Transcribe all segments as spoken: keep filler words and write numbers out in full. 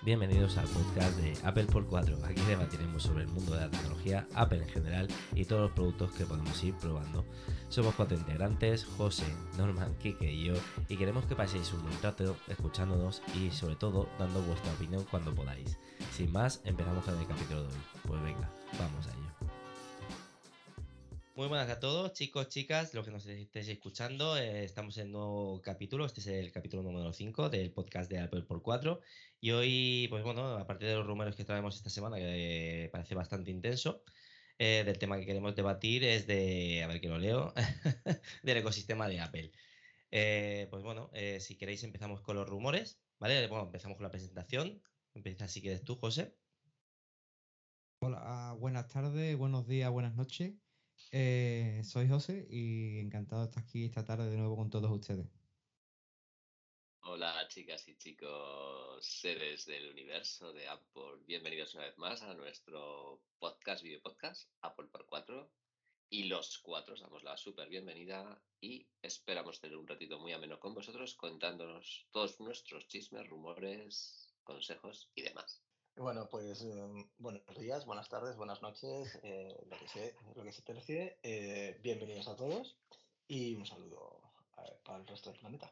bienvenidos al podcast de Apple por cuatro. Aquí debatiremos sobre el mundo de la tecnología, Apple en general y todos los productos que podemos ir probando. Somos cuatro integrantes, José, Norman, Kike y yo, y queremos que paséis un buen rato escuchándonos y sobre todo dando vuestra opinión cuando podáis. Sin más, empezamos con el capítulo de hoy. Pues venga, vamos a ello. Muy buenas a todos, chicos, chicas, los que nos estéis escuchando. Eh, estamos en un nuevo capítulo. Este es el capítulo número cinco del podcast de Apple por cuatro. Y hoy, pues bueno, aparte de los rumores que traemos esta semana, que parece bastante intenso, eh, del tema que queremos debatir es de, a ver que lo leo, del ecosistema de Apple. Eh, pues bueno, eh, si queréis empezamos con los rumores, ¿vale? Bueno, empezamos con la presentación. Empieza si quieres tú, José. Hola, buenas tardes, buenos días, buenas noches. Eh, soy José y encantado de estar aquí esta tarde de nuevo con todos ustedes. Hola chicas y chicos, seres del universo de Apple, bienvenidos una vez más a nuestro podcast, video podcast, Apple por cuatro. Y los cuatro os damos la súper bienvenida y esperamos tener un ratito muy ameno con vosotros contándonos todos nuestros chismes, rumores, consejos y demás. Bueno, pues eh, buenos días, buenas tardes, buenas noches, eh, lo que se, lo que se tercie. Eh, bienvenidos a todos y un saludo a, para el resto del planeta.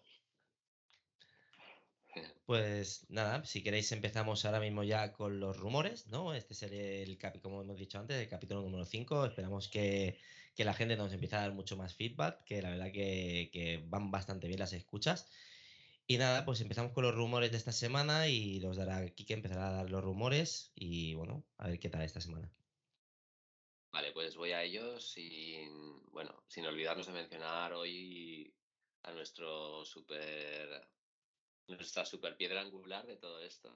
Pues nada, si queréis empezamos ahora mismo ya con los rumores, ¿no? Este sería el capítulo, como hemos dicho antes, el capítulo número cinco. Esperamos que, que la gente nos empiece a dar mucho más feedback, que la verdad que, que van bastante bien las escuchas. Y nada, pues empezamos con los rumores de esta semana y los dará Kike, empezará a dar los rumores y bueno, a ver qué tal esta semana. Vale, pues voy a ello sin, bueno, sin olvidarnos de mencionar hoy a nuestro super, nuestra super piedra angular de todo esto,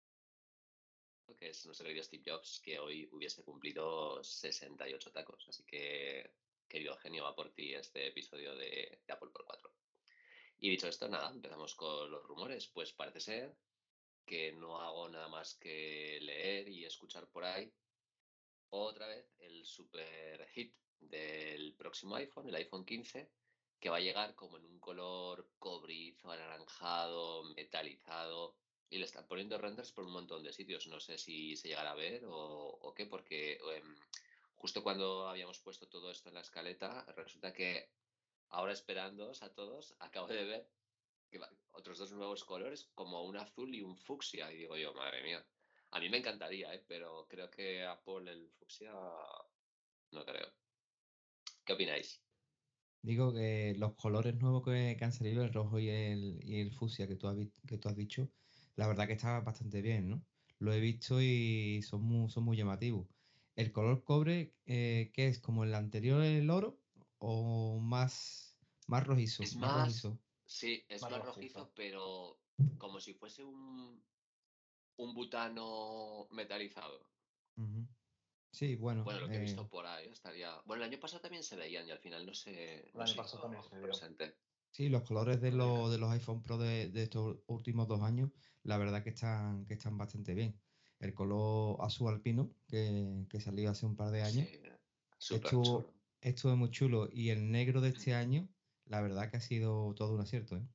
que es nuestro querido Steve Jobs, que hoy hubiese cumplido sesenta y ocho tacos. Así que, querido genio, va por ti este episodio de, de Apple por cuatro. Y dicho esto, nada, empezamos con los rumores. Pues parece ser que no hago nada más que leer y escuchar por ahí otra vez el super hit del próximo iPhone, el iPhone quince, que va a llegar como en un color cobrizo, anaranjado, metalizado, y le están poniendo renders por un montón de sitios. No sé si se llegará a ver o, o qué, porque eh, justo cuando habíamos puesto todo esto en la escaleta, resulta que ahora esperándoos a todos, acabo de ver que va, otros dos nuevos colores, como un azul y un fucsia, y digo yo, madre mía. A mí me encantaría, ¿eh? Pero creo que Apple el fucsia no creo. ¿Qué opináis? Digo que los colores nuevos que, que han salido, el rojo y el, y el fucsia que tú, has, vi- que tú has dicho, la verdad que está bastante bien, ¿no? Lo he visto y son muy, son muy llamativos. ¿El color cobre, eh, qué es? ¿Como el anterior, el oro? ¿O más, más rojizo? Es Más más, rojizo. sí, es Más más rojizo. rojizo, pero como si fuese un, un butano metalizado. Ujú. Sí, bueno. Bueno, lo que he eh, visto por ahí estaría. Bueno, el año pasado también se veían y al final no se, El no año se pasado también hizo se vio. presente. Sí, los colores de, Correcto. los de los iPhone Pro de, de estos últimos dos años, la verdad que están, que están bastante bien. El color azul alpino, que, que salió hace un par de años, Sí, súper estuvo, chulo. estuvo muy chulo. Y el negro de este año, la verdad que ha sido todo un acierto, ¿eh?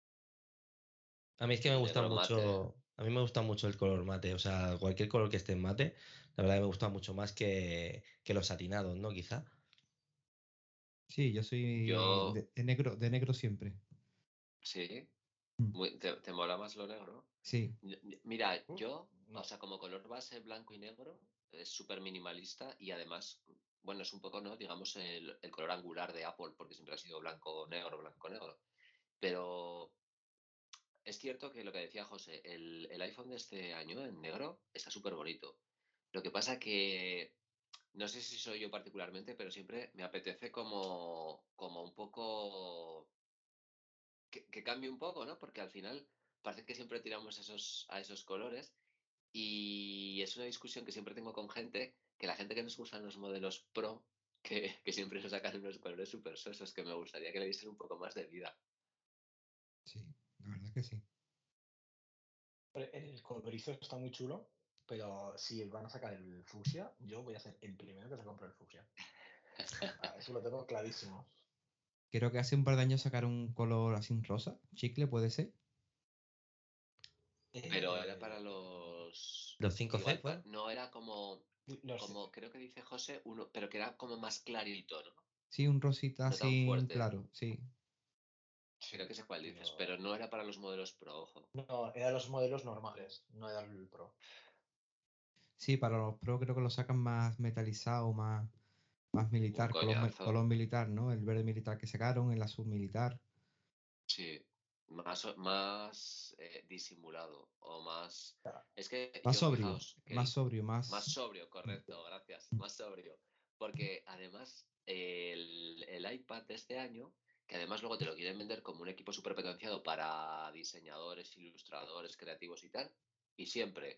A mí es que me El gusta negro mate. mucho, a mí me gusta mucho el color mate, o sea, cualquier color que esté en mate, la verdad que me gusta mucho más que, que los satinados, ¿no? Quizá. Sí, yo soy Yo, de, de negro, de negro siempre. sí. Mm. Muy- ¿te, te mola más lo negro? Sí. N- n- Mira, Uh, yo, o No. sea, como color base blanco y negro, es súper minimalista y además, bueno, es un poco, ¿no? Digamos, el, el color angular de Apple, porque siempre ha sido blanco-negro, blanco-negro. Pero es cierto que lo que decía José, el, el iPhone de este año en negro está súper bonito. Lo que pasa que, no sé si soy yo particularmente, pero siempre me apetece como, como un poco que, que cambie un poco, ¿no? Porque al final parece que siempre tiramos a esos, a esos colores y es una discusión que siempre tengo con gente, que la gente que nos usa los modelos Pro, que, que siempre nos sacan unos colores súper sosos, que me gustaría que le diesen un poco más de vida. Sí, la verdad que sí. Hombre, el cobrizo está muy chulo, pero si van a sacar el fucsia, yo voy a ser el primero que se compre el fucsia. Ah, eso lo tengo clarísimo. Creo que hace un par de años sacaron un color así un rosa, chicle, puede ser. Pero era para Eh, los los... ¿Los cinco C igual, fueron? pa- no era como, Los- como, creo que dice José, uno, pero que era como más clarito, ¿no? Sí, un rosita No tan así fuerte. claro, sí. Creo que sé cuál dices, Yo- pero no era para los modelos Pro, ojo. No, eran los modelos normales, no era el Pro. Sí, para los Pro creo que lo sacan más metalizado, más, más militar, color, me- coñazo. color militar, ¿no? El verde militar que sacaron, el azul militar. Sí, más, o- más eh, disimulado o más... sea, Es que Más yo, sobrio, fijaos, que más sobrio, más más... sobrio, correcto, gracias, más sobrio. Porque además el, el iPad de este año, que además luego te lo quieren vender como un equipo súper potenciado para diseñadores, ilustradores, creativos y tal, y siempre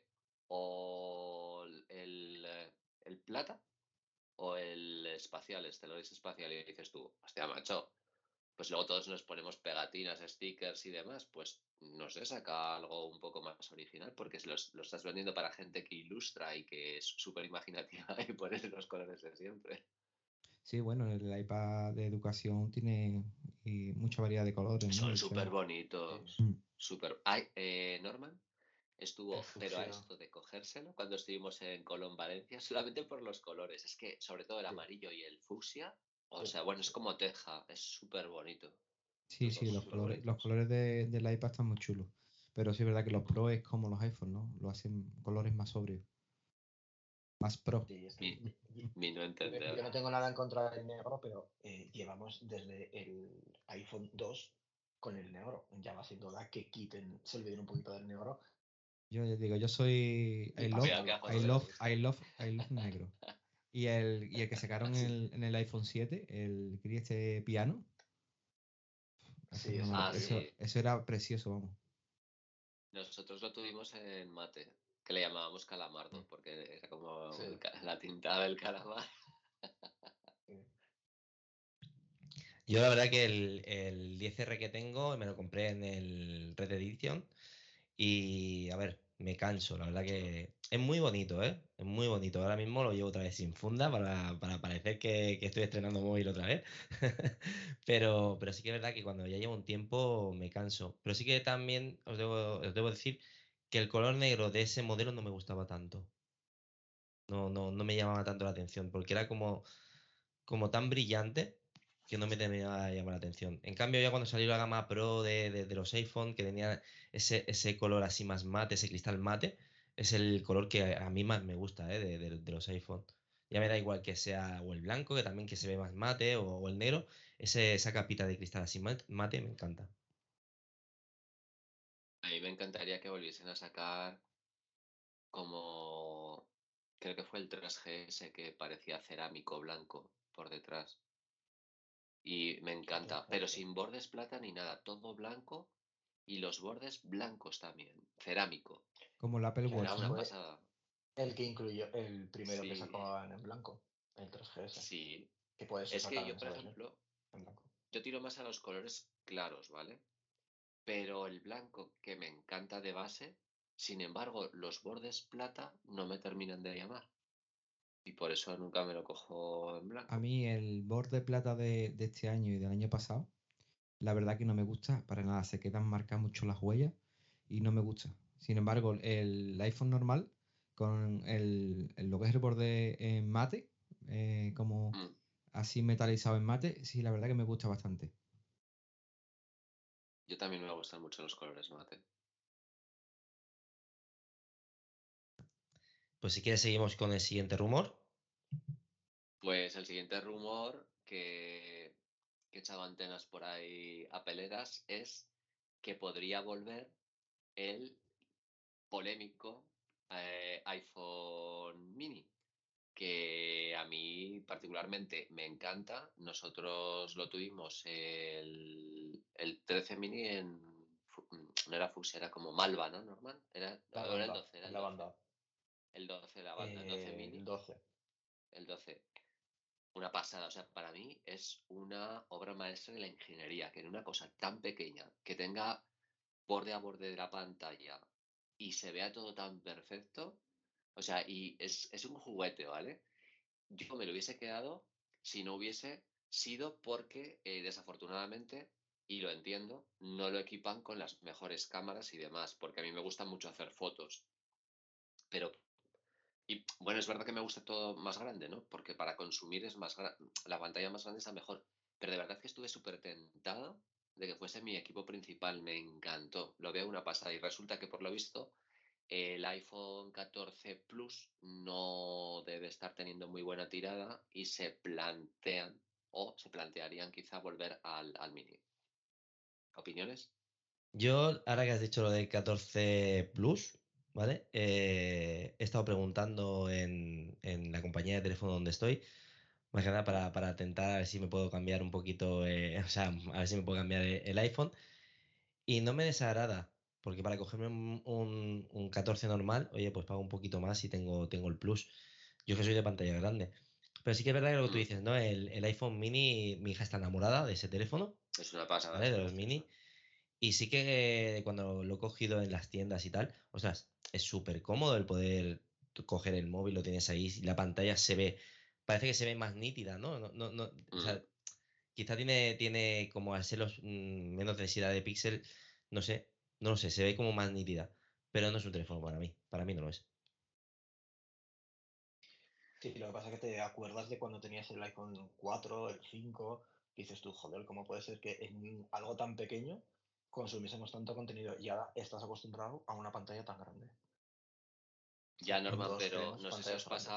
o el, el, el plata o el espacial, Stellaris espacial, y dices tú, hostia, macho, pues luego todos nos ponemos pegatinas, stickers y demás, pues no sé, saca algo un poco más original, porque lo, lo estás vendiendo para gente que ilustra y que es súper imaginativa y pones los colores de siempre. Sí, bueno, el iPad de educación tiene y mucha variedad de colores, ¿no? Son De súper hecho, bonitos. mm, Súper. Ay, eh, Norman el estuvo, pero a fucsia. esto de cogérselo cuando estuvimos en Colón, Valencia, solamente por los colores. Es que, sobre todo el Sí, amarillo y el fucsia, o sí, sea, bueno, es sí. como teja, es súper bonito. sí, Los sí, dos los súper colores, los bonitos. colores de- del iPad están muy chulos. Pero sí es verdad que los Mm. Pro es como los iPhones, ¿no? Lo hacen colores más sobrios, más Pro. Sí, es que Mi, y- y- mi no yo, entender. yo no tengo nada en contra del negro, pero eh, llevamos desde el iPhone dos con el negro. Ya va siendo hora que quiten, se olviden un poquito del negro Yo ya digo, yo soy y I love, pasen a Cuidado que los a I José colores le love, gusta. I love, I love negro. Y el, y el que sacaron Sí, el- en el iPhone siete, el gris este piano, eso, sí, era una eso lo Ah, locu- eso, tuvimos. sí. eso era precioso, vamos. Nosotros lo tuvimos en mate, que le llamábamos Mm, calamardo, porque era como sí, el ca- la tinta del calamar. sí. Yo la verdad que el, el diez R que tengo me lo compré en el Red Edition y a ver, me canso, la verdad Chulo. que es muy bonito, ¿eh? Es muy bonito. Ahora mismo lo llevo otra vez sin funda para, para parecer que, que estoy estrenando móvil otra vez. Pero, pero sí que es verdad que cuando ya llevo un tiempo me canso. Pero sí que también os debo, os debo decir que el color negro de ese modelo no me gustaba tanto. No, no, no me llamaba tanto la atención porque era como, como tan brillante que no me terminaba de llamar la atención. En cambio, ya cuando salió la gama Pro de, de- de los iPhone, que tenía ese, ese color así más mate, ese cristal mate, es el color que a mí más me gusta, ¿eh? de, de- de los iPhone. Ya me da igual que sea o el blanco, que también que se ve más mate, o, o el negro, ese, esa capita de cristal así mat- mate me encanta. A mí me encantaría que volviesen a sacar como, creo que fue el tres G S que parecía cerámico blanco por detrás. Y me encanta, pero Entonces, sí. sin bordes plata ni nada, todo blanco y los bordes blancos también, cerámico. Como el Apple Que Era Watch, además una ¿no? fue pasada. el que incluyó el primero que Sí, sacó en blanco, el tres G S, sí. que puedes Es usar que también, yo, por ¿sabes? ¿Eh? ejemplo, En blanco. yo tiro más a los colores claros, ¿vale? Pero el blanco, que me encanta de base, sin embargo, los bordes plata no me terminan de llamar. Y por eso nunca me lo cojo en A blanco. mí el borde plata de, de este año y del año pasado, la verdad que no me gusta para nada. Se quedan marcadas mucho las huellas y no me gusta. Sin embargo, el iPhone normal, con el, el- lo que es el borde en mate, eh, como Mm, así metalizado en mate, sí, la verdad que me gusta bastante. Yo también me gustan mucho los colores mate. Pues si quieres seguimos con el siguiente rumor. Pues el siguiente rumor que, que he echado antenas por ahí a peleras es que podría volver el polémico eh, iPhone mini, que a mí particularmente me encanta. Nosotros lo tuvimos el, el trece mini en... fu- No era fucsia, era como Malva, ¿no, Norman? Era, La o era el banda, doce, era el la doce. banda. El doce la banda, el doce Eh, el mini, doce. el doce. Una pasada, o sea, para mí es una obra maestra de la ingeniería, que en una cosa tan pequeña, que tenga borde a borde de la pantalla y se vea todo tan perfecto, o sea, y es, es un juguete, ¿vale? Yo me lo hubiese quedado si no hubiese sido porque, eh, desafortunadamente, y lo entiendo, no lo equipan con las mejores cámaras y demás, porque a mí me gusta mucho hacer fotos. pero... Y bueno, es verdad que me gusta todo más grande, ¿no? Porque para consumir es más grande, la pantalla más grande está mejor. Pero de verdad que estuve súper tentado de que fuese mi equipo principal, me encantó. Lo veo una pasada y resulta que por lo visto el iPhone catorce Plus no debe estar teniendo muy buena tirada y se plantean o se plantearían quizá volver al, al mini. ¿Opiniones? Yo, ahora que has dicho lo del catorce Plus, ¿vale? Eh, he estado preguntando en, en la compañía de teléfono donde estoy, más que nada para, para tentar a ver si me puedo cambiar un poquito, eh, o sea, a ver si me puedo cambiar el, el iPhone. Y no me desagrada, porque para cogerme un, un, un catorce normal, oye, pues pago un poquito más y tengo, tengo el Plus. Yo que soy de pantalla grande. Pero sí que es verdad que lo que tú Mm, dices, ¿no? El, el iPhone mini, mi hija está enamorada de ese teléfono, es una pasada, ¿vale? es De los precioso. mini. Y sí que cuando lo he cogido en las tiendas y tal, ostras, es súper cómodo el poder tú coger el móvil, lo tienes ahí, y la pantalla se ve, parece que se ve más nítida, ¿no? No, no, no, o Mm. sea, quizá tiene, tiene como al ser los mm, menos densidad de píxel, no sé, no lo sé, se ve como más nítida, pero no es un teléfono para mí, para mí no lo es. Sí, lo que pasa es que te acuerdas de cuando tenías el iPhone cuatro, el cinco, y dices tú, joder, ¿cómo puede ser que en algo tan pequeño consumiésemos tanto contenido y ahora estás acostumbrado a una pantalla tan grande? O Ya, sea, Norman, Windows pero tenemos no sé si os pantallas pasa, gigantes.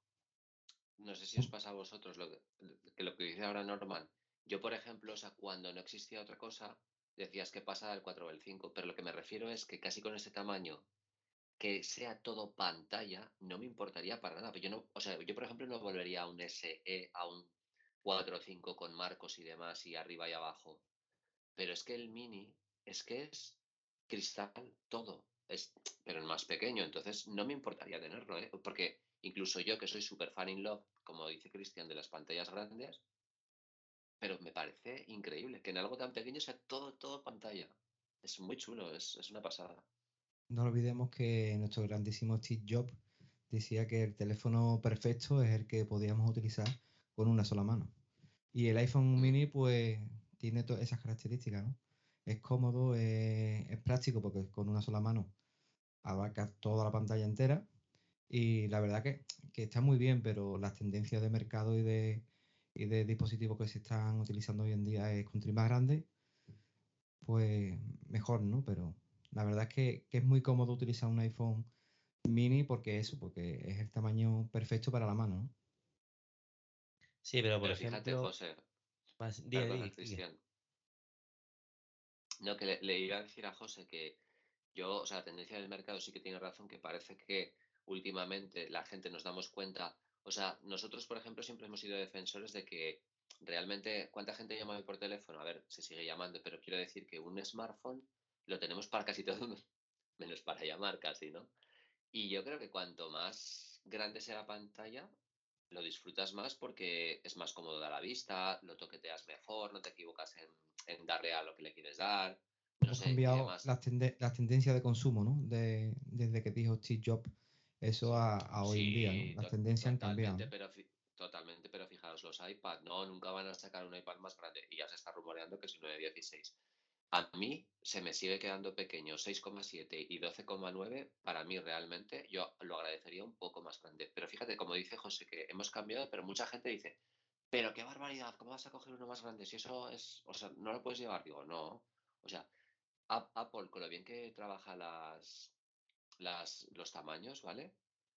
no sé si os pasa a vosotros lo que, que lo que dice ahora Norman. Yo, por ejemplo, o sea, cuando no existía otra cosa, decías que pasa del cuatro o el cinco, pero lo que me refiero es que casi con ese tamaño, que sea todo pantalla, no me importaría para nada. Pero yo no, o sea, yo, por ejemplo, no volvería a un S E, a un cuatro o cinco con marcos y demás, y arriba y abajo. Pero es que el mini es que es cristal todo, es, pero en más pequeño, entonces no me importaría tenerlo, ¿eh? Porque incluso yo que soy súper fan in love, como dice Cristian, de las pantallas grandes, pero me parece increíble que en algo tan pequeño sea todo, todo pantalla. Es muy chulo, es, es una pasada. No olvidemos que nuestro grandísimo Steve Jobs decía que el teléfono perfecto es el que podíamos utilizar con una sola mano. Y el iPhone Mm. mini, pues, tiene todas esas características, ¿no? Es cómodo, es, es práctico porque con una sola mano abarca toda la pantalla entera. Y la verdad que, que está muy bien, pero las tendencias de mercado y de, y de dispositivos que se están utilizando hoy en día es con más grande, pues mejor, ¿no? Pero la verdad es que, que es muy cómodo utilizar un iPhone mini porque eso, porque es el tamaño perfecto para la mano, ¿no? Sí, pero por Pero fíjate, ejemplo, José, más, diga, perdona, diga, diga. Cristian, no, que le, le iba a decir a José que yo, o sea, la tendencia del mercado sí que tiene razón, que parece que últimamente la gente nos damos cuenta, o sea, nosotros, por ejemplo, siempre hemos sido defensores de que realmente, ¿cuánta gente llama hoy por teléfono? A ver, se sigue llamando, pero quiero decir que un smartphone lo tenemos para casi todo, menos para llamar casi, ¿no? Y yo creo que cuanto más grande sea la pantalla, lo disfrutas más porque es más cómodo a la vista, lo toqueteas mejor, no te equivocas en, en darle a lo que le quieres dar, no Hemos sé, y cambiado demás. las, tende- las tendencias de consumo, ¿no? De, desde que dijo Steve Jobs eso a, a hoy en día, ¿no? Sí, Las to- tendencias han cambiado, totalmente, ¿no? pero fi- totalmente, pero fijaos, los iPad, no, nunca van a sacar un iPad más grande y ya se está rumoreando que es un nueve dieciséis. A mí se me sigue quedando pequeño seis coma siete y doce coma nueve, para mí realmente yo lo agradecería un poco más grande. Pero fíjate, como dice José, que hemos cambiado, pero mucha gente dice, pero qué barbaridad, ¿cómo vas a coger uno más grande? Si eso es, o sea, no lo puedes llevar, digo, no. O sea, A- Apple, con lo bien que trabaja las, las, los tamaños, ¿vale?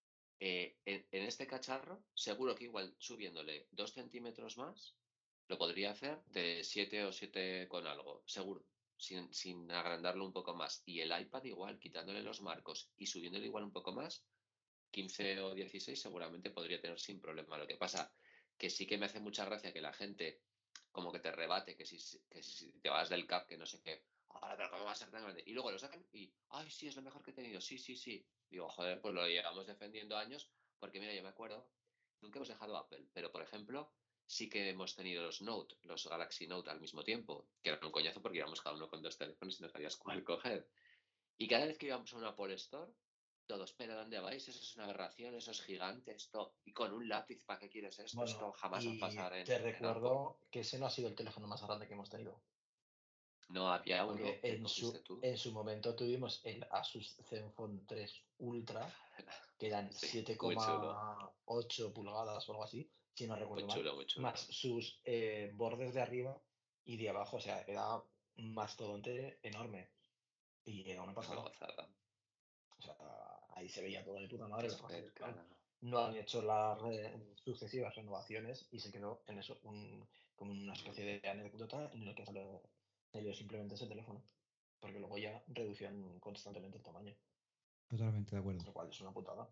Eh, en, en este cacharro, seguro que igual subiéndole dos centímetros más, lo podría hacer de siete o siete con algo, seguro, sin, sin agrandarlo un poco más. Y el iPad igual, quitándole los marcos y subiéndole igual un poco más, quince o dieciséis seguramente podría tener sin problema. Lo que pasa que sí que me hace mucha gracia que la gente como que te rebate, que si, que si te vas del cap, que no sé qué, ahora, pero ¿cómo va a ser tan grande? Y luego lo sacan y, ay, sí, es lo mejor que he tenido, sí, sí, sí. Digo, joder, pues lo llevamos defendiendo años, porque mira, yo me acuerdo, nunca hemos dejado Apple, pero por ejemplo, sí que hemos tenido los Note, los Galaxy Note al mismo tiempo, que era un coñazo porque íbamos cada uno con dos teléfonos y no sabías cuál coger. Y cada vez que íbamos a una Apple Store, todos, pero ¿dónde vais? Eso es una aberración, eso es gigante, esto. Y con un lápiz, ¿para qué quieres esto? Bueno, Esto jamás va a y pasar en, te en Apple. recuerdo que ese no ha sido el teléfono más grande que hemos tenido. No había uno Porque que en cogiste su, tú. en su momento tuvimos el Asus Zenfone tres Ultra, que eran Sí, siete muy chulo, coma ocho pulgadas o algo así, si no muy recuerdo mal, chulo, muy chulo. más sus eh, bordes de arriba y de abajo, o sea, era un mastodonte enorme. Y era una Una pasada. gozada. O sea, ahí se veía todo de puta Qué madre. Lo que pasa es que, spec, claro, cara. no han hecho las re- sucesivas renovaciones y se quedó en eso, un- como una especie Mm. de anécdota en el que salió, salió simplemente ese teléfono. Porque luego ya reducían constantemente el tamaño, Totalmente de acuerdo. lo cual es una putada.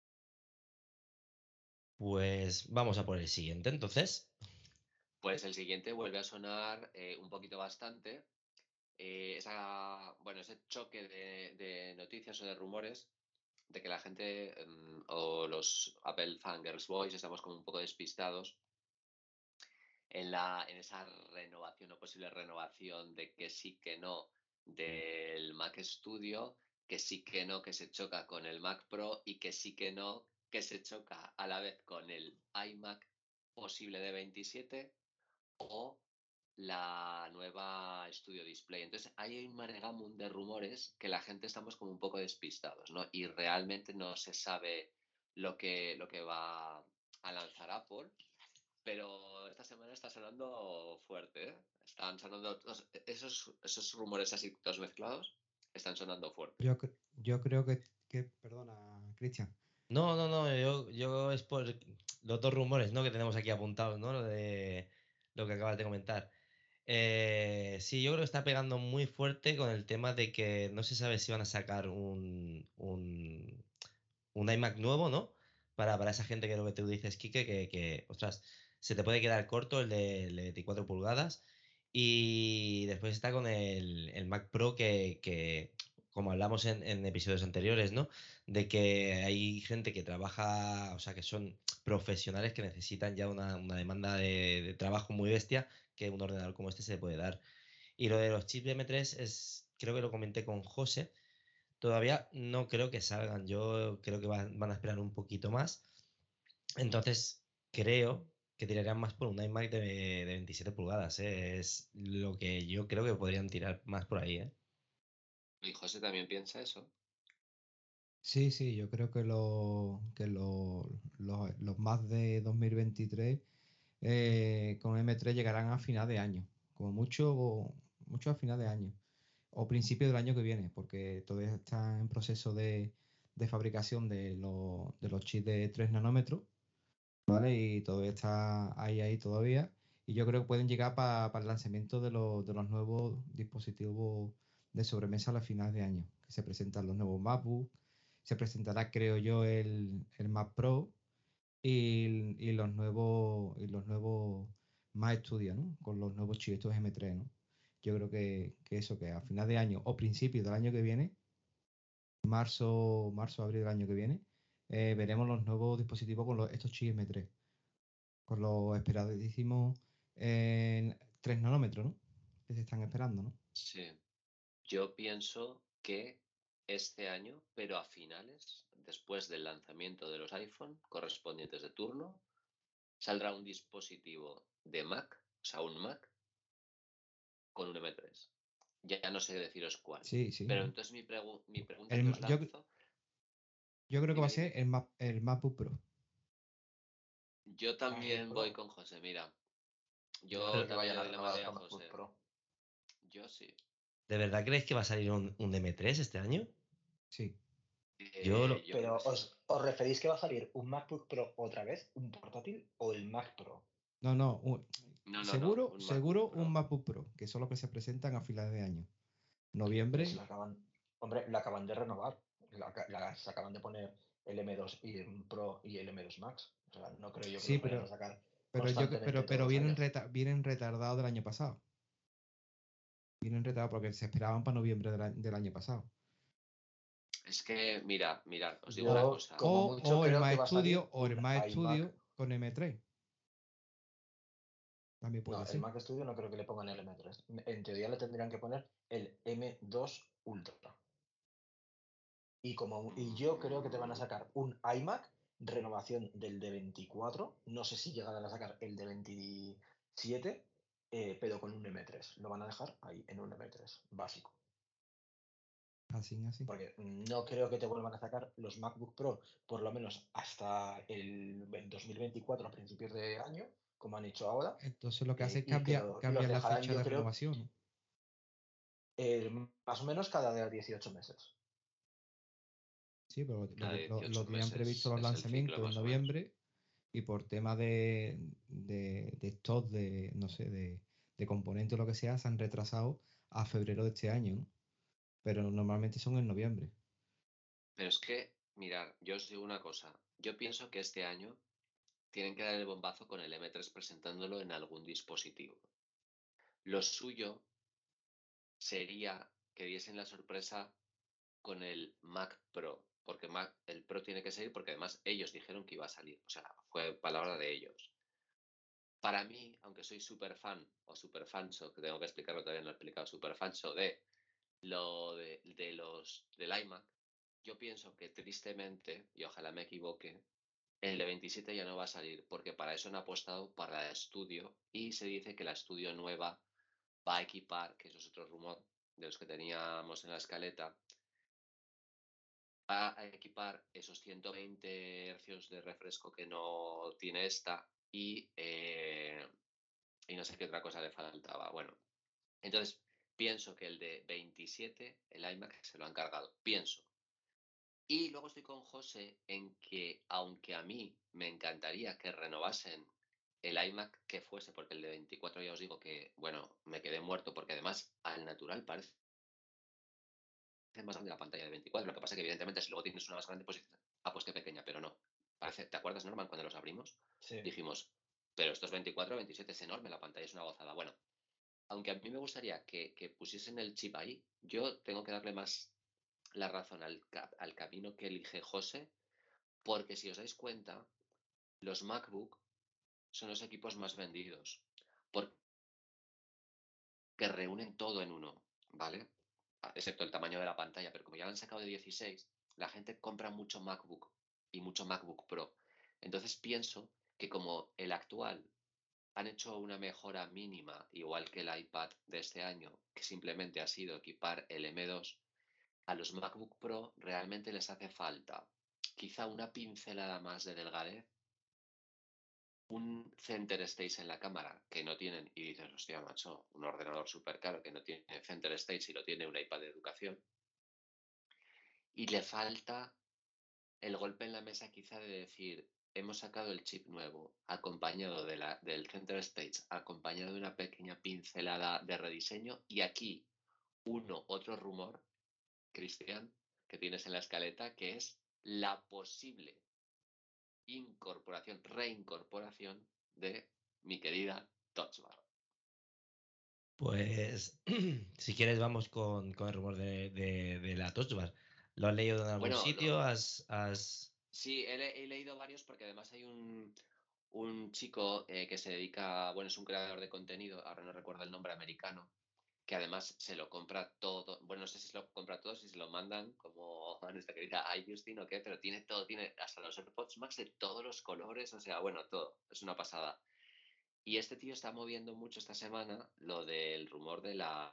Pues vamos a por el siguiente, entonces. Pues el siguiente vuelve a sonar eh, un poquito bastante. eh, esa, bueno, ese choque de, de noticias o de rumores de que la gente mm, o los Apple Fangirls Boys estamos como un poco despistados en, la, en esa renovación o posible renovación de que sí que no del Mac Studio, que sí que no que se choca con el Mac Pro y que sí que no que se choca a la vez con el iMac posible de veintisiete o la nueva Studio Display. Entonces hay un maregamum de rumores que la gente estamos como un poco despistados, ¿no? Y realmente no se sabe lo que, lo que va a lanzar Apple, pero esta semana está sonando fuerte, ¿eh? Están sonando todos- esos, esos rumores así todos mezclados, están sonando fuerte. Yo, cre- yo creo que, que, perdona, Cristian. No, no, no, yo, yo es por los dos rumores, ¿no? Que tenemos aquí apuntados, ¿no? Lo de lo que acabas de comentar. Eh, sí, yo creo que está pegando muy fuerte con el tema de que no se sabe si van a sacar un, un, un iMac nuevo, ¿no? Para, para esa gente que lo que tú dices, Kike, que, que, ostras, se te puede quedar corto el de, el de veinticuatro pulgadas. Y después está con el, el Mac Pro que, que, como hablamos en, en episodios anteriores, ¿no? De que hay gente que trabaja, o sea, que son profesionales que necesitan ya una, una demanda de, de trabajo muy bestia que un ordenador como este se puede dar. Y lo de los chips M tres es, creo que lo comenté con José, todavía no creo que salgan, yo creo que van, van a esperar un poquito más. Entonces, creo que tirarían más por un iMac de, de veintisiete pulgadas, ¿eh? Es lo que yo creo que podrían tirar más por ahí, ¿eh? ¿Y José también piensa eso? Sí, sí, yo creo que, lo, que lo- lo- los más de dos mil veintitrés eh, con M tres llegarán a final de año, como mucho, mucho a final de año, o principio del año que viene, porque todavía están en proceso de, de fabricación de, los- de los chips de tres nanómetros, ¿vale? Y todavía está ahí, ahí todavía. Y yo creo que pueden llegar pa- para el lanzamiento de, los de los nuevos dispositivos de sobremesa a la final de año, que se presentan los nuevos MacBook, se presentará, creo yo, el, el Mac Pro y, y los nuevos y los nuevos Mac Studio, ¿no? Con los nuevos chips estos M tres, ¿no? Yo creo que, que eso, que a final de año o principios del año que viene, marzo, marzo, abril del año que viene, eh, veremos los nuevos dispositivos con los, estos chips M tres, con los esperadísimos en tres nanómetros, ¿no? Que se están esperando, ¿no? Sí. Yo pienso que este año, pero a finales, después del lanzamiento de los iPhone correspondientes de turno, saldrá un dispositivo de Mac, o sea, un Mac con un M tres. Ya no sé deciros cuál. Sí, sí. Pero entonces mi, pregu- mi pregunta El que ma- os yo, lanzo, yo creo que va dime, a ser dime. el, Mac, el MacBook Pro. Yo MacBook también voy Pro. con José, mira. Yo no Yo creo que también vayan le a doy la renovar madre a otro MacBook José. Pro. Yo sí. ¿De verdad creéis que va a salir un, un M tres este año? Sí. Yo Eh, lo, yo creo Pero que sí. ¿os, os referís que va a salir un MacBook Pro otra vez, un portátil o el Mac Pro? No, no, un- No, no, no. seguro, Un MacBook seguro un Pro. MacBook Pro, que son los que se presentan a finales de año. Pero si Noviembre, la acaban, hombre, la acaban de renovar. La, aca- la- se acaban de poner el M dos y el Pro y el M dos Max. O sea, no creo yo que sí, los vayan a pero, sacar pero yo, cre- constantemente pero, todos pero los vienen, años. reta- vienen retardados del año pasado. Vienen retardados porque se esperaban para noviembre del, a- del año pasado. Es que, mira, mirad, os digo una Yo, cosa. como O, mucho, o el creo que Mac va a salir Studio, o el un Mac iMac. Studio con M tres. También No, puede el ser. Mac Studio no creo que le pongan el M tres. En teoría le tendrían que poner el M dos Ultra. Y, como, y yo creo que te van a Mm, sacar un iMac, renovación del de veinticuatro. No sé si llegarán a sacar el de veintisiete. eh, pero con un eme tres. Lo van a dejar ahí, en un eme tres básico. Así, así. Porque no creo que te vuelvan a sacar los MacBook Pro, por lo menos hasta el dos mil veinticuatro, a principios de año, como han hecho ahora. Entonces lo que hace eh, es y que cambiar, lo- los cambiar la dejarán, fecha yo de creo, renovación, ¿no? eh, más o menos cada de dieciocho meses. Sí, pero lo, Cada ti- lo- lo dieciocho tenían previsto meses los es el ciclo, lanzamientos en más o menos. noviembre y por tema de, de, de stock, de, no sé, de, de componentes o lo que sea, se han retrasado a febrero de este año, ¿no? Pero normalmente son en noviembre. Pero es que, mirar, yo os digo una cosa. Yo pienso que este año tienen que dar el bombazo con el eme tres presentándolo en algún dispositivo. Lo suyo sería que diesen la sorpresa con el Mac Pro, porque Mac, el Pro tiene que salir porque además ellos dijeron que iba a salir, o sea, fue palabra de ellos. Para mí, aunque soy súper fan o súper fanso, que tengo que explicarlo, todavía no he explicado, súper fanso de lo de, de los del iMac, yo pienso que tristemente, y ojalá me equivoque, el de veintisiete ya no va a salir, porque para eso han apostado para la estudio y se dice que la estudio nueva va a equipar, que eso es otro rumor de los que teníamos en la escaleta, va a equipar esos ciento veinte hercios de refresco que no tiene esta y, eh, y no sé qué otra cosa le faltaba. Bueno, entonces pienso que el de veintisiete, el iMac, se lo han cargado. Pienso. Y luego estoy con José en que, aunque a mí me encantaría que renovasen el iMac que fuese, porque el de veinticuatro ya os digo que, bueno, me quedé muerto, porque además al natural parece más grande la pantalla de veinticuatro. Lo que pasa es que, evidentemente, si luego tienes una más grande, pues dices, ah, pues qué pequeña, pero no. Parece, ¿te acuerdas, Norman, cuando los abrimos? Sí. Dijimos, pero estos veinticuatro, veintisiete es enorme, la pantalla es una gozada. Bueno, aunque a mí me gustaría que, que pusiesen el chip ahí, yo tengo que darle más la razón al, al camino que elige José, porque si os dais cuenta, los MacBook son los equipos más vendidos, porque reúnen todo en uno, ¿vale? Excepto el tamaño de la pantalla, pero como ya lo han sacado de dieciséis, la gente compra mucho MacBook y mucho MacBook Pro. Entonces pienso que como el actual han hecho una mejora mínima, igual que el iPad de este año, que simplemente ha sido equipar el eme dos, a los MacBook Pro realmente les hace falta quizá una pincelada más de delgadez, un center stage en la cámara que no tienen, y dices, hostia, macho, un ordenador súper caro que no tiene center stage y lo tiene un iPad de educación, y le falta el golpe en la mesa quizá de decir, hemos sacado el chip nuevo, acompañado de la, del center stage, acompañado de una pequeña pincelada de rediseño, y aquí uno, otro rumor, Cristian, que tienes en la escaleta, que es la posible incorporación, reincorporación de mi querida Touch Bar. Pues, si quieres, vamos con, con el rumor de, de, de la Touch Bar. ¿Lo has leído en algún Bueno, sitio? lo, ¿Has, has... sí, he, le- he leído varios porque además hay un, un chico eh, que se dedica, bueno, es un creador de contenido, ahora no recuerdo el nombre, americano, que además se lo compra todo, bueno, no sé si se lo compra todo, si se lo mandan como a nuestra querida iJustin o qué, pero tiene todo, tiene hasta los AirPods Max de todos los colores, o sea, bueno, todo, es una pasada. Y este tío está moviendo mucho esta semana lo del rumor de la,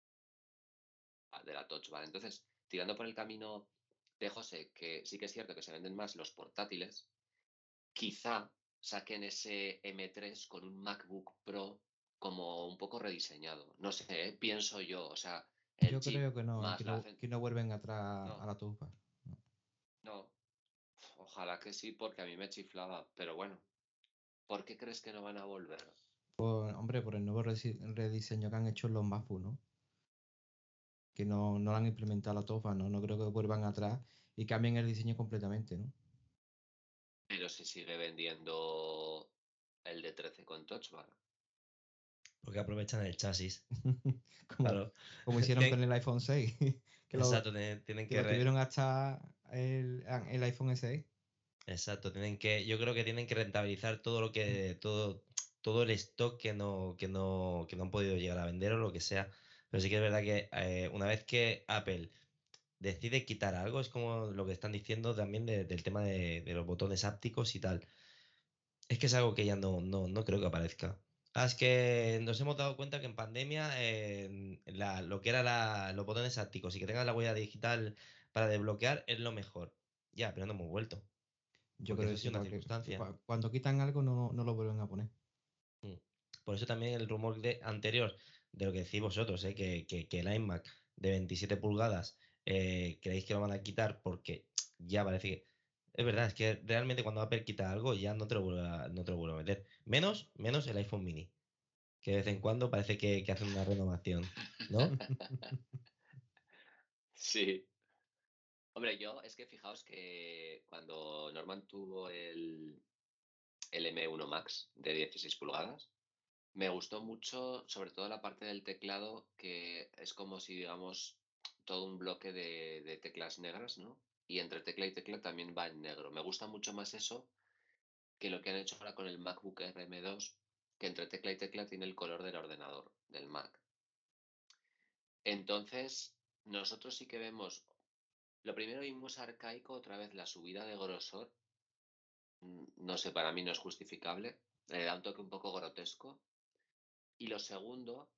de la Touch Bar. Entonces, tirando por el camino de José, que sí que es cierto que se venden más los portátiles, quizá saquen ese eme tres con un MacBook Pro como un poco rediseñado. No sé, ¿eh? Pienso yo, o sea, el Yo chip creo que no, más que la... no, que no vuelven atrás No, a la tufa. No. no, ojalá que sí, porque a mí me chiflaba, pero bueno, ¿por qué crees que no van a volver? Por, hombre, por el nuevo resi- rediseño que han hecho en los MacBook, ¿no? Que no, no lo han implementado la tufa, ¿no? No creo que vuelvan atrás y cambien el diseño completamente, ¿no? Pero se sigue vendiendo el de trece con Touch Bar. Porque aprovechan el chasis. como, Claro. como hicieron Tien- con el iPhone seis, que lo, Exacto, tienen, tienen que que... lo re- tuvieron hasta el, el iPhone ese seis. Exacto, tienen que... Yo creo que tienen que rentabilizar todo lo que... Todo, todo el stock que no, que, no, que no han podido llegar a vender o lo que sea. Pero sí que es verdad que eh, una vez que Apple decide quitar algo, es como lo que están diciendo también de- del tema de, de los botones ápticos y tal. Es que es algo que ya no, no, no creo que aparezca. Ah, es que nos hemos dado cuenta que en pandemia eh, la- lo que era la- los botones ápticos y que tengas la huella digital para desbloquear es lo mejor. Ya, pero no hemos vuelto, Yo porque creo eso que ha sí, sido una porque circunstancia. cua- cuando quitan algo no, no lo vuelven a poner. Mm. Por eso también el rumor de, anterior de lo que decís vosotros, eh, que, que, que el iMac de veintisiete pulgadas eh, creéis que lo van a quitar porque ya parece que... Es verdad, es que realmente cuando Apple quita algo ya no te lo vuelve a, no te lo vuelve a meter. Menos, menos el iPhone mini, que de vez en cuando parece que, que hacen una renovación, ¿no? Sí. Hombre, yo es que fijaos que cuando Norman tuvo el, el M uno Max de dieciséis pulgadas, me gustó mucho, sobre todo la parte del teclado, que es como si, digamos, todo un bloque de, de teclas negras, ¿no? Y entre tecla y tecla también va en negro. Me gusta mucho más eso que lo que han hecho ahora con el MacBook R M dos, que entre tecla y tecla tiene el color del ordenador, del Mac. Entonces, nosotros sí que vemos, lo primero vimos arcaico otra vez la subida de grosor, mm, no sé, para mí no es justificable, le da un toque un poco grotesco. Y lo segundo,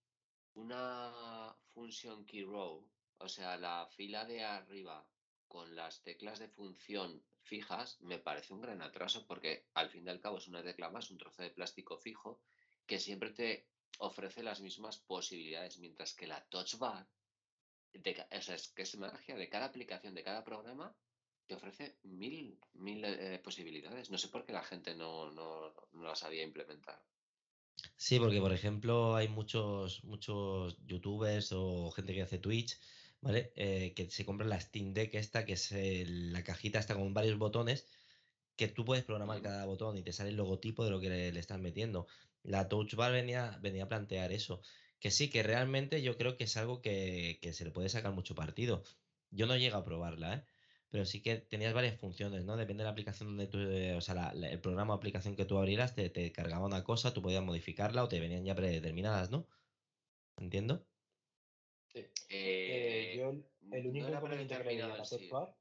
una función key row, o sea, la fila de arriba con las teclas de función fijas, me parece un gran atraso porque al fin y al cabo es una tecla más, un trozo de plástico fijo, que siempre te ofrece las mismas posibilidades, mientras que la touch bar, de, ca- o sea, es que es magia, de cada aplicación, de cada programa, te ofrece mil, mil eh, posibilidades. No sé por qué la gente no, no, no la sabía implementar. Sí, porque por ejemplo hay muchos, muchos youtubers o gente que hace Twitch, ¿vale? Eh, que se compran la Steam Deck esta, que es el- la cajita esta con varios botones, que tú puedes programar Mm. cada botón y te sale el logotipo de lo que le, le estás metiendo. La Touch Bar venía, venía a plantear eso. Que sí, que realmente yo creo que es algo que, que se le puede sacar mucho partido. Yo no llego a probarla, ¿eh? Pero sí que tenías varias funciones, ¿no? Depende de la aplicación donde tú, eh, o sea, la- la- el programa o aplicación que tú abrieras, te, te cargaba una cosa, tú podías modificarla o te venían ya predeterminadas, ¿no? ¿Entiendo? Sí. Eh, Eh, yo el, el no único era inconveniente que le veía predeterminado a en la Touch sí. Bar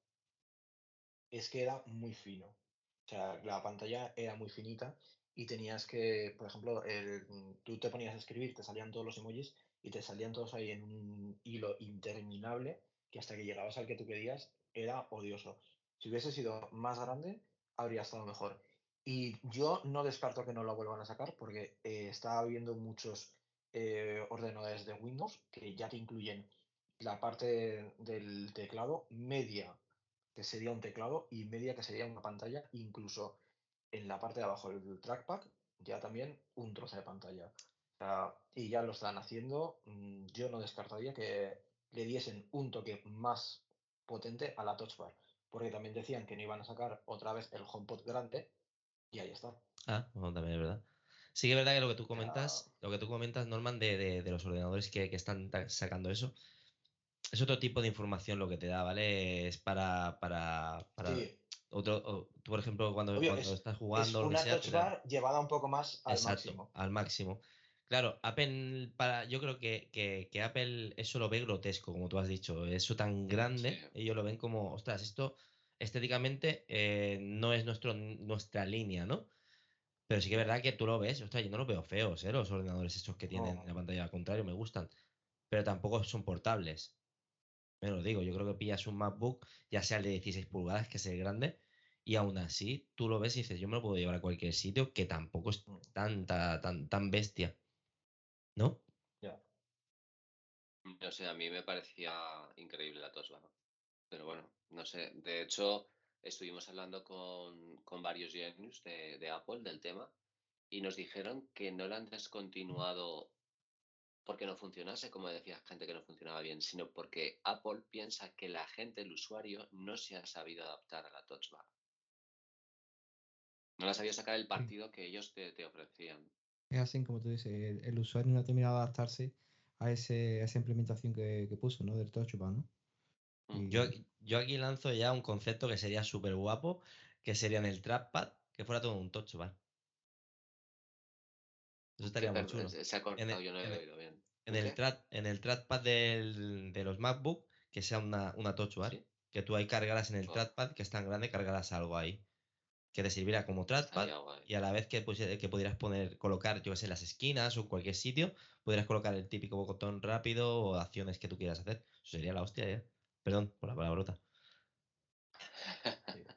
es que era muy fino. O sea, la pantalla era muy finita y tenías que, por ejemplo, el- tú te ponías a escribir, te salían todos los emojis y te salían todos ahí en un hilo interminable que hasta que llegabas al que tú querías era odioso. Si hubiese sido más grande, habría estado mejor. Y yo no descarto que no la vuelvan a sacar porque eh, estaba viendo muchos eh, ordenadores de Windows que ya te incluyen la parte del teclado media que sería un teclado, y media, que sería una pantalla, incluso en la parte de abajo del trackpad, ya también un trozo de pantalla. O sea, y ya lo están haciendo. mm, Yo no descartaría que le diesen un toque más potente a la Touch Bar, porque también decían que no iban a sacar otra vez el HomePod grande, y ahí está. O Ah, bueno, también es verdad. Sí que es verdad que lo que tú sea, comentas, lo que tú comentas, Norman, de, de- de los ordenadores que, que están ta- sacando eso, es otro tipo de información lo que te da, ¿vale? Es para, para, para sí, otro, o- tú, por ejemplo, cuando, obvio, cuando es, estás jugando es o lo que una sea, te Touch da. Bar llevada un poco más al Exacto, máximo. al máximo. Claro, Apple, para, yo creo que, que, que Apple eso lo ve grotesco, como tú has dicho. Eso tan Sí. grande, ellos lo ven como, ostras, esto estéticamente eh, no es nuestro, nuestra línea, ¿no? Pero sí que es Ya. verdad que tú lo ves, ostras, yo no los veo feos, ¿eh? Los ordenadores estos que tienen la No, pantalla, al contrario, me gustan. Pero tampoco son portables. Me lo digo, yo creo que pillas un MacBook, ya sea el de dieciséis pulgadas, que es el grande, y aún así tú lo ves y dices, yo me lo puedo llevar a cualquier sitio, que tampoco es mm, tanta, tan, tan bestia, ¿no? ya. No sé, a mí me parecía increíble la Tosba. Pero bueno, no sé. De hecho, estuvimos hablando con, con varios genios de, de Apple del tema y nos dijeron que no la han descontinuado porque no funcionase, como decía gente que no funcionaba bien, sino porque Apple piensa que la gente, el usuario, no se ha sabido adaptar a la Touch Bar. No le ha sabido sacar el Sí. partido que ellos te, te ofrecían. Es así como tú dices, el, el usuario no ha terminado de adaptarse a, ese, a esa implementación que, que puso, ¿no? Del Touch Bar, ¿no? Mm. Yo, Y aquí- yo aquí lanzo ya un concepto que sería súper guapo, que sería en el trackpad, que fuera todo un touch bar. Eso Que estaría muy per- chulo. se ha En el, cortado, yo no en he el, oído bien. en ¿Un el, qué? track- en el trackpad del- de los MacBook, que sea una, una touch bar. Sí. Que tú ahí cargaras en el Buah. trackpad, que es tan grande, cargaras algo ahí. que te sirviera como trackpad Estaría guay. y a la vez que, pues, que pudieras poner, colocar, yo que sé, en las esquinas o en cualquier sitio, pudieras colocar el típico botón rápido o acciones que tú quieras hacer. Eso sería la hostia, ya. Perdón por la palabrota. Sí.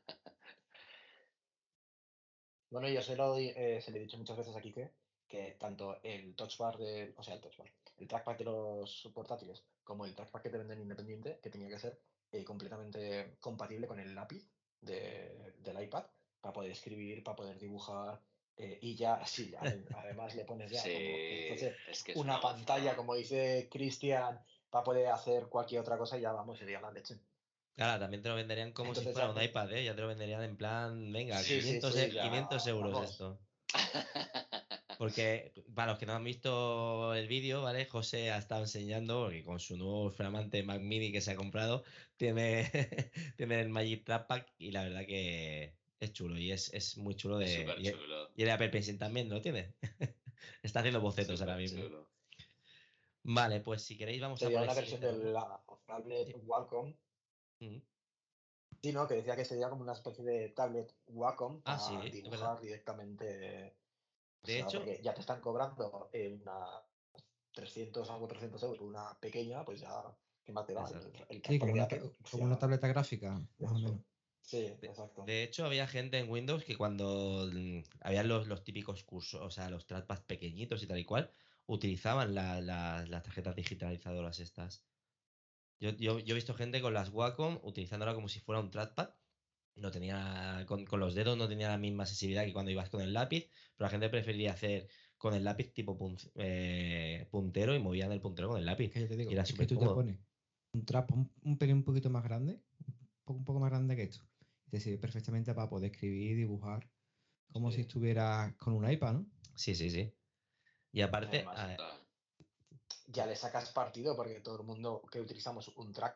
Bueno, yo se lo, doy- eh, se le he dicho muchas veces aquí que, que tanto el touch bar de, o sea, el touch bar, el trackpad de los portátiles, como el trackpad que te venden independiente, que tenía que ser eh, completamente compatible con el lápiz de- del iPad para poder escribir, para poder dibujar. eh, y ya, sí, ya, además le pones ya como que Sí, fuese es que es una una pantalla, gozada. como dice Cristian, para poder hacer cualquier otra cosa y ya vamos, sería la leche. Claro, también te lo venderían como si Entonces fuera ya, un iPad, ¿eh? Ya te lo venderían en plan, venga, sí, sí, quinientos, sí, e- ya, quinientos euros vamos. esto. Porque para los que no han visto el vídeo, ¿vale? José ha estado enseñando, porque con su nuevo flamante Mac Mini que se ha comprado, tiene, tiene el Magic Trackpad y la verdad que es chulo y es, es muy chulo Es de... súper Y, chulo, y el Apple Pencil también lo tiene. Está haciendo bocetos ahora súper mismo. chulo. Vale, pues si queréis vamos a Sería por el una versión siguiente de robot. la tablet Sí. Wacom. Mm. Sí, ¿no? Que decía que sería como una especie de tablet Wacom Ah, para sí, es verdad. dibujar directamente. O De sea, hecho, porque ya te están cobrando eh, una trescientos algo trescientos euros, una pequeña, pues ya, ¿qué más te da? El, exacto. el Sí, trackpad como de una, ta- Apple, como una hostia, tableta gráfica, de más o menos. lujo. Sí, De, exacto. de hecho, había gente en Windows que cuando mm, habían los, los típicos cursos, o sea, los trackpads pequeñitos y tal y cual, utilizaban la- la- las tarjetas digitalizadoras estas. Yo, yo, yo he visto gente con las Wacom utilizándola como si fuera un trackpad. No tenía, con, con los dedos no tenía la misma sensibilidad que cuando ibas con el lápiz, pero la gente prefería hacer con el lápiz tipo pun- eh, puntero y movían el puntero con el Es lápiz. que yo te Y digo, era es que súper tú te cómodo. pones un trapo un, un pelín un poquito más grande, un poco, un poco más grande que esto. Y te sirve perfectamente para poder escribir, dibujar, como si Sí. estuvieras con un iPad, ¿no? Sí, sí, sí. Y aparte, Además, ah, Ah, ya le sacas partido porque todo el mundo que utilizamos un trackpad,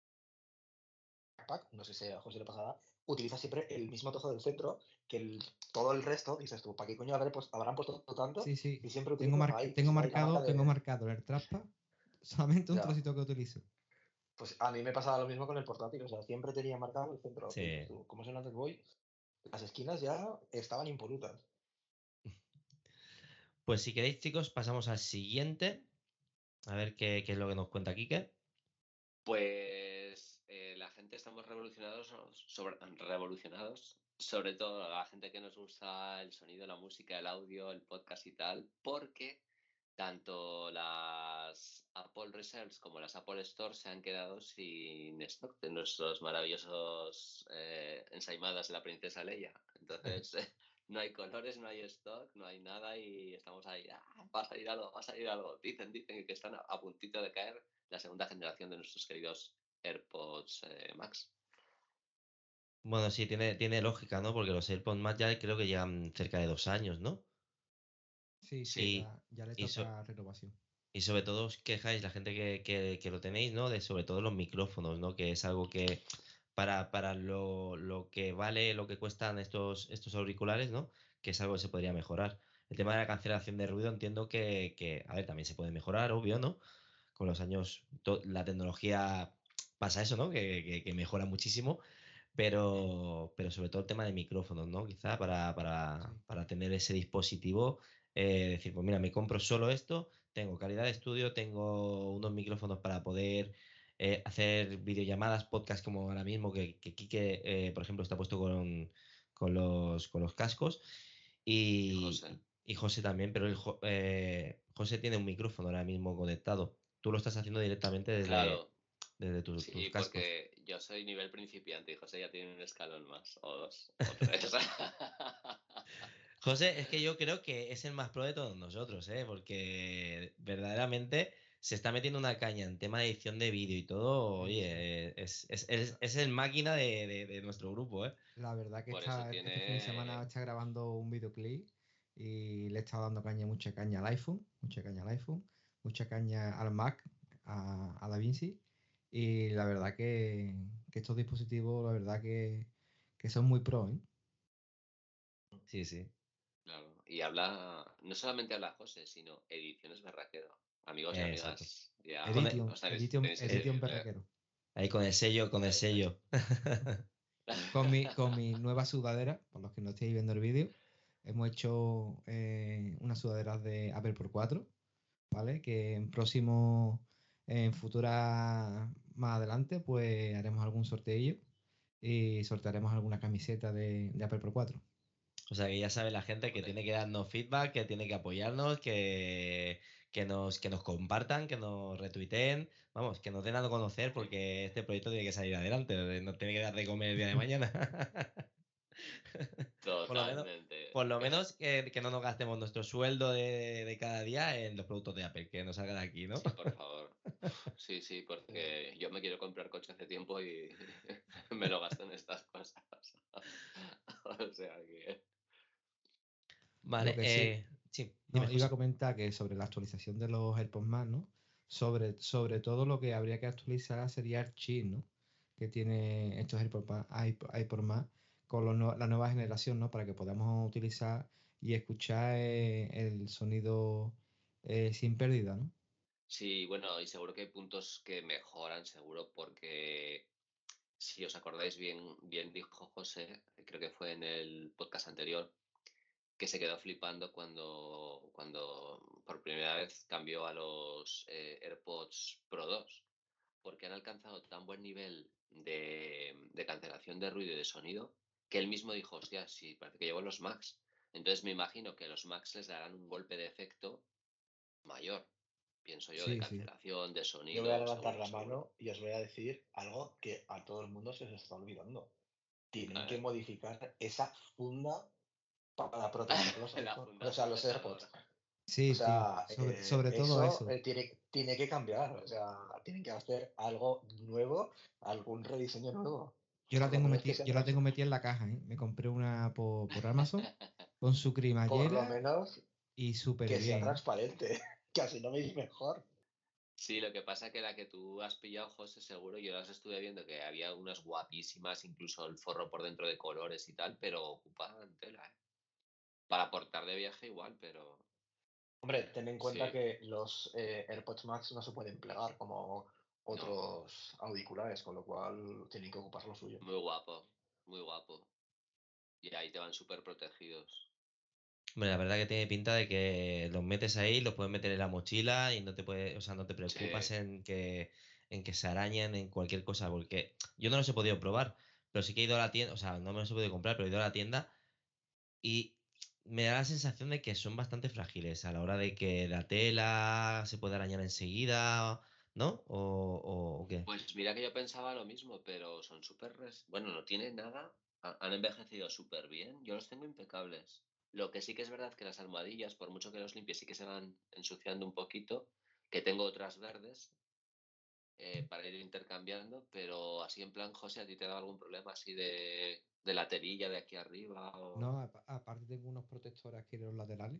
no sé si a José le pasará, utiliza siempre el mismo trozo del centro que el, todo el resto, dices tú, ¿para qué coño habré pues, habrán puesto tanto? Sí, sí. Y siempre Tengo, utilizas marca- ahí, que tengo se ve ahí la marca marcado, tengo de. marcado el trackpad, solamente un Ya. trocito que utilizo. Pues a mí me pasaba lo mismo con el portátil, o sea, siempre tenía marcado el centro. Que dices sí. tú, como es un Android Boy, las esquinas ya estaban impolutas. Pues si queréis, chicos, pasamos al siguiente. A ver qué, qué es lo que nos cuenta Quique. Pues eh, la gente estamos revolucionados sobre, revolucionados, sobre todo la gente que nos gusta el sonido, la música, el audio, el podcast y tal, porque tanto las Apple Reserves como las Apple Store se han quedado sin stock de nuestros maravillosos eh, ensaimadas de la princesa Leia. Entonces, eh, no hay colores, no hay stock, no hay nada y estamos ahí, ah, va a salir algo, va a salir algo. Dicen, dicen que están a, a puntito de caer la segunda generación de nuestros queridos AirPods eh, Max. Bueno, sí, tiene, tiene lógica, ¿no? Porque los AirPods Max ya creo que llevan cerca de dos años, ¿no? Sí, sí, Sí, Y, ya, ya le y, so- toca renovación. y sobre todo os quejáis, la gente que, que- que lo tenéis, ¿no? De sobre todo los micrófonos, ¿no? Que es algo que para, para lo, lo que vale, lo que cuestan estos, estos auriculares, ¿no? Que es algo que se podría mejorar. El tema de la cancelación de ruido entiendo que, que, a ver, también se puede mejorar, obvio, ¿no? Con los años to- la tecnología pasa eso, ¿no? Que, que- que mejora muchísimo, pero, pero sobre todo el tema de micrófonos, ¿no? Quizá para, para, Sí. para tener ese dispositivo, eh, decir, pues mira, me compro solo esto, tengo calidad de estudio, tengo unos micrófonos para poder eh, hacer videollamadas, podcast como ahora mismo, que, que Quique, eh, por ejemplo, está puesto con, con los, con los cascos. y Y, José. y José también, pero el, Jo- eh, José tiene un micrófono ahora mismo conectado. Tú lo estás haciendo directamente desde, Claro, desde tus, tus sí, cascos. porque yo soy nivel principiante y José ya tiene un escalón más, o dos, o tres. José, es que yo creo que es el más pro de todos nosotros, ¿eh? Porque verdaderamente se está metiendo una caña en tema de edición de vídeo y todo. Sí, sí. Oye, es, es, es- es el máquina de, de- de nuestro grupo, ¿eh? La verdad que Por eso está, este fin de semana tiene. está grabando un videoclip y le he estado dando caña, mucha caña al iPhone, mucha caña al iPhone, mucha caña al Mac, a, a DaVinci. Y la verdad que, que estos dispositivos, la verdad que, que son muy pro, ¿eh? Sí, sí. Claro, y habla, no solamente habla José, sino Ediciones Berraquero. Amigos y Eh, exacto. amigas, ya Con el- Edition, os tenéis, Edition, tenéis que eh, Edition seguirle. Berraquero. ahí con el sello, con el Eso es. sello. con, mi, con mi nueva sudadera, por los que no estéis viendo el vídeo, hemos hecho eh, unas sudaderas de Apple por cuatro, ¿vale? Que en próximo, en futura más adelante, pues haremos algún sorteillo y sortearemos alguna camiseta de, de Apple por cuatro. O sea que ya sabe la gente que tiene que darnos feedback, que tiene que apoyarnos, que, que, nos, que nos compartan, que nos retuiteen, vamos, que nos den a conocer porque este proyecto tiene que salir adelante, nos tiene que dar de comer el día de mañana. Por lo menos, Totalmente. por lo menos que, que no nos gastemos nuestro sueldo de, de cada día en los productos de Apple, que nos salga de aquí, ¿no? Sí, por favor. Sí, sí, Eh, porque yo me quiero comprar coche hace tiempo y me lo gasto en estas cosas. O sea que... Lo Vale, que sí, eh, sí, dime, no, iba a José. comentar que sobre la actualización de los AirPods Max, ¿no? Sobre, sobre todo lo que habría que actualizar sería el chip, ¿no? Que tiene estos AirPods Max, iP- iPod Max con lo nue- la nueva generación, ¿no? Para que podamos utilizar y escuchar eh, el sonido eh, sin pérdida, ¿no? Sí, bueno, y seguro que hay puntos que mejoran, seguro, porque si os acordáis bien, bien dijo José, creo que fue en el podcast anterior, que se quedó flipando cuando, cuando por primera vez cambió a los eh, AirPods Pro dos, porque han alcanzado tan buen nivel de, de cancelación de ruido y de sonido que él mismo dijo, hostia, sí, parece que llevo los Max. Entonces me imagino que los Max les darán un golpe de efecto mayor, pienso yo, de Sí, sí. cancelación, de Yo voy a sonido, levantar seguro, la seguro. mano y os voy a decir algo que a todo el mundo se os está olvidando. A Tienen que ver. modificar esa funda para proteger los La iPhone, funda o sea, los sujetadora. AirPods. O Sí, tío. sea, Sobre, eh, sobre todo eso eso. eh, tiene, tiene que cambiar. O sea, tienen que hacer algo nuevo, algún rediseño nuevo. Yo la Por lo tengo menos que metida, sea yo la trans- tengo metida en la caja, ¿eh? Me compré una por, por Amazon con su por lo cremallera menos y súper que sea bien, ¿eh? transparente, que así lo veis mejor. Sí, lo que pasa que la que tú has pillado, José, seguro, yo las estuve viendo que había unas guapísimas, incluso el forro por dentro de colores y tal, pero ocupan tela, ¿eh? Para portar de viaje igual, pero Hombre, ten en cuenta sí, que los eh, AirPods Max no se pueden plegar como no, otros auriculares, con lo cual tienen que ocupar lo suyo. muy guapo, muy guapo. Y ahí te van súper protegidos. Hombre, la verdad que tiene pinta de que los metes ahí, los puedes meter en la mochila y no te puede, o sea, no te Sí, preocupas en que, en que se arañen en cualquier cosa, porque yo no los he podido probar, pero sí que he ido a la tienda, o sea, no me los he podido comprar, pero he ido a la tienda y me da la sensación de que son bastante frágiles a la hora de que la tela se puede arañar enseguida, ¿no? ¿O, o- o qué? pues mira que yo pensaba lo mismo, pero son súper... res- Bueno, no tienen nada, ha- han envejecido súper bien, yo los tengo impecables. Lo que sí que es verdad que las almohadillas, por mucho que los limpies, sí que se van ensuciando un poquito, que tengo otras verdes eh, para ir intercambiando, pero así en plan, José, ¿a ti te da algún problema así de, de la terilla de aquí arriba? O... No, apa- aparte tengo unos protectores aquí en los laterales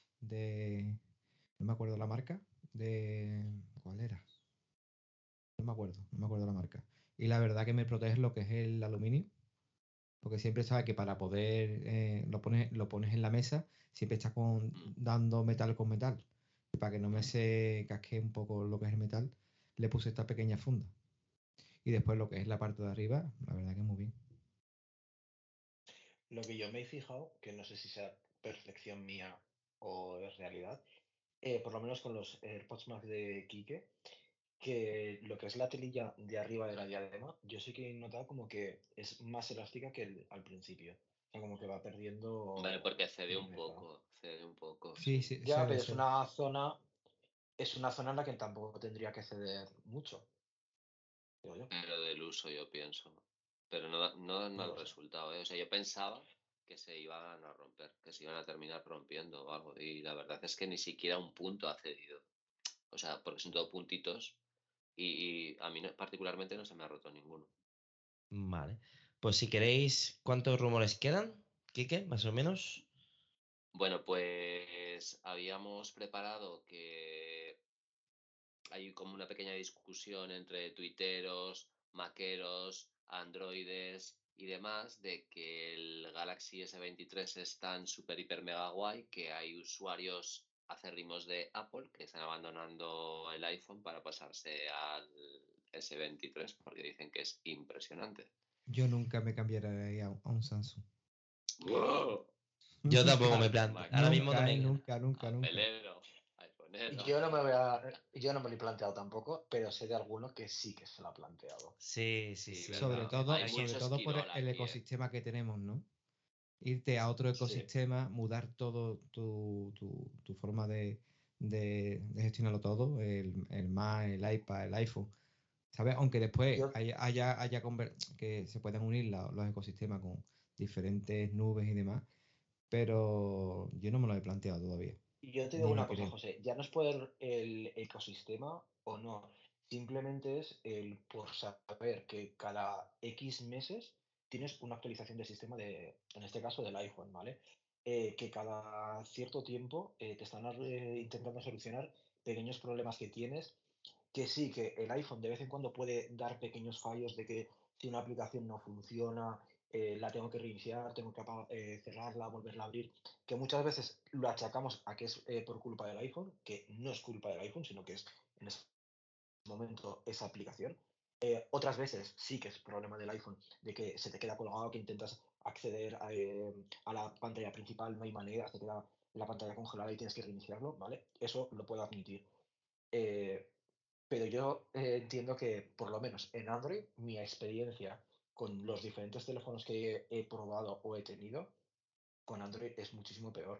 de, no me acuerdo la marca, de, ¿cuál era? No me acuerdo, no me acuerdo la marca. Y la verdad que me protege lo que es el aluminio, porque siempre sabes que para poder, eh, lo pones, lo pones en la mesa, siempre está con, Mm. dando metal con metal. Y para que no me se casque un poco lo que es el metal, le puse esta pequeña funda. Y después lo que es la parte de arriba, la verdad que muy bien. Lo que yo me he fijado, que no sé si sea perfección mía o es realidad, eh, por lo menos con los AirPods Max de Quique, que lo que es la telilla de arriba de la diadema, yo sí que he notado como que es más elástica que el- al principio. O sea, como que va Vale, perdiendo porque cede un firmeza. poco, cede un poco, Sí, sí. sí, Ya, se ve, pero es se ve. una zona, es una zona en la que tampoco tendría que ceder mucho, digo yo. Pero del uso yo pienso. Pero no, da- no dan No mal lo sé. resultado, ¿eh? O sea, yo pensaba que se iban a romper, que se iban a terminar rompiendo o algo. Y la verdad es que ni siquiera un punto ha cedido. O sea, porque son todo puntitos y, y a mí no- particularmente no se me ha roto ninguno. Vale. Pues si queréis, ¿cuántos rumores quedan? Quique, más o menos. Bueno, pues habíamos preparado que hay como una pequeña discusión entre tuiteros, maqueros, androides y demás de que el Galaxy S veintitrés es tan super hiper mega guay que hay usuarios acérrimos de Apple que están abandonando el iPhone para pasarse al S veintitrés porque dicen que es impresionante. Yo nunca me cambiaría a, a un Samsung. ¡Wow! Yo tampoco Nunca, me planteo. Ahora mismo no nunca, eh, me. nunca, nunca, nunca. Apelero, iPhoneero. Yo no me voy a, yo no me lo he planteado tampoco, pero sé de alguno que sí que se lo ha planteado. Sí, sí, Sí, sí. ¿verdad? Sobre no. todo, Hay sobre mucho todo por el, esquirol el aquí, ¿eh? ecosistema que tenemos, ¿no? Irte a otro Sí. ecosistema, mudar todo tu, tu, tu forma de, de, de gestionarlo todo, el, el Mac, el iPad, el iPhone, ¿sabes? Aunque después Yo, haya, haya, haya conver- que se puedan unir la- los ecosistemas con diferentes nubes y demás, pero yo no me lo he planteado todavía, yo te digo ni lo una cosa, creo. José, ya no es por el ecosistema o no, simplemente es el por saber que cada X meses tienes una actualización del sistema de, en este caso del iPhone, ¿vale? Eh, que cada cierto tiempo eh, te están eh, intentando solucionar pequeños problemas que tienes, que sí, que el iPhone de vez en cuando puede dar pequeños fallos de que si una aplicación no funciona, eh, la tengo que reiniciar, tengo que apa- eh, cerrarla, volverla a abrir, que muchas veces lo achacamos a que es eh, por culpa del iPhone, que no es culpa del iPhone, sino que es en ese momento esa aplicación. Eh, otras veces sí que es problema del iPhone, de que se te queda colgado, que intentas acceder a, eh, a la pantalla principal, no hay manera, se queda la pantalla congelada y tienes que reiniciarlo, ¿vale? Eso lo puedo admitir. Eh, pero yo eh, entiendo que, por lo menos en Android, mi experiencia con los diferentes teléfonos que he probado o he tenido, con Android es muchísimo peor.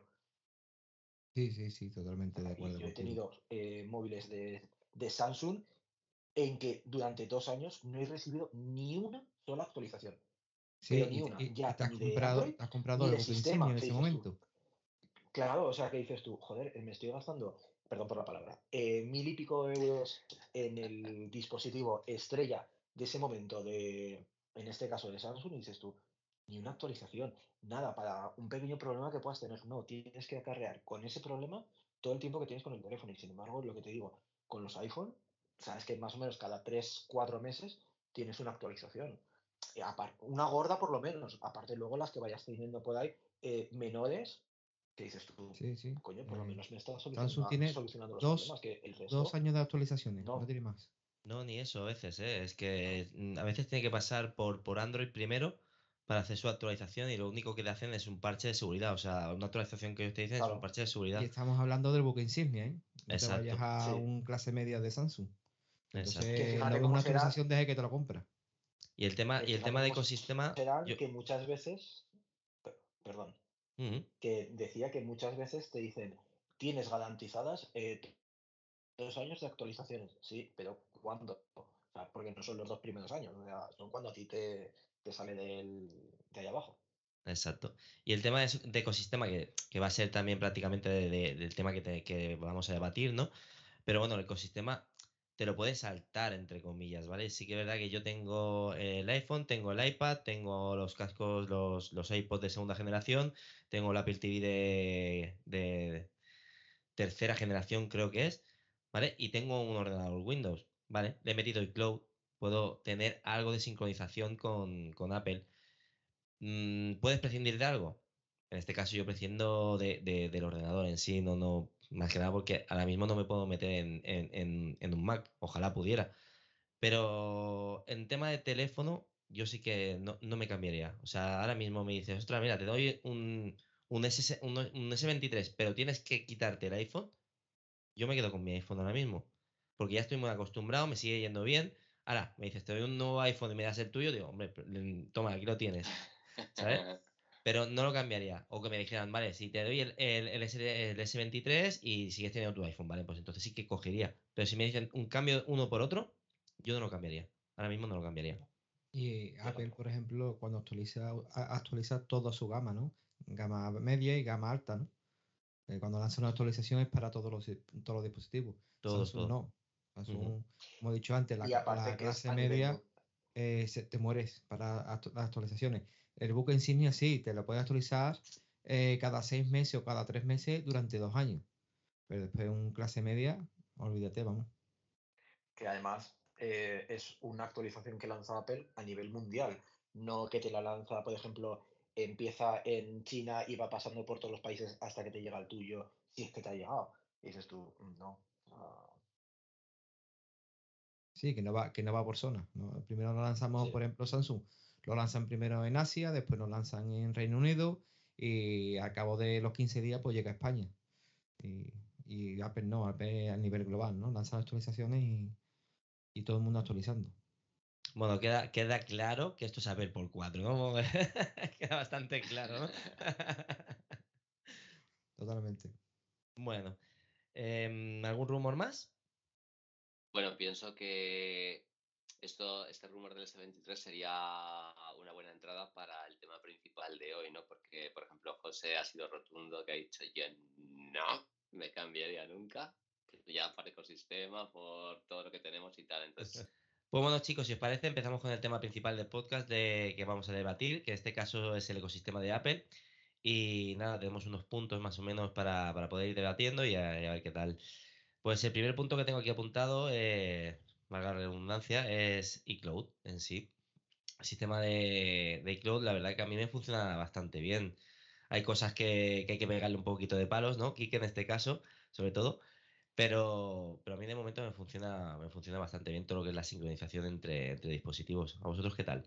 Sí, sí, sí, totalmente de Y acuerdo yo he contigo. tenido eh, móviles de, de Samsung en que durante dos años no he recibido ni una sola actualización. Pero Sí, ni y, te- una, y- y ya te has ni de comprado, Android te has comprado ni el de buque insignia sistema. en Que ese dices tú, momento. claro, o sea, que dices tú, joder, me estoy gastando, perdón por la palabra, eh, mil y pico euros en el dispositivo estrella de ese momento de, en este caso de Samsung, y dices tú, ni una actualización, nada, para un pequeño problema que puedas tener. No, tienes que acarrear con ese problema todo el tiempo que tienes con el teléfono. Y sin embargo, lo que te digo, con los iPhone, sabes que más o menos cada tres cuatro meses tienes una actualización. Eh, apar- Una gorda por lo menos, aparte luego las que vayas teniendo por ahí, eh, menores, que dices tú, Sí, sí. coño, por lo eh, menos me está Samsung solucionando, tiene solucionando los dos, problemas, que el dos resto años de actualizaciones, no no. tiene más. No, ni eso a veces, ¿eh? Es que mm, a veces tiene que pasar por, por Android primero para hacer su actualización y lo único que te hacen es un parche de seguridad. O sea, una actualización que ellos te dicen es un Claro, parche de Y seguridad. estamos hablando del buque insignia, ¿eh? No te vayas Exacto, a sí. un clase media de Samsung. exacto. Que Entonces, no fíjate ves cómo una será, actualización desde que te lo compras. Y el tema, que y el fíjate tema de cómo ecosistema, serán yo. que muchas veces, per- perdón, Ujú, que decía que muchas veces te dicen, tienes garantizadas eh, dos años de actualizaciones. Sí, pero ¿cuándo? O sea, porque no son los dos primeros años, o sea, son cuando a ti te, te sale del, de ahí abajo. exacto. Y el tema de, s- de ecosistema, que, que va a ser también prácticamente de- de- del tema que, te- que vamos a debatir, ¿no? Pero bueno, el ecosistema te lo puedes saltar, entre comillas, ¿vale? Sí que es verdad que yo tengo el iPhone, tengo el iPad, tengo los cascos, los, los iPods de segunda generación, tengo el Apple T V de, de tercera generación, creo que es, ¿vale? Y tengo un ordenador Windows, ¿vale? Le he metido iCloud, puedo tener algo de sincronización con, con Apple. Mm, ¿Puedes prescindir de algo? En este caso yo prescindo de, de- del ordenador en sí, no, no, más que nada porque ahora mismo no me puedo meter en, en- en- en un Mac, ojalá pudiera. Pero en tema de teléfono, yo sí que no, no me cambiaría. O sea, ahora mismo me dices, ostras, mira, te doy un, un, S, un, un S veintitrés, pero tienes que quitarte el iPhone. Yo me quedo con mi iPhone ahora mismo. Porque ya estoy muy acostumbrado, me sigue yendo bien. Ahora, me dices, te doy un nuevo iPhone y me das el tuyo, digo, hombre, toma, aquí lo tienes. ¿Sabes? Pero no lo cambiaría. O que me dijeran, vale, si te doy el, el, el S, el S veintitrés y sigues teniendo tu iPhone, vale, pues entonces sí que cogería. Pero si me dicen un cambio uno por otro, yo no lo cambiaría. Ahora mismo no lo cambiaría. Y Yo Apple, por tampoco. ejemplo, cuando actualiza, a- actualiza toda su gama, ¿no? Gama media y gama alta, ¿no? Eh, cuando lanza una actualización es para todos los, todos los dispositivos. Todo, Samsung todo. no. Ujú. Samsung, como he dicho antes, la, Y ca- aparte la que es clase a nivel media mundial. eh, se- te mueres para actu- las actualizaciones. El buque insignia sí, te lo puedes actualizar eh, cada seis meses o cada tres meses durante dos años. Pero después un clase media, olvídate, vamos. Que además eh, es una actualización que lanza Apple a nivel mundial, no que te la lanza, por ejemplo, empieza en China y va pasando por todos los países hasta que te llega el tuyo, si es que te ha llegado. Y dices tú, "Mm, no. ah, Sí, que no va, que no va por zona, ¿no? Primero lo lanzamos, sí, por ejemplo, Samsung. lo lanzan primero en Asia, después lo lanzan en Reino Unido y al cabo de los quince días pues llega a España. Y, y Apple no, Apple a nivel global, ¿no? Lanza actualizaciones y, y todo el mundo actualizando. Bueno, queda, queda claro que esto es Apple por cuatro, ¿no? Queda bastante claro, ¿no? Totalmente. Bueno, em, ¿algún rumor más? Bueno, pienso que esto, este rumor del S veintitrés sería una buena entrada para el tema principal de hoy, ¿no? Porque, por ejemplo, José ha sido rotundo, que ha dicho, yo no me cambiaría nunca, ya por ecosistema, por todo lo que tenemos y tal. Entonces, Pues bueno, chicos, si os parece, empezamos con el tema principal del podcast de que vamos a debatir, que en este caso es el ecosistema de Apple. Y nada, tenemos unos puntos más o menos para, para poder ir debatiendo y a, y a ver qué tal. Pues el primer punto que tengo aquí apuntado, eh, valga la redundancia, es iCloud en sí. El sistema de, de iCloud, la verdad que a mí me funciona bastante bien. Hay cosas que, que hay que pegarle un poquito de palos, ¿no? Kike en este caso, sobre todo. Pero, pero a mí de momento me funciona, me funciona bastante bien todo lo que es la sincronización entre, entre dispositivos. ¿A vosotros qué tal?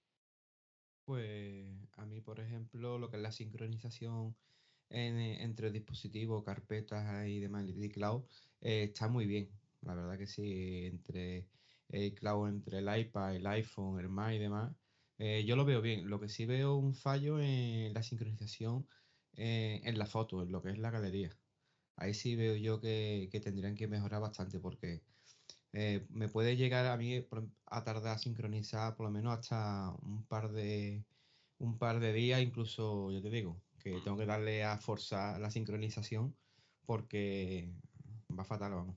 Pues a mí, por ejemplo, lo que es la sincronización en, eh, entre dispositivos, carpetas y demás de iCloud, eh, está muy bien. La verdad que sí, entre iCloud, entre el iPad, el iPhone, el Mac y demás, eh, yo lo veo bien. Lo que sí veo un fallo en la sincronización eh, en la foto, en lo que es la galería. Ahí sí veo yo que, que tendrían que mejorar bastante porque eh, me puede llegar a mí por- a tardar sincronizar por lo menos hasta un par de un par de días, incluso yo te digo que tengo que darle a forzar la sincronización porque va fatal, vamos.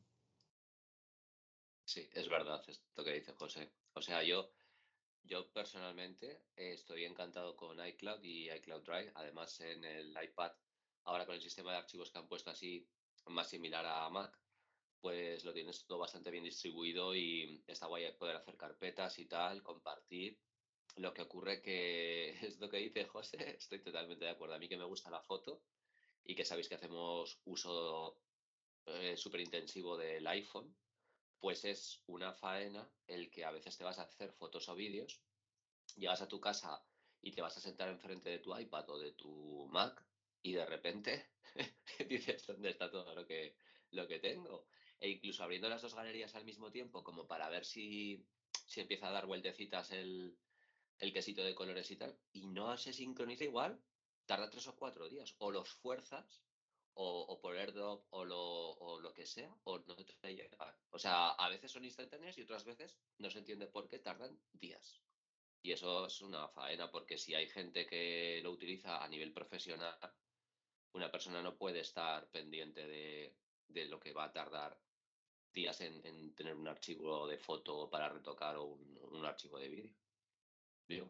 sí, es verdad esto que dice José. O sea, yo, yo personalmente eh, estoy encantado con iCloud y iCloud Drive. Además, en el iPad, ahora con el sistema de archivos que han puesto así, más similar a Mac, pues lo tienes todo bastante bien distribuido y está guay poder hacer carpetas y tal, compartir. Lo que ocurre que es lo que dice José, estoy totalmente de acuerdo. A mí que me gusta la foto y que sabéis que hacemos uso eh, súper intensivo del iPhone, pues es una faena el que a veces te vas a hacer fotos o vídeos, llegas a tu casa y te vas a sentar enfrente de tu iPad o de tu Mac y de repente dices, ¿dónde está todo lo que, lo que tengo? E incluso abriendo las dos galerías al mismo tiempo, como para ver si, si empieza a dar vueltecitas el, el quesito de colores y tal, y no se sincroniza igual, tarda tres o cuatro días. O los fuerzas, o, o por AirDrop, o lo, o lo que sea, o no te llega. O sea, a veces son instantáneas y otras veces no se entiende por qué tardan días. Y eso es una faena, porque si hay gente que lo utiliza a nivel profesional, una persona no puede estar pendiente de, de lo que va a tardar días en, en tener un archivo de foto para retocar o un, un archivo de vídeo. Digo,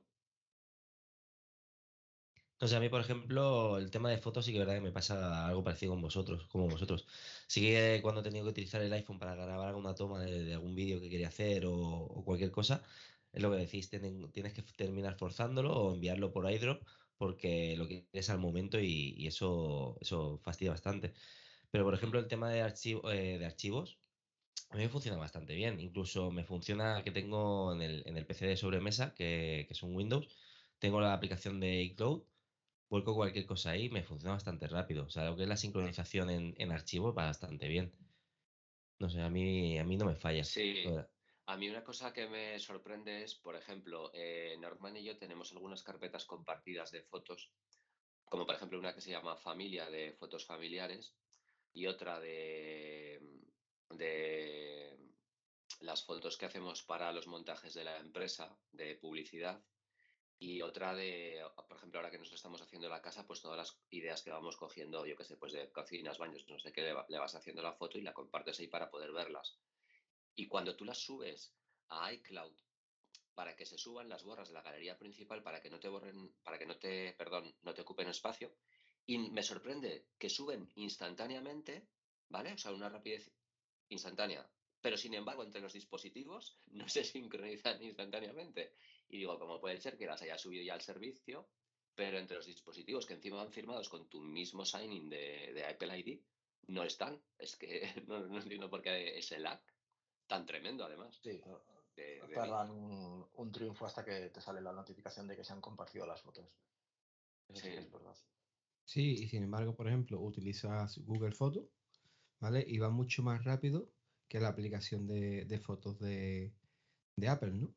No sé, a mí, por ejemplo, el tema de fotos sí que es verdad que me pasa algo parecido con vosotros, como vosotros. Sí que cuando he tenido que utilizar el iPhone para grabar alguna toma de, de algún vídeo que quería hacer o, o cualquier cosa, es lo que decís, tienen- tienes que terminar forzándolo o enviarlo por airdrop porque lo quieres al momento y, y eso, eso fastidia bastante. Pero, por ejemplo, el tema de, archivo, eh, de archivos, a mí me funciona bastante bien. Incluso me funciona que tengo en el, en el P C de sobremesa, que, que es un Windows, tengo la aplicación de iCloud, vuelco cualquier cosa ahí y me funciona bastante rápido. O sea, lo que es la sincronización en, en archivos va bastante bien. No sé, a mí, a mí no me falla. la sí, verdad. a mí una cosa que me sorprende es, por ejemplo, eh, Norman y yo tenemos algunas carpetas compartidas de fotos, como por ejemplo una que se llama Familia de fotos familiares y otra de, de las fotos que hacemos para los montajes de la empresa de publicidad. Y otra de, por ejemplo, ahora que nos estamos haciendo la casa, pues todas las ideas que vamos cogiendo, yo qué sé, pues de cocinas, baños, no sé qué, le, va- le vas haciendo la foto y la compartes ahí para poder verlas. Y cuando tú las subes a iCloud para que se suban, las borras de la galería principal para que no te borren, para que no te, perdón, no te ocupen espacio. Y me sorprende que suben instantáneamente, ¿vale? O sea, una rapidez instantánea. Pero sin embargo, entre los dispositivos no se sincronizan instantáneamente. Y digo, ¿cómo puede ser que las hayas subido ya al servicio, pero entre los dispositivos que encima van firmados con tu mismo sign-in de, de Apple I D, no están? Es que no, no entiendo por qué ese lag tan tremendo, además. Sí, to- de, de tardan vídeo. un, un triunfo hasta que te sale la notificación de que se han compartido las fotos. Eso sí que Sí, es verdad. Sí, y sin embargo, por ejemplo, utilizas Google Fotos, ¿vale? Y va mucho más rápido que la aplicación de, de fotos de, de Apple, ¿no?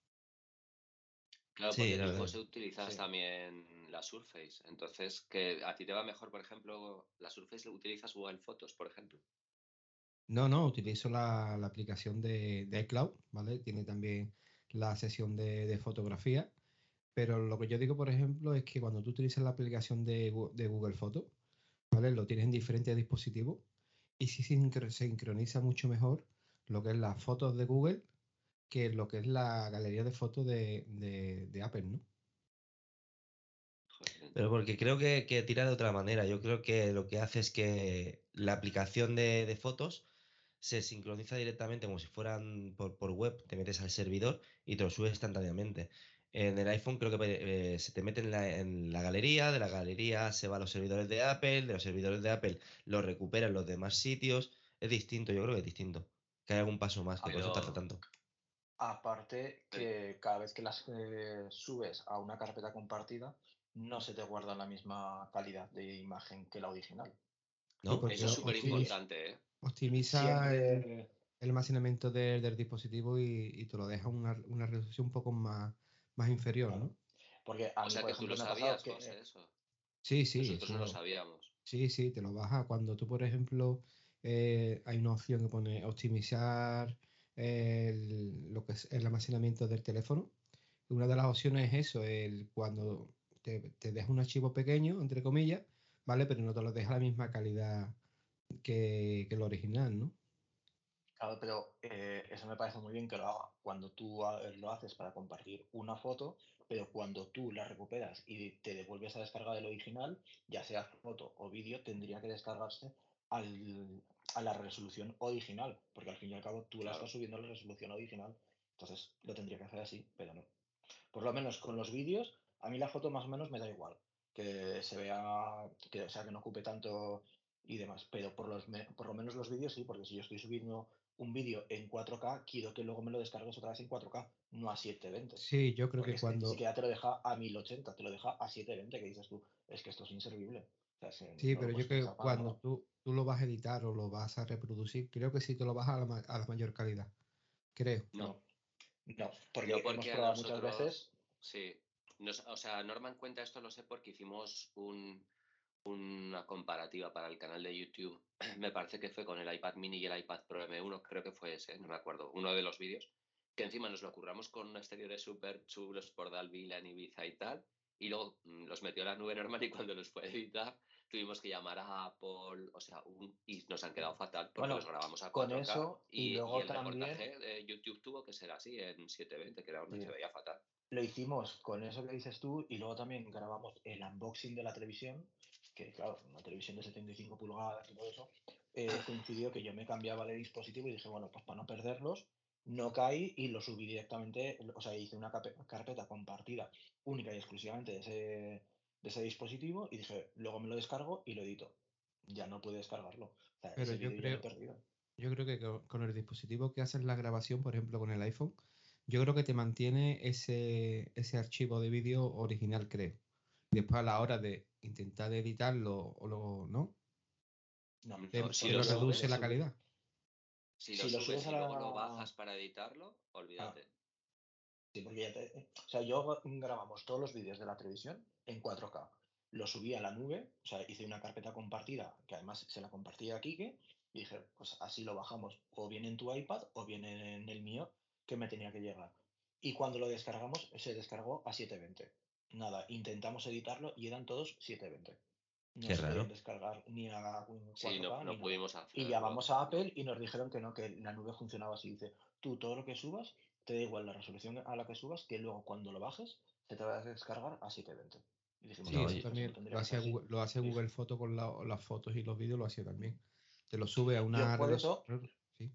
claro, Sí, porque la tú, verdad. José, utilizas Sí. también la Surface. Entonces, que a ti te va mejor, por ejemplo, la Surface utilizas Google Fotos, por ejemplo. No, no, utilizo la, la aplicación de, de iCloud, ¿vale? Tiene también la sesión de, de fotografía, pero lo que yo digo, por ejemplo, es que cuando tú utilizas la aplicación de, Gu- de Google Fotos, ¿vale? Lo tienes en diferentes dispositivos y sí sincro- sincroniza mucho mejor lo que es las fotos de Google que lo que es la galería de fotos de, de, de Apple, ¿no? Joder, Pero porque creo que, que tira de otra manera. Yo creo que lo que hace es que la aplicación de, de fotos se sincroniza directamente como si fueran por, por web. Te metes al servidor y te lo subes instantáneamente. En el iPhone creo que eh, se te mete en la, en la galería, de la galería se va a los servidores de Apple, de los servidores de Apple lo recuperan los demás sitios. Es distinto, yo creo que es distinto. Que hay algún paso más, que por eso tarda pero, tanto. Aparte pero- que cada vez que las eh, subes a una carpeta compartida, no se te guarda la misma calidad de imagen que la original. Sí, ¿No? porque eso es Eso súper sí, optimiza, importante, ¿eh? optimiza el, siempre, el almacenamiento del, del dispositivo y, y te lo deja una, una resolución un poco más, más inferior, ¿no? claro. Porque a O mí, sea por que tú lo ejemplo, me ha pasado sabías, José, que eso. Sí, sí, Nosotros no lo eso, sabíamos. sí, sí, te lo baja. Cuando tú, por ejemplo, eh, hay una opción que pone optimizar el- lo que es el almacenamiento del teléfono. Una de las opciones es eso, el cuando te, te deja un archivo pequeño, entre comillas, ¿vale? Pero no te lo deja la misma calidad que, que el original, ¿no? claro, pero eh, eso me parece muy bien que lo haga cuando tú ah, lo haces para compartir una foto, pero cuando tú la recuperas y te devuelves a descargar el original, ya sea foto o vídeo, tendría que descargarse al, a la resolución original, porque al fin y al cabo tú la estás Claro, subiendo a la resolución original, entonces lo tendría que hacer así, pero no. Por lo menos con los vídeos, a mí la foto más o menos me da igual, que se vea, que, o sea, que no ocupe tanto y demás, pero por, los, me- por lo menos los vídeos sí, porque si yo estoy subiendo un vídeo en cuatro K, quiero que luego me lo descargues otra vez en cuatro K, no a setecientos veinte. Sí, yo creo Porque que es que ni cuando, siquiera te lo deja a mil ochenta, te lo deja a setecientos veinte, que dices tú, es que esto es inservible. O sea, es que sí, no lo pero yo puedes creo que utilizar para cuando nada. tú, tú lo vas a editar o lo vas a reproducir, creo que sí te lo vas a la, ma- a la mayor calidad, creo. no. No, no, No porque hemos porque a probado muchas nosotros, veces. sí. Nos- o sea, Norman cuenta esto, lo sé porque hicimos un, una comparativa para el canal de YouTube. Me parece que fue con el iPad mini y el iPad Pro M uno, creo que fue ese, no me acuerdo, uno de los vídeos, que encima nos lo curramos con unos exteriores súper chulos por Dalvila en Ibiza y tal, y luego mm, los metió a la nube normal y cuando los fue a editar tuvimos que llamar a Apple, o sea, un- y nos han quedado fatal porque los Bueno, grabamos a con cuatro K eso y y, y luego el también, reportaje de YouTube tuvo que ser así en setecientos veinte, que era donde se sí, veía fatal. lo hicimos con eso que dices tú y luego también grabamos el unboxing de la televisión, que claro, una televisión de setenta y cinco pulgadas y todo eso, eh, coincidió que yo me cambiaba de dispositivo y dije, bueno, pues para no perderlos, no caí y lo subí directamente, o sea, hice una cape- carpeta compartida única y exclusivamente de ese, de ese dispositivo y dije, luego me lo descargo y lo edito. Ya no pude descargarlo. O sea, Pero ese yo vídeo ya lo he creo, perdido. yo creo que co- con el dispositivo que haces la grabación, por ejemplo, con el iPhone, yo creo que te mantiene ese, ese archivo de vídeo original, creo. Después a la hora de intentar editarlo o lo, ¿no? No, Te, No, si te lo lo porque lo, reduce lo subes, la subí. calidad. si lo Si lo subes subes a y luego lo la... bajas para editarlo, Ah, olvídate. sí, porque ya te... O sea, yo grabamos todos los vídeos de la televisión en cuatro K. Lo subí a la nube, o sea, hice una carpeta compartida, que además se la compartía a Quique, y dije, pues así lo bajamos, o bien en tu iPad o bien en el mío, que me tenía que llegar. Y cuando lo descargamos, se descargó a setecientos veinte. Nada, intentamos editarlo y eran todos setecientos veinte. No Qué se podían raro. descargar ni a Sí, no, cuatro K ni no nada. pudimos Y hacerlo. llamamos a No. Apple y nos dijeron que no, que la nube funcionaba así. Dice, tú todo lo que subas, te da igual la resolución a la que subas, que luego cuando lo bajes, se te va a descargar a setecientos veinte. Y dijimos, Sí, No, eso pues yo- eso lo también lo tendría que hace hacer así. Google, lo hace Y dije, Google Foto con la- las fotos y los vídeos, lo hacía también. Te lo sube a yo una por relación. eso Sí.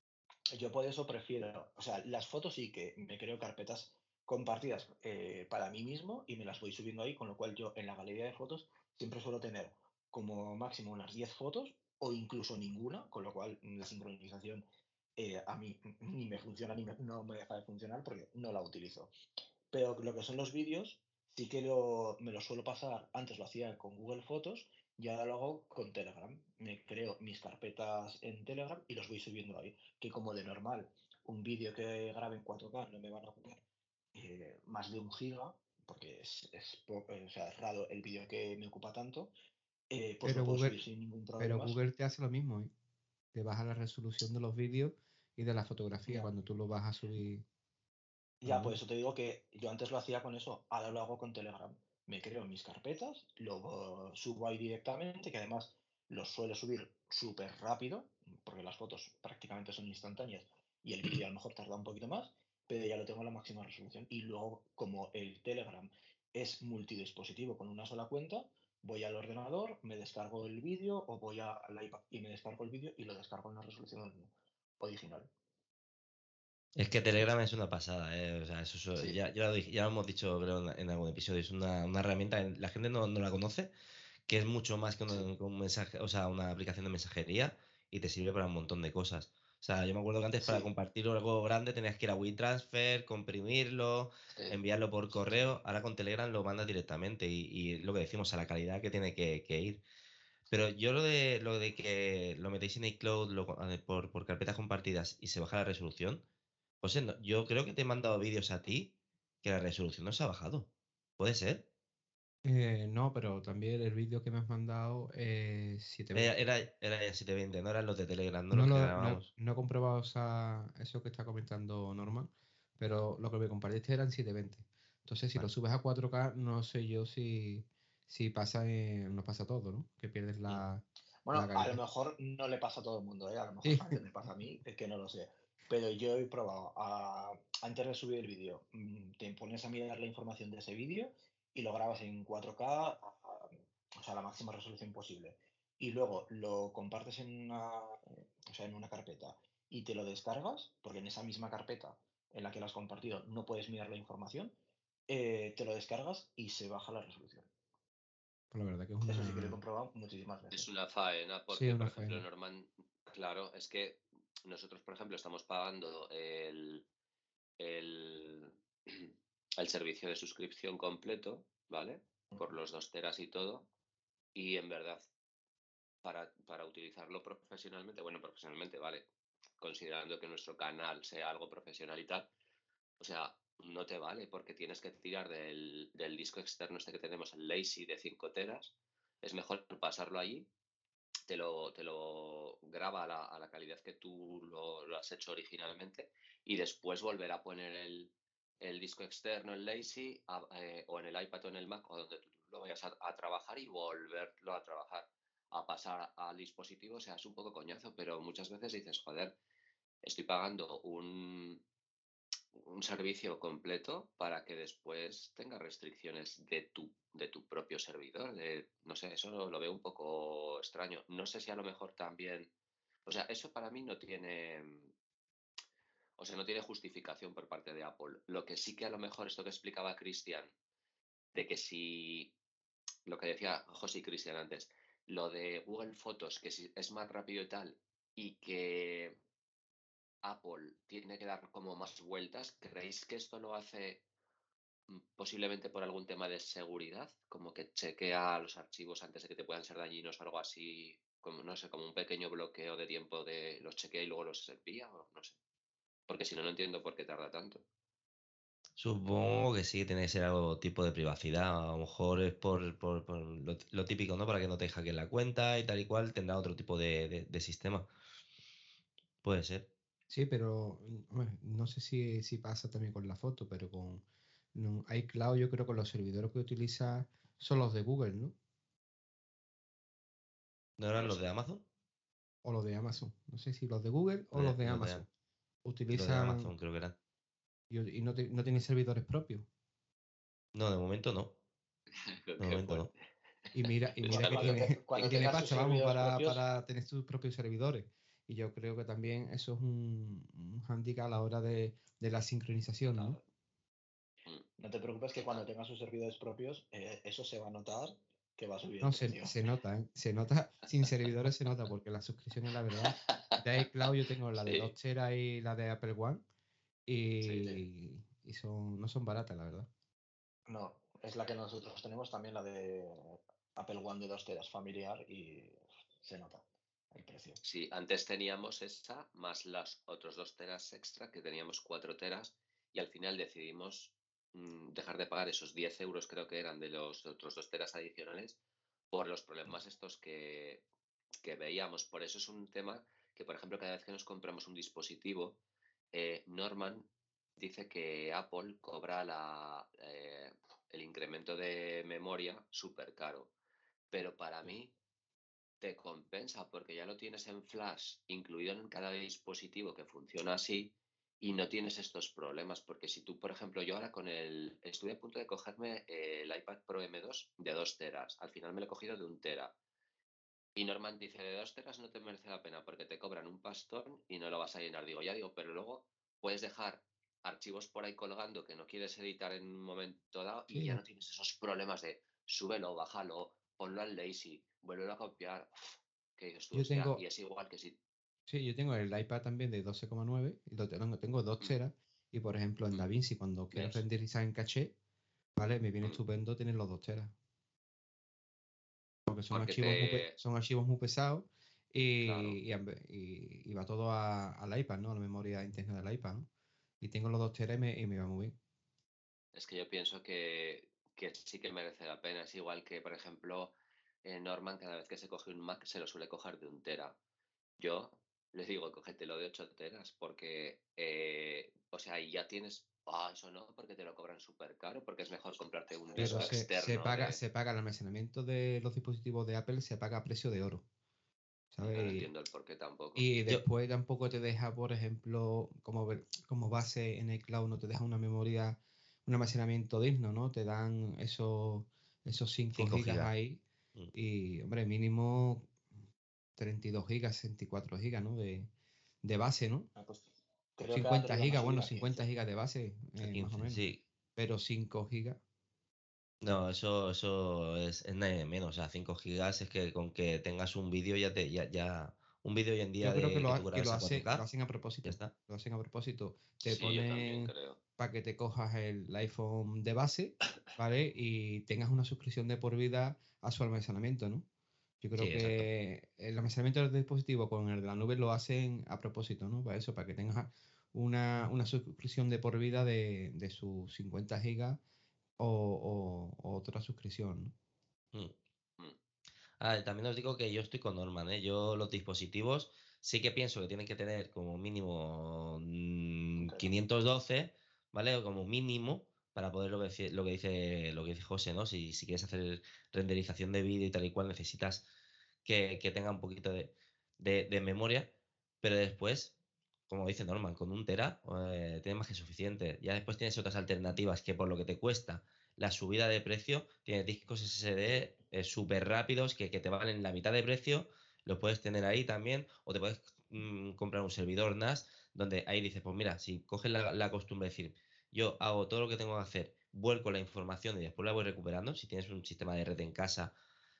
Yo por eso prefiero, o sea, las fotos sí que me creo carpetas compartidas eh, para mí mismo y me las voy subiendo ahí, con lo cual yo en la galería de fotos siempre suelo tener como máximo unas diez fotos o incluso ninguna, con lo cual mm, la sincronización eh, a mí ni me funciona ni me- no me deja de funcionar porque no la utilizo. Pero lo que son los vídeos, sí que lo, me lo suelo pasar, antes lo hacía con Google Fotos y ahora lo hago con Telegram. Me creo mis carpetas en Telegram y los voy subiendo ahí. Que como de normal, un vídeo que grabe en cuatro K no me van a ocupar eh, más de un giga, porque es, es, po- eh, o sea, es raro el vídeo que me ocupa tanto, eh, pues lo Pero puedo Google, subir sin ningún pero problema. Google te hace lo mismo, ¿eh? Te baja la resolución de los vídeos y de la fotografía Ya, cuando tú lo vas a subir a la ya, por nube. eso te digo que yo antes lo hacía con eso, ahora lo hago con Telegram. Me creo mis carpetas, lo subo ahí directamente, que además los suelo subir súper rápido, porque las fotos prácticamente son instantáneas y el vídeo a lo mejor tarda un poquito más, pero ya lo tengo a la máxima resolución. Y luego, como el Telegram es multidispositivo con una sola cuenta, voy al ordenador, me descargo el vídeo o voy a- al iPad y me descargo el vídeo y lo descargo en la resolución original. Es que Telegram es una pasada, ¿eh? O sea, eso, eso- Sí, ya, ya lo dije- ya lo hemos dicho, creo, en, en algún episodio. Es una, una herramienta, la gente no, no la conoce, que es mucho más que sí, una, que un mensaje, o sea, una aplicación de mensajería y te sirve para un montón de cosas. O sea, yo me acuerdo que antes para sí, compartir algo grande tenías que ir a WeTransfer, comprimirlo, sí, enviarlo por sí, sí. correo. Ahora con Telegram lo mandas directamente y, y lo que decimos, a la calidad que tiene que, que ir. Pero yo lo de lo de que lo metéis en iCloud lo- eh, por, por carpetas compartidas y se baja la resolución. José, no- yo creo que te he mandado vídeos a ti que la resolución no se ha bajado. ¿Puede ser? Eh, no, pero también el vídeo que me has mandado es Era, setecientos veinte. era, era ya setecientos veinte, no eran los de Telegram, no No, los que lo, no, he grabamos. no he comprobado esa- eso que está comentando Norman, pero lo que me compartiste eran setecientos veinte. Entonces, si lo Vale. subes a cuatro K, no sé yo si, si pasa en- no pasa todo, ¿no? Que pierdes Mm. la, la Bueno, a lo calidad. mejor no le pasa a todo el mundo, ¿eh? A lo mejor Sí, solamente me pasa a mí, es que no lo sé. Pero yo he probado, a- antes de subir el vídeo, mm, te pones a mirar la información de ese vídeo y lo grabas en cuatro K, a- a- o sea, la máxima resolución posible. Y luego lo compartes en una, o sea, en una carpeta y te lo descargas, porque en esa misma carpeta en la que lo has compartido no puedes mirar la información, eh, te lo descargas y se baja la resolución. pues la verdad que es Eso sí que lo he una, comprobado muchísimas Es veces. una faena sí, porque, por una ejemplo, faena. Norman, claro, es que nosotros, por ejemplo, estamos pagando el, el, el servicio de suscripción completo, ¿vale? Por los dos teras y todo. Y en verdad, para, para utilizarlo profesionalmente, bueno, profesionalmente, vale, considerando que nuestro canal sea algo profesional y tal, o sea, no te vale porque tienes que tirar del, del disco externo este que tenemos, el Lazy de cinco teras. Es mejor pasarlo allí, te lo, te lo graba a la, a la calidad que tú lo, lo has hecho originalmente y después volver a poner el, el disco externo, el Lazy, a- eh, o en el iPad o en el Mac o donde tú lo vayas a, a trabajar y volverlo a trabajar, a pasar al dispositivo. O sea, es un poco coñazo, pero muchas veces dices, joder, estoy pagando un, un servicio completo para que después tenga restricciones de tu, de tu propio servidor. De, no sé, eso lo, lo veo un poco extraño. No sé si a lo mejor también, o sea, eso para mí no tiene, o sea, no tiene justificación por parte de Apple. Lo que sí que a lo mejor esto que explicaba Cristian, de que si, lo que decía José y Cristian antes, lo de Google Fotos, que si es más rápido y tal, y que Apple tiene que dar como más vueltas, ¿creéis que esto lo hace mm, posiblemente por algún tema de seguridad, como que chequea los archivos antes de que te puedan ser dañinos o algo así, como no sé, como un pequeño bloqueo de tiempo de los chequea y luego los envía, o no sé? Porque si no, no entiendo por qué tarda tanto. Supongo que sí, tiene que ser algo tipo de privacidad. A lo mejor es por, por- por lo, lo típico, ¿no? Para que no te hackeen la cuenta y tal y cual, tendrá otro tipo de, de- de sistema. Puede ser. Sí, pero mm, bueno, no sé si, si pasa también con la foto, pero con no, iCloud yo creo que los servidores que utiliza son los de Google, ¿no? ¿No No eran lo los sé. de Amazon? O los de Amazon. No sé si los de Google o De- los de los de, Amazon. Am- los de Utilizan Amazon creo que eran. y, y no, ti- no tienen servidores propios. No, de momento no. De Qué momento no. fuerte. Y mira, y Es mira que que lo de- Cuando, tiene, te- y cuando tiene tengas tus pasta, vamos, servidores para, propios, para tener sus propios servidores. Y yo creo que también eso es un, un hándicap a la hora de, de la sincronización, ¿no? claro, Mm, no te preocupes que cuando total. tengas tus servidores propios, eh, eso se va a notar que va a subir No, el se, precio. se nota, ¿eh? Se nota, sin servidores se nota, porque las suscripciones, la verdad, de iCloud yo tengo la de Sí, dos teras y la de Apple One, sí. y, y son, no son baratas, la verdad. No, es la que nosotros tenemos también, la de Apple One de dos teras familiar, y se nota el precio. Sí, antes teníamos esa más las otros dos teras extra, que teníamos cuatro teras, y al final decidimos mm, dejar de pagar esos diez euros, creo que eran de los otros dos teras adicionales, por los problemas estos que, que veíamos. Por eso es un tema que, por ejemplo, cada vez que nos compramos un dispositivo, eh, Norman dice que Apple cobra la, eh, el incremento de memoria súper caro. Pero para Sí. mí te compensa porque ya lo tienes en flash incluido en cada dispositivo que funciona así y no tienes estos problemas. Porque si tú, por ejemplo, yo ahora con el... Estuve a punto de cogerme eh, el iPad Pro M dos de dos teras. Al final me lo he cogido de un tera. Y Norman dice, de dos teras no te merece la pena porque te cobran un pastón y no lo vas a llenar. Digo, ya digo, pero luego puedes dejar archivos por ahí colgando que no quieres editar en un momento dado y Sí, ya no. no tienes esos problemas de súbelo, bájalo, ponlo al lazy, vuélvelo a copiar. Uf, que dices tú, Yo hostia, tengo, y es igual que si... sí, yo tengo el iPad también de doce coma nueve y lo tengo, tengo dos Mm, teras. Y por ejemplo, en mm, DaVinci, cuando quiero ¿ves? renderizar en caché, ¿vale? Me viene Mm, estupendo tener los dos teras. Porque son porque archivos muy, pe- te... son archivos muy pesados Claro, y, y, ambe- y- y va todo a- al iPad, ¿no? A la memoria interna del iPad, ¿no? Y tengo los dos teras y me, y me va muy bien. es que yo pienso que, que sí que merece la pena. Es igual que, por ejemplo, eh, Norman cada vez que se coge un Mac se lo suele coger de un tera. Yo les digo, cógetelo de ocho teras, porque, eh, o sea, y ya tienes, ah, eso no, porque te lo cobran súper caro, porque es mejor comprarte un Pero disco se, se externo paga, de... se paga el almacenamiento de los dispositivos de Apple, se paga a precio de oro, Yo no ¿sabes? entiendo el por qué tampoco. Y Yo, después tampoco te deja, por ejemplo, como, ver- como base en el cloud, no te deja una memoria, un almacenamiento digno, ¿no? Te dan esos, esos cinco cinco gigas gigas. ahí Mm. y, hombre, mínimo treinta y dos gigas, sesenta y cuatro gigas, ¿no? De, de base, ¿no? Ah, pues creo que cincuenta Apple van a gigas, subir bueno, a cincuenta quince. gigas de base, A eh, más o quince, menos. sí. Pero cinco gigas. No, eso, eso es, es nada de menos. O sea, cinco gigas es que con que tengas un vídeo ya te, ya, ya, un vídeo hoy en Yo día creo que de lo, que ha- tú que lo grabes a cuatro hace, lo K, hacen a ya propósito. está. Lo hacen a propósito. Te Sí, yo también ponen creo. para que te cojas el iPhone de base, ¿vale? Y tengas una suscripción de por vida a su almacenamiento, ¿no? Yo Sí, creo exacto. que el almacenamiento del dispositivo con el de la nube lo hacen a propósito, ¿no? Para eso, para que tengas una, una suscripción de por vida de, de sus cincuenta gigas o, o- o otra suscripción, ¿no? Mm. Mm, Ah, también os digo que yo estoy con Norman, ¿eh? Yo los dispositivos sí que pienso que tienen que tener como mínimo mm, Entero. quinientos doce, ¿vale? O como mínimo para poder lo que, dice- lo que dice lo que dice José, ¿no? Si, si quieres hacer renderización de vídeo y tal y cual, necesitas que, que tenga un poquito de, de- de memoria, pero después, como dice Norman, con un tera eh, tienes más que suficiente. Ya después tienes otras alternativas que por lo que te cuesta la subida de precio, tienes discos S S D eh, súper rápidos que, que te valen la mitad de precio, los puedes tener ahí también, o te puedes mm, comprar un servidor N A S, donde ahí dices, pues mira, si coges la, la costumbre de decir, yo hago todo lo que tengo que hacer, vuelco la información y después la voy recuperando, si tienes un sistema de red en casa,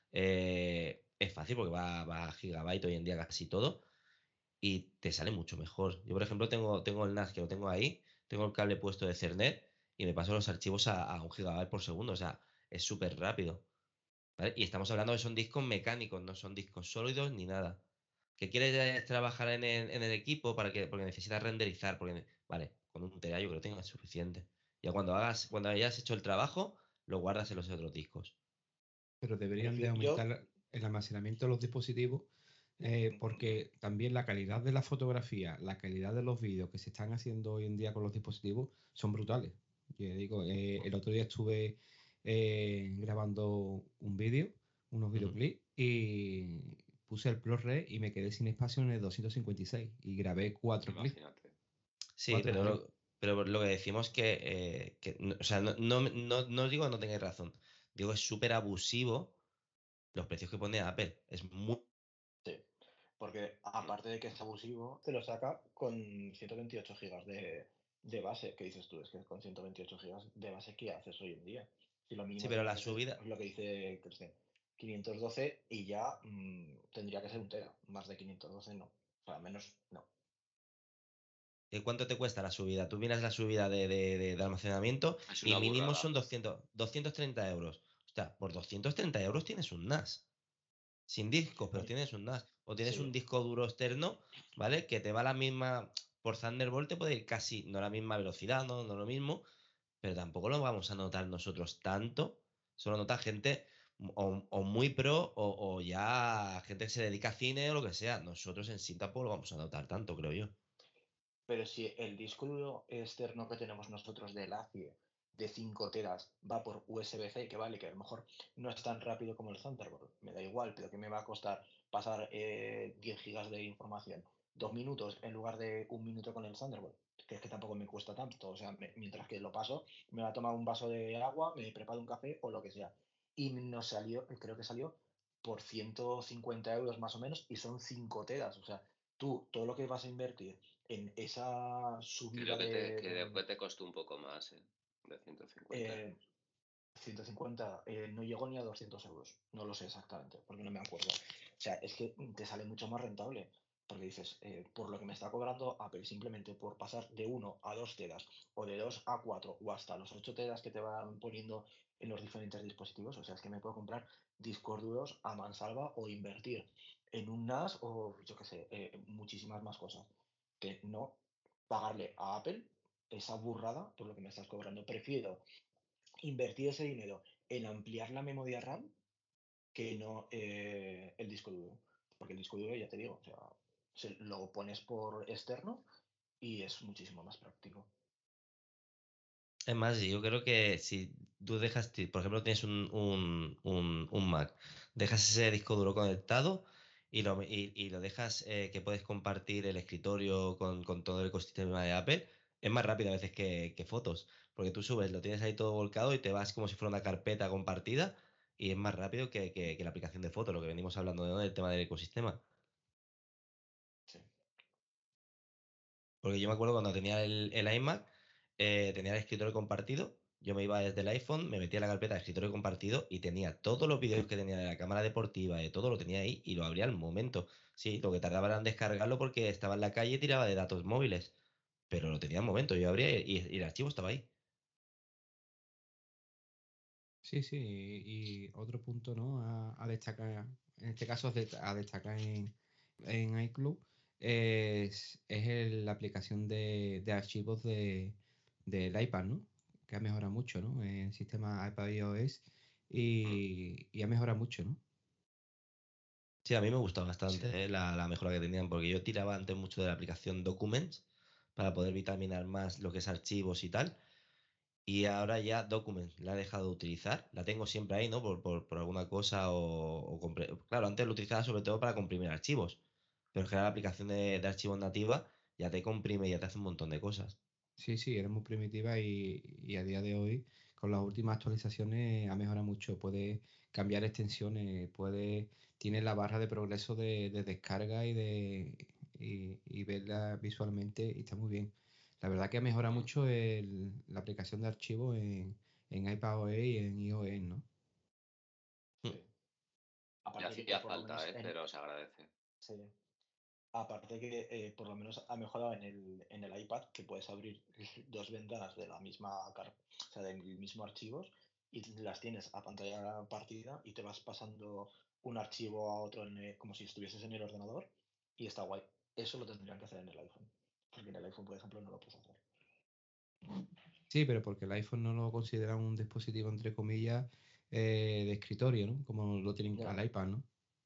eh, es fácil porque va, va a gigabyte hoy en día casi todo, y te sale mucho mejor. Yo, por ejemplo, tengo, tengo el N A S que lo tengo ahí, tengo el cable puesto de Ethernet y me paso los archivos a, a un gigabyte por segundo, o sea, es súper rápido. ¿Vale? Y estamos hablando de son discos mecánicos, no son discos sólidos ni nada. ¿Que quieres eh, trabajar en el, en el equipo para que, porque necesitas renderizar? Porque, vale, con un tera yo creo que tengo suficiente. Ya cuando hagas, cuando hayas hecho el trabajo, lo guardas en los otros discos. Pero deberían de Prefiero, yo, aumentar el almacenamiento de los dispositivos, eh, porque también la calidad de la fotografía, la calidad de los vídeos que se están haciendo hoy en día con los dispositivos son brutales. Yo digo, eh, el otro día estuve eh, grabando un vídeo, unos Ujú. videoclips, y puse el ProRes y me quedé sin espacio en el doscientos cincuenta y seis y grabé cuatro clips, imagínate. Sí, cuatro pero clips. lo, pero lo que decimos que, eh, que no- o sea, no, no, no, no os digo que no tengáis razón. Digo, es súper abusivo los precios que pone Apple. Es muy... sí. Porque Mm, aparte de que es abusivo, te lo saca con ciento veintiocho gigas de, de base. ¿Qué dices tú? Es que con ciento veintiocho gigas de base, ¿qué haces hoy en día? Si lo Sí, mínimo que pero vas a la hacer subida, es lo que dice Cristian. quinientos doce y ya mmm, tendría que ser un tera. Más de quinientos doce no. O sea, menos no. ¿Y cuánto te cuesta la subida? Tú miras la subida de, de- de- de almacenamiento Es y una mínimo burrada. son doscientos, doscientos treinta euros. O sea, por doscientos treinta euros tienes un N A S. Sin discos, pero tienes un N A S. O tienes un Sí, disco duro externo, ¿vale? Que te va a la misma. Por Thunderbolt te puede ir casi, no a la misma velocidad, no, no lo mismo, pero tampoco lo vamos a notar nosotros tanto. Solo nota gente o, o muy pro o, o ya gente que se dedica a cine o lo que sea. Nosotros en sí tampoco lo vamos a notar tanto, creo yo. pero si el disco duro externo que tenemos nosotros del ACIE de cinco teras va por U S B-C, que vale, que a lo mejor no es tan rápido como el Thunderbolt, me da igual, pero que me va a costar pasar eh, diez gigas de información, dos minutos en lugar de un minuto con el Thunderbolt, que es que tampoco me cuesta tanto, o sea, me- mientras que lo paso, me va a tomar un vaso de agua, me preparo un café o lo que sea. Y nos salió, creo que salió por ciento cincuenta euros más o menos y son cinco teras, o sea, tú todo lo que vas a invertir en esa subida Creo que, te, de creo que te costó un poco más, ¿eh? De ciento cincuenta eh, euros. ciento cincuenta, eh, no llegó ni a doscientos euros, no lo sé exactamente, porque no me acuerdo. O sea, es que te sale mucho más rentable, porque dices, eh, por lo que me está cobrando Apple, simplemente por pasar de uno a dos teras, o de dos a cuatro, o hasta los ocho teras que te van poniendo en los diferentes dispositivos, o sea, es que me puedo comprar discos duros a mansalva o invertir en un N A S o yo qué sé, eh, muchísimas más cosas, que no pagarle a Apple esa burrada por lo que me estás cobrando. Prefiero invertir ese dinero en ampliar la memoria RAM que no eh, el disco duro. Porque el disco duro, ya te digo, o sea, se, lo pones por externo y es muchísimo más práctico. Es más, yo creo que si tú dejas, ti- por ejemplo, tienes un, un- un- un Mac, dejas ese disco duro conectado y lo, y, y lo dejas eh, que puedes compartir el escritorio con, con todo el ecosistema de Apple, es más rápido a veces que, que fotos, porque tú subes, lo tienes ahí todo volcado y te vas como si fuera una carpeta compartida y es más rápido que, que- que la aplicación de fotos, lo que venimos hablando, ¿no? Del tema del ecosistema. Sí. Porque yo me acuerdo cuando tenía el, el iMac, eh, tenía el escritorio compartido. Yo me iba desde el iPhone, me metía en la carpeta de escritorio compartido y tenía todos los vídeos que tenía de la cámara deportiva, de todo lo tenía ahí y lo abría al momento. Sí, lo que tardaba era en descargarlo porque estaba en la calle y tiraba de datos móviles. Pero lo tenía al momento, yo abría y, y el archivo estaba ahí. Sí, sí, y otro punto, ¿no? A, a destacar, en este caso de- a destacar en, en iCloud es, es el- la aplicación de, de archivos de, del iPad, ¿no? Que ha mejorado mucho, ¿no? En el sistema iPad iOS Mm. y, y ha mejorado mucho, ¿no? Sí, a mí me gusta Sí. bastante eh, la, la mejora que tenían porque yo tiraba antes mucho de la aplicación Documents para poder vitaminar más lo que es archivos y tal. Y ahora ya Document la he dejado de utilizar. La tengo siempre ahí, ¿no? Por, por, por alguna cosa o, o compre- Claro, antes lo utilizaba sobre todo para comprimir archivos. Pero es que ahora la aplicación de, de archivos nativa ya te comprime y ya te hace un montón de cosas. Sí, sí, era muy primitiva y, y a día de hoy, con las últimas actualizaciones, ha mejorado mucho. Puede cambiar extensiones, puede, tiene la barra de progreso de, de descarga y de y, y verla visualmente y está muy bien. La verdad que ha mejorado Mm. mucho el- la aplicación de archivos en, en iPadOS y en iOS, ¿no? Mm. Sí. Ya Aparte que hacía por lo falta, menos ¿eh? en, Pero se agradece. sí. Aparte que eh, por lo menos ha mejorado en el, en el iPad, que puedes abrir dos ventanas de la misma car- o sea, del mismo archivos y las tienes a pantalla partida y te vas pasando un archivo a otro en el- como si estuvieses en el ordenador y está guay. Eso lo tendrían que hacer en el iPhone, porque en el iPhone, por ejemplo, no lo puedes hacer. Sí, pero porque el iPhone no lo considera un dispositivo, entre comillas, eh, de escritorio, ¿no? Como lo tienen Ya. al iPad, ¿no?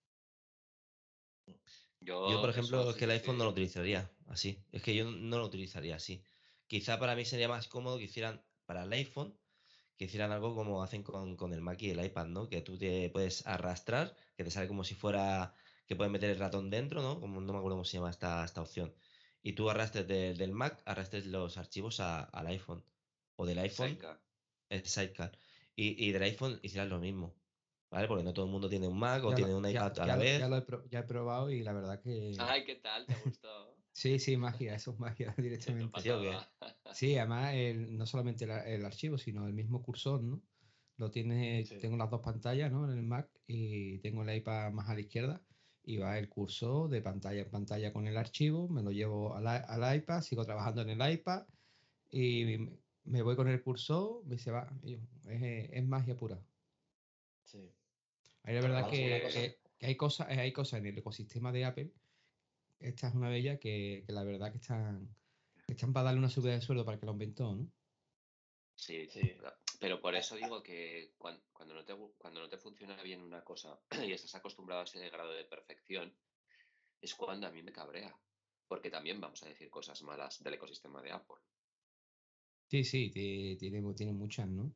Yo, por Yo, eso ejemplo, es sí que el que iPhone no lo estoy. utilizaría así. Es que yo no lo utilizaría así. Quizá para mí sería más cómodo que hicieran para el iPhone, que hicieran algo como hacen con, con el Mac y el iPad, ¿no? Que tú te puedes arrastrar, que te sale como si fuera, que puedes meter el ratón dentro, ¿no? Como no me acuerdo cómo se llama esta, esta opción. Y tú arrastres de- del Mac, arrastres los archivos a- al iPhone. O del iPhone, Sidecar. el Sidecar. Y, y del iPhone hicieran lo mismo, ¿vale? Porque no todo el mundo tiene un Mac o Ya lo, tiene un ya, iPad a la ya, lo- ya vez. lo he, pro- ya he probado y la verdad que Ay, ¿qué tal? ¿Te gustó? sí, sí, magia, eso es magia Esto directamente. ¿Sí o qué? pasaba. Sí, además el- no solamente el, el archivo, sino el mismo cursor, ¿no? Lo tiene, Sí. tengo las dos pantallas, ¿no? En el Mac y tengo el iPad más a la izquierda y va el cursor de pantalla en pantalla con el archivo, me lo llevo al, i- al iPad, sigo trabajando en el iPad y me me voy con el cursor, me se va. y yo, Es, es magia pura. Sí. Ahí la Pero verdad Vamos, vamos, una que, que cosa. que- que hay cosas, hay cosas en el ecosistema de Apple. Esta es una de ellas que, que la verdad que están, que están para darle una subida de sueldo para el que lo inventó, ¿no? sí, Sí. no, pero por Ah, eso ah, digo que cuan- cuando, no te, gu- cuando no te funciona bien una cosa y estás acostumbrado a ese grado de perfección, es cuando a mí me cabrea. Porque también vamos a decir cosas malas del ecosistema de Apple. Sí, sí, ti- tiene, tiene muchas, ¿no?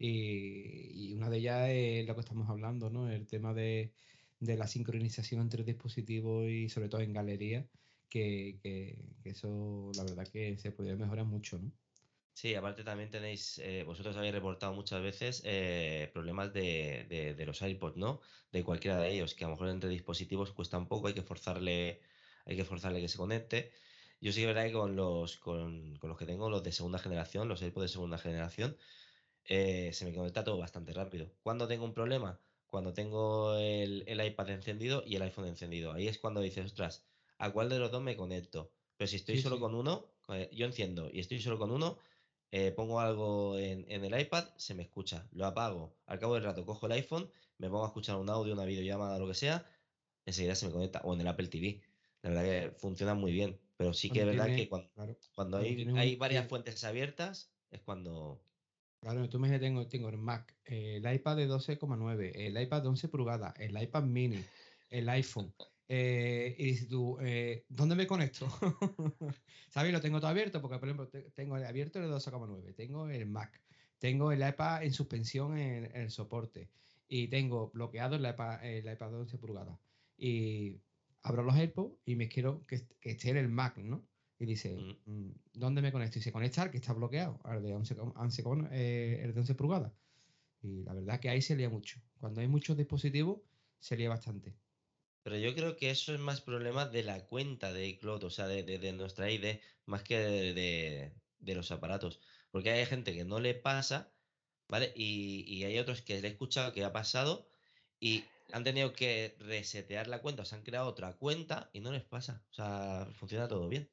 Y, y una de ellas es lo que estamos hablando, ¿no? El tema de, de la sincronización entre dispositivos y sobre todo en galería, que, que- que eso la verdad que se podría mejorar mucho, ¿no? Sí, aparte también tenéis, eh, vosotros habéis reportado muchas veces eh, problemas de, de- de los AirPods, ¿no? De cualquiera de ellos, que a lo mejor entre dispositivos cuesta un poco, hay que forzarle, hay que forzarle que se conecte. Yo sí que es verdad que con los, con, con los que tengo, los de segunda generación, los AirPods de segunda generación, eh, se me conecta todo bastante rápido. ¿Cuándo tengo un problema? Cuando tengo el, el iPad encendido y el iPhone encendido. Ahí es cuando dices, ostras, ¿a cuál de los dos me conecto? Pero si estoy Sí, solo sí. con uno, eh, yo enciendo y estoy solo con uno, eh, pongo algo en, en el iPad, se me escucha, lo apago. Al cabo del rato cojo el iPhone, me pongo a escuchar un audio, una videollamada, lo que sea, enseguida se me conecta. O en el Apple T V. La verdad que funciona muy bien. Pero sí que es Cuando verdad que tiene, cuando, claro, cuando cuando hay, tienes hay un, varias tiene- fuentes abiertas, es cuando... claro, tú me tengo, tengo el Mac, eh, el iPad de doce coma nueve, el iPad de once pulgadas, el iPad mini, el iPhone. Eh, y dices tú, eh, ¿dónde me conecto? ¿Sabes? Lo tengo todo abierto porque, por ejemplo, te- tengo el abierto el de doce coma nueve, tengo el Mac, tengo el iPad en suspensión en, en el soporte y tengo bloqueado el iPad, el iPad de once pulgadas. Y abro los AirPods y me quiero que, est- que esté en el Mac, ¿no? Y dice, mm, mm, ¿dónde me conecto? Y se conecta al que está bloqueado, al de once, com- once con- eh, el de once pulgadas. Y la verdad que ahí se lía mucho. Cuando hay muchos dispositivos, se lía bastante. Pero yo creo que eso es más problema de la cuenta de iCloud, o sea, de, de- de nuestra I D, más que de, de- de los aparatos. Porque hay gente que no le pasa, ¿vale? Y, y hay otros que le he escuchado que ha pasado y han tenido que resetear la cuenta, o se han creado otra cuenta y no les pasa. O sea, funciona todo bien.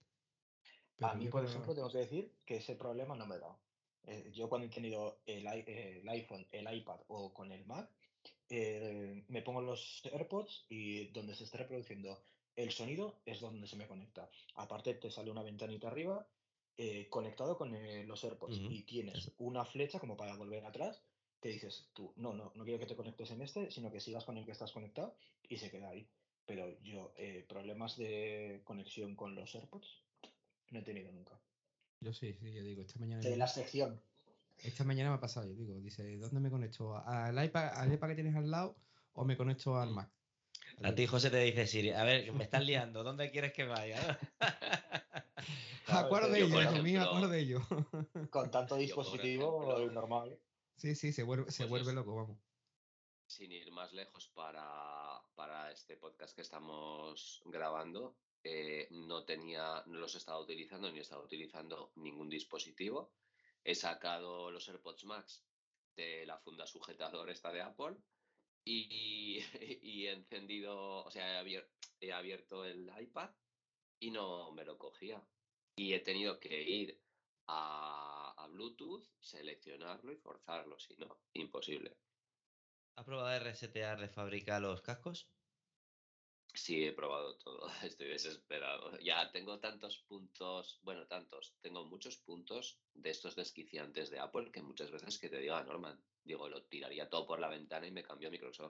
A Pero mí, yo por creo, ejemplo, tengo que decir que ese problema no me da. Eh, yo cuando he tenido el, i- eh, el iPhone, el iPad o con el Mac, eh, me pongo los AirPods y donde se esté reproduciendo el sonido es donde se me conecta. Aparte, te sale una ventanita arriba eh, conectado con eh, los AirPods Ujú. y tienes Eso. una flecha como para volver atrás que dices tú, no, no, no quiero que te conectes en este, sino que sigas con el que estás conectado y se queda ahí. Pero yo, eh, problemas de conexión con los AirPods no he tenido nunca. yo sí, sí, yo digo, esta mañana De la mismo. sección. Esta mañana me ha pasado, yo digo, dice, ¿dónde me conecto? ¿Al iPad, al iPad que tienes al lado o me conecto al Mm. Mac? A Adiós. ti, José, te dice Siri, a ver, me estás liando, ¿dónde quieres que vaya? Claro, es Acuerdo que de Yo, ello, por hijo mío, acuerdo ejemplo, de ello. con tanto yo, por dispositivo ejemplo, es normal. Sí, sí, se vuelve, se pues yo, vuelve loco, vamos. sin ir más lejos para, para este podcast que estamos grabando, eh, no tenía, no los he estado utilizando ni he estado utilizando ningún dispositivo. He sacado los AirPods Max de la funda sujetador esta de Apple y, y he encendido, o sea, he abier- he abierto el iPad y no me lo cogía. Y he tenido que ir a, a Bluetooth, seleccionarlo y forzarlo, si no, imposible. ¿Has probado de resetear de fábrica los cascos? Sí, he probado todo, estoy desesperado. Ya tengo tantos puntos, bueno, tantos, tengo muchos puntos de estos desquiciantes de Apple que muchas veces que te diga Norman, digo, lo tiraría todo por la ventana y me cambio a Microsoft.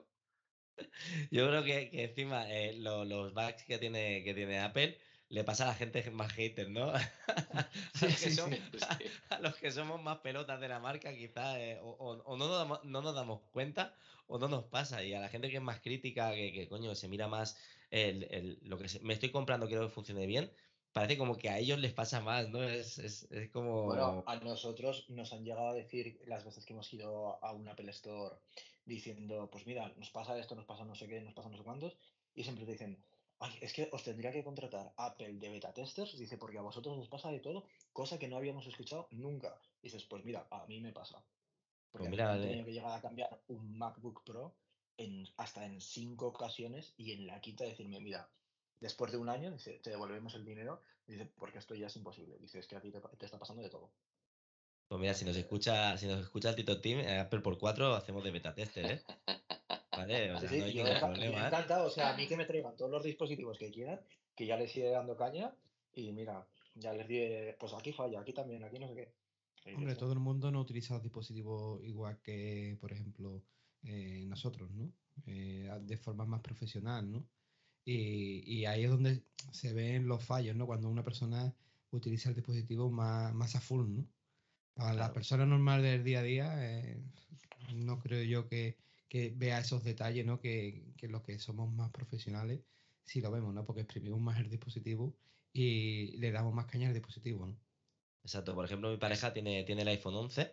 Yo creo que, que encima eh, lo- los bugs que tiene, que tiene Apple le pasa a la gente más hater, ¿no? A Sí, los que sí, son, sí. Sí. a los que somos más pelotas de la marca, quizás, eh, o, o- o no nos damos, no nos damos cuenta o no nos pasa. Y a la gente que es más crítica, que, que coño, se mira más el, el- lo que se- me estoy comprando, quiero que funcione bien, parece como que a ellos les pasa más, ¿no? Es, es, es Bueno, como... a nosotros nos han llegado a decir las veces que hemos ido a un Apple Store diciendo, pues mira, nos pasa esto, nos pasa no sé qué, nos pasa no sé cuántos, y siempre te dicen, ay, es que os tendría que contratar Apple de beta testers, dice, porque a vosotros os pasa de todo, cosa que no habíamos escuchado nunca. Dices, pues mira, a mí me pasa. Porque Pues a mí me mira, han de- tenido que llegar a cambiar un MacBook Pro en, hasta en cinco ocasiones y en la quinta decirme, mira, después de un año, dice, te devolvemos el dinero, dice, porque esto ya es imposible. Dice, es que a ti te, pa- te está pasando de todo. O pues mira, sea si nos que, escucha, si nos escucha el Tito Team, en Apple por cuatro hacemos de beta tester, ¿eh? Vale, o sí, sea, no sí, hay yo, ningún enca- yo problema, ¿eh? encantado, o sea, a mí que me traigan todos los dispositivos que quieran, que ya les iré dando caña y mira, ya les diré, pues aquí falla, aquí también, aquí no sé qué. Y ya Hombre, está. todo el mundo no utiliza los dispositivos igual que, por ejemplo, eh, nosotros, ¿no? Eh, a- de forma más profesional, ¿no? Y, y ahí es donde se ven los fallos, ¿no? Cuando una persona utiliza el dispositivo más, más a full, ¿no? Para las Claro. personas normales del día a día, eh, no creo yo que, que vea esos detalles, ¿no? Que, que los que somos más profesionales sí lo vemos, ¿no? Porque exprimimos más el dispositivo y le damos más caña al dispositivo, ¿no? Exacto. Por ejemplo, mi pareja tiene, tiene el iPhone once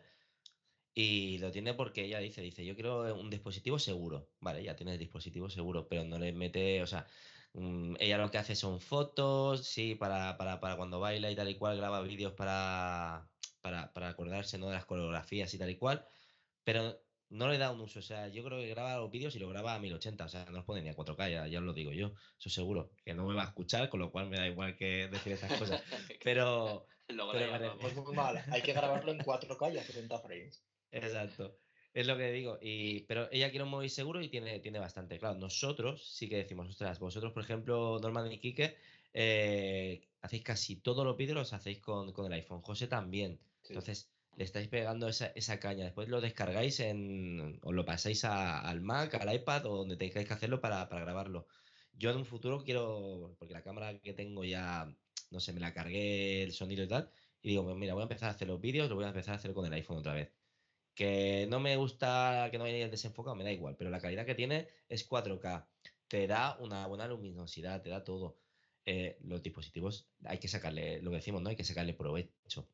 y lo tiene porque ella dice, dice, yo quiero un dispositivo seguro. Vale, ya tiene el dispositivo seguro, pero no le mete, o sea, mm, ella lo que hace son fotos, sí, para, para, para cuando baila y tal y cual, graba vídeos para, para, para acordarse, ¿no? De las coreografías y tal y cual, pero no le da un uso. O sea, yo creo que graba los vídeos y lo graba a mil ochenta, o sea, no los pone ni a cuatro K, ya, ya os lo digo yo, eso seguro, que no me va a escuchar, con lo cual me da igual que decir estas cosas. Pero, Luego la pero me, re- Pues llamamos. muy mal, hay que grabarlo en cuatro K y a sesenta frames. Exacto. Es lo que digo. Y, pero ella quiere un móvil seguro y tiene, tiene bastante. Claro, nosotros sí que decimos, ostras, vosotros, por ejemplo, Norman y Quique, eh, hacéis casi todos los vídeos los hacéis con, con el iPhone. José también. Sí. Entonces, le estáis pegando esa, esa caña. Después lo descargáis en, o lo pasáis a- al Mac, al iPad o donde tengáis que hacerlo para, para grabarlo. Yo en un futuro quiero, porque la cámara que tengo ya, no sé, me la cargué el sonido y tal. Y digo, pues mira, voy a empezar a hacer los vídeos, lo voy a empezar a hacer con el iPhone otra vez. Que no me gusta que no haya el desenfocado, me da igual, pero la calidad que tiene es cuatro K. Te da una buena luminosidad, te da todo. Eh, los dispositivos hay que sacarle, lo que decimos, ¿no? Hay que sacarle provecho.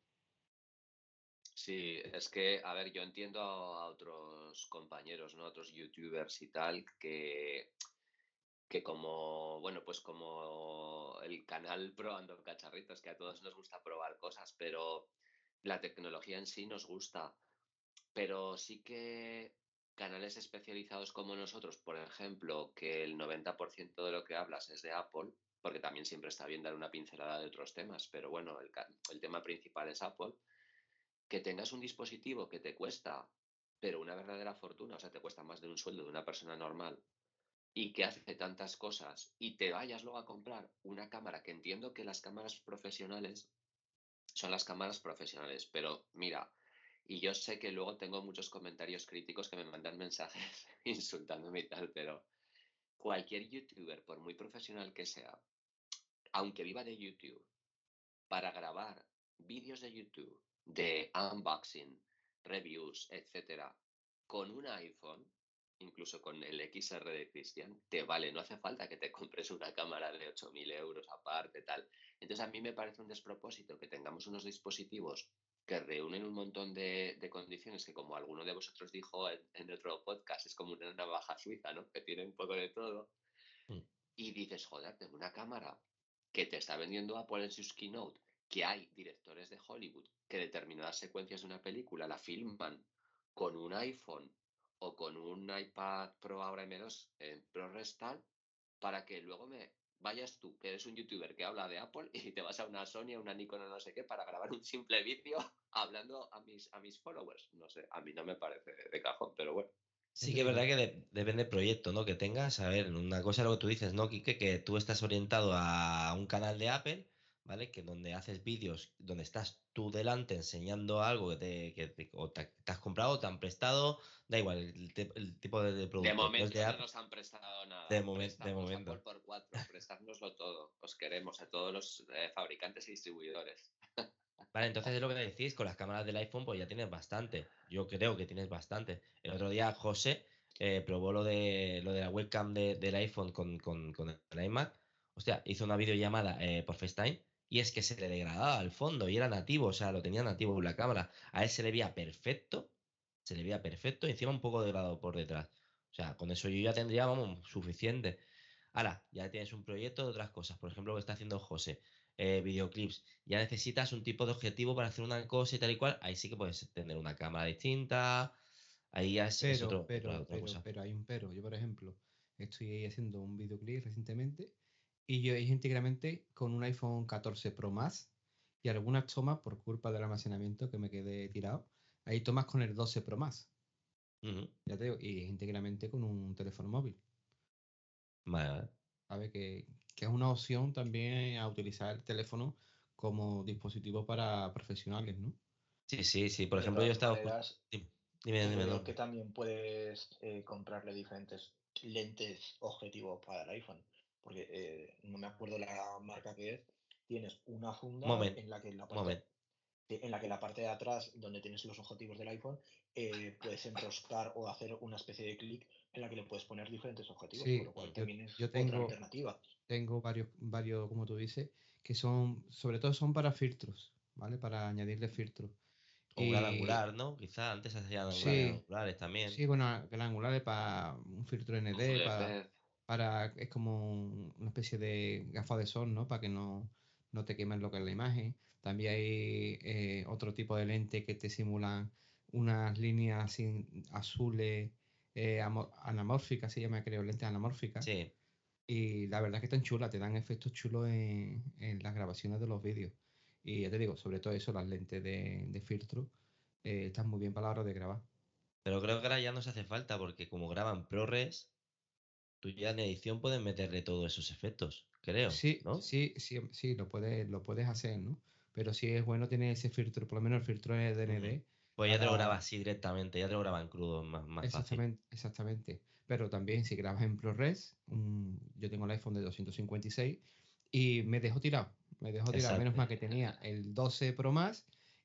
Sí, es que, a ver, yo entiendo a otros compañeros, ¿no? Otros youtubers y tal, que, que como, bueno, pues como el canal Probando Cacharritos, que a todos nos gusta probar cosas, pero la tecnología en sí nos gusta. Pero sí que canales especializados como nosotros, por ejemplo, que el noventa por ciento de lo que hablas es de Apple, porque también siempre está bien dar una pincelada de otros temas, pero bueno, el, ca- el tema principal es Apple, que tengas un dispositivo que te cuesta, pero una verdadera fortuna, o sea, te cuesta más de un sueldo de una persona normal y que hace tantas cosas y te vayas luego a comprar una cámara, que entiendo que las cámaras profesionales son las cámaras profesionales, pero mira, y yo sé que luego tengo muchos comentarios críticos que me mandan mensajes insultándome y tal, pero cualquier youtuber, por muy profesional que sea, aunque viva de YouTube, para grabar vídeos de YouTube de unboxing, reviews, etcétera, con un iPhone, incluso con el X R de Cristian, te vale, no hace falta que te compres una cámara de ocho mil euros aparte, tal. Entonces a mí me parece un despropósito que tengamos unos dispositivos que reúnen un montón de, de condiciones que, como alguno de vosotros dijo en, en otro podcast, es como una navaja suiza, ¿no? Que tiene un poco de todo. Mm. Y dices, joder, tengo una cámara que te está vendiendo Apple en sus keynote, que hay directores de Hollywood que determinadas secuencias de una película la filman con un iPhone o con un iPad Pro, ahora M dos en ProRes tal, para que luego me vayas tú, que eres un youtuber que habla de Apple, y te vas a una Sony, a una Nikon o no sé qué, para grabar un simple vídeo hablando a mis, a mis followers. No sé, a mí no me parece de cajón, pero bueno. Sí que es verdad que de- depende del proyecto, ¿no? Que tengas. A ver, una cosa es lo que tú dices, ¿no, Quique? Que tú estás orientado a un canal de Apple, ¿vale? Que donde haces vídeos, donde estás tú delante enseñando algo que te, que te- o te, te has comprado, te han prestado, da igual el, te- el tipo de, de De producto. No es de momento no Apple, nos han prestado de, nada. momen- de Prestarnos a momento. Apple por cuatro, prestárnoslo todo. Os queremos a todos los eh, fabricantes y distribuidores. Vale, entonces es lo que decís, con las cámaras del iPhone, pues ya tienes bastante. Yo creo que tienes bastante. El otro día José eh, probó lo de lo de la webcam de- del iPhone con, con, con el iMac. Hostia, hizo una videollamada eh, por FaceTime y es que se le degradaba al fondo y era nativo, o sea, lo tenía nativo en la cámara. A él se le veía perfecto, se le veía perfecto y encima un poco degradado por detrás. O sea, con eso yo ya tendría, vamos, suficiente. Ahora, ya tienes un proyecto de otras cosas, por ejemplo, lo que está haciendo José, eh, videoclips. Ya necesitas un tipo de objetivo para hacer una cosa y tal y cual. Ahí sí que puedes tener una cámara distinta, Ahí ya es, es Pero, otro, otra, pero, otra pero, cosa. pero hay un pero. Yo, por ejemplo, estoy ahí haciendo un videoclip recientemente y yo hice íntegramente con un iPhone catorce Pro Max y algunas tomas por culpa del almacenamiento que me quedé tirado. Hay tomas con el doce Pro Max, Ujú. ya te digo, y íntegramente con un teléfono móvil. Vale, vale. ¿Sabe? Que, que es una opción también a utilizar el teléfono como dispositivo para profesionales, ¿no? Sí, sí, sí. Por De ejemplo, yo he todas estado... escu- maneras, Dime, dime, yo dime, veo no. que también puedes eh, comprarle diferentes lentes objetivos para el iPhone, porque eh, no me acuerdo la marca que es. Tienes una funda Moment, en la que en la parte moment. en la que la parte de atrás, donde tienes los objetivos del iPhone, eh, puedes enroscar o hacer una especie de clic en la que le puedes poner diferentes objetivos, con Sí, lo cual yo, también es yo otra tengo, alternativa. tengo varios, varios, como tú dices, que son, sobre todo son para filtros, ¿vale? Para añadirle filtros. O gran Y angular, ¿no? Quizá antes hacían angulares sí, angulares también. sí, bueno, granulares para un filtro Un full N D, para, F. para, es como un- una especie de gafas de sol, ¿no? Para que no, no te quemen lo que es la imagen. También hay eh, otro tipo de lente que te simulan unas líneas así azules, eh, amo- anamórficas, se llama, creo, lentes anamórficas. Sí, Y la verdad es que están chulas, te dan efectos chulos en, en las grabaciones de los vídeos. Y ya te digo, sobre todo eso, las lentes de, de filtro, eh, están muy bien para la hora de grabar. pero creo que ahora ya no se hace falta porque como graban ProRes, tú ya en edición puedes meterle todos esos efectos, creo, Sí, ¿no? sí, sí, sí, lo puedes, lo puedes hacer, ¿no? Pero sí es bueno tener ese filtro, por lo menos el filtro de Ujú. D N D, Pues ya te lo graba para... así directamente, ya te lo graba en crudo, más, más fácil. Exactamente, exactamente. Pero también si grabas en ProRes, un- yo tengo el iPhone de doscientos cincuenta y seis y me dejó tirado, me dejó tirado. Menos Exacto. mal que tenía el doce Pro Max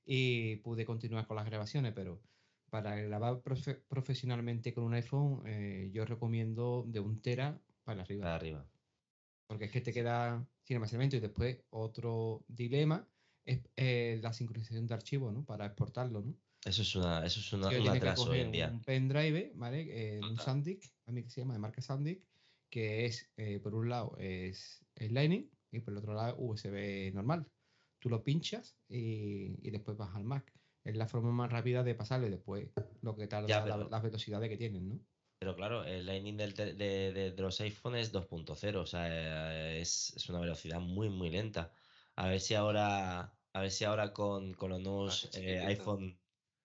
y pude continuar con las grabaciones, pero para grabar profe- profesionalmente con un iPhone, eh, yo recomiendo de un tera para arriba. Para arriba. Porque es que te Sí. queda sin almacenamiento y después otro dilema es eh, la sincronización de archivos, ¿no? Para exportarlo, ¿no? Eso es una, eso es una- Yo un tiene que atraso hoy coger en día. un pendrive, ¿vale? En un Total. SanDisk, a mí que se llama de marca SanDisk, que es, eh, por un lado, es, es Lightning y por el otro lado U S B normal. Tú lo pinchas y, y después vas al Mac. Es la forma más rápida de pasarlo y después lo que Ya, tarda la- pero, las velocidades que tienen, ¿no? pero claro, el Lightning del te- de, de- de los iPhones es dos punto cero, o sea, eh, es, es una velocidad muy, muy lenta. A ver si ahora, a ver si ahora con, con los Ah, nuevos qué eh, chiquitito. iPhone,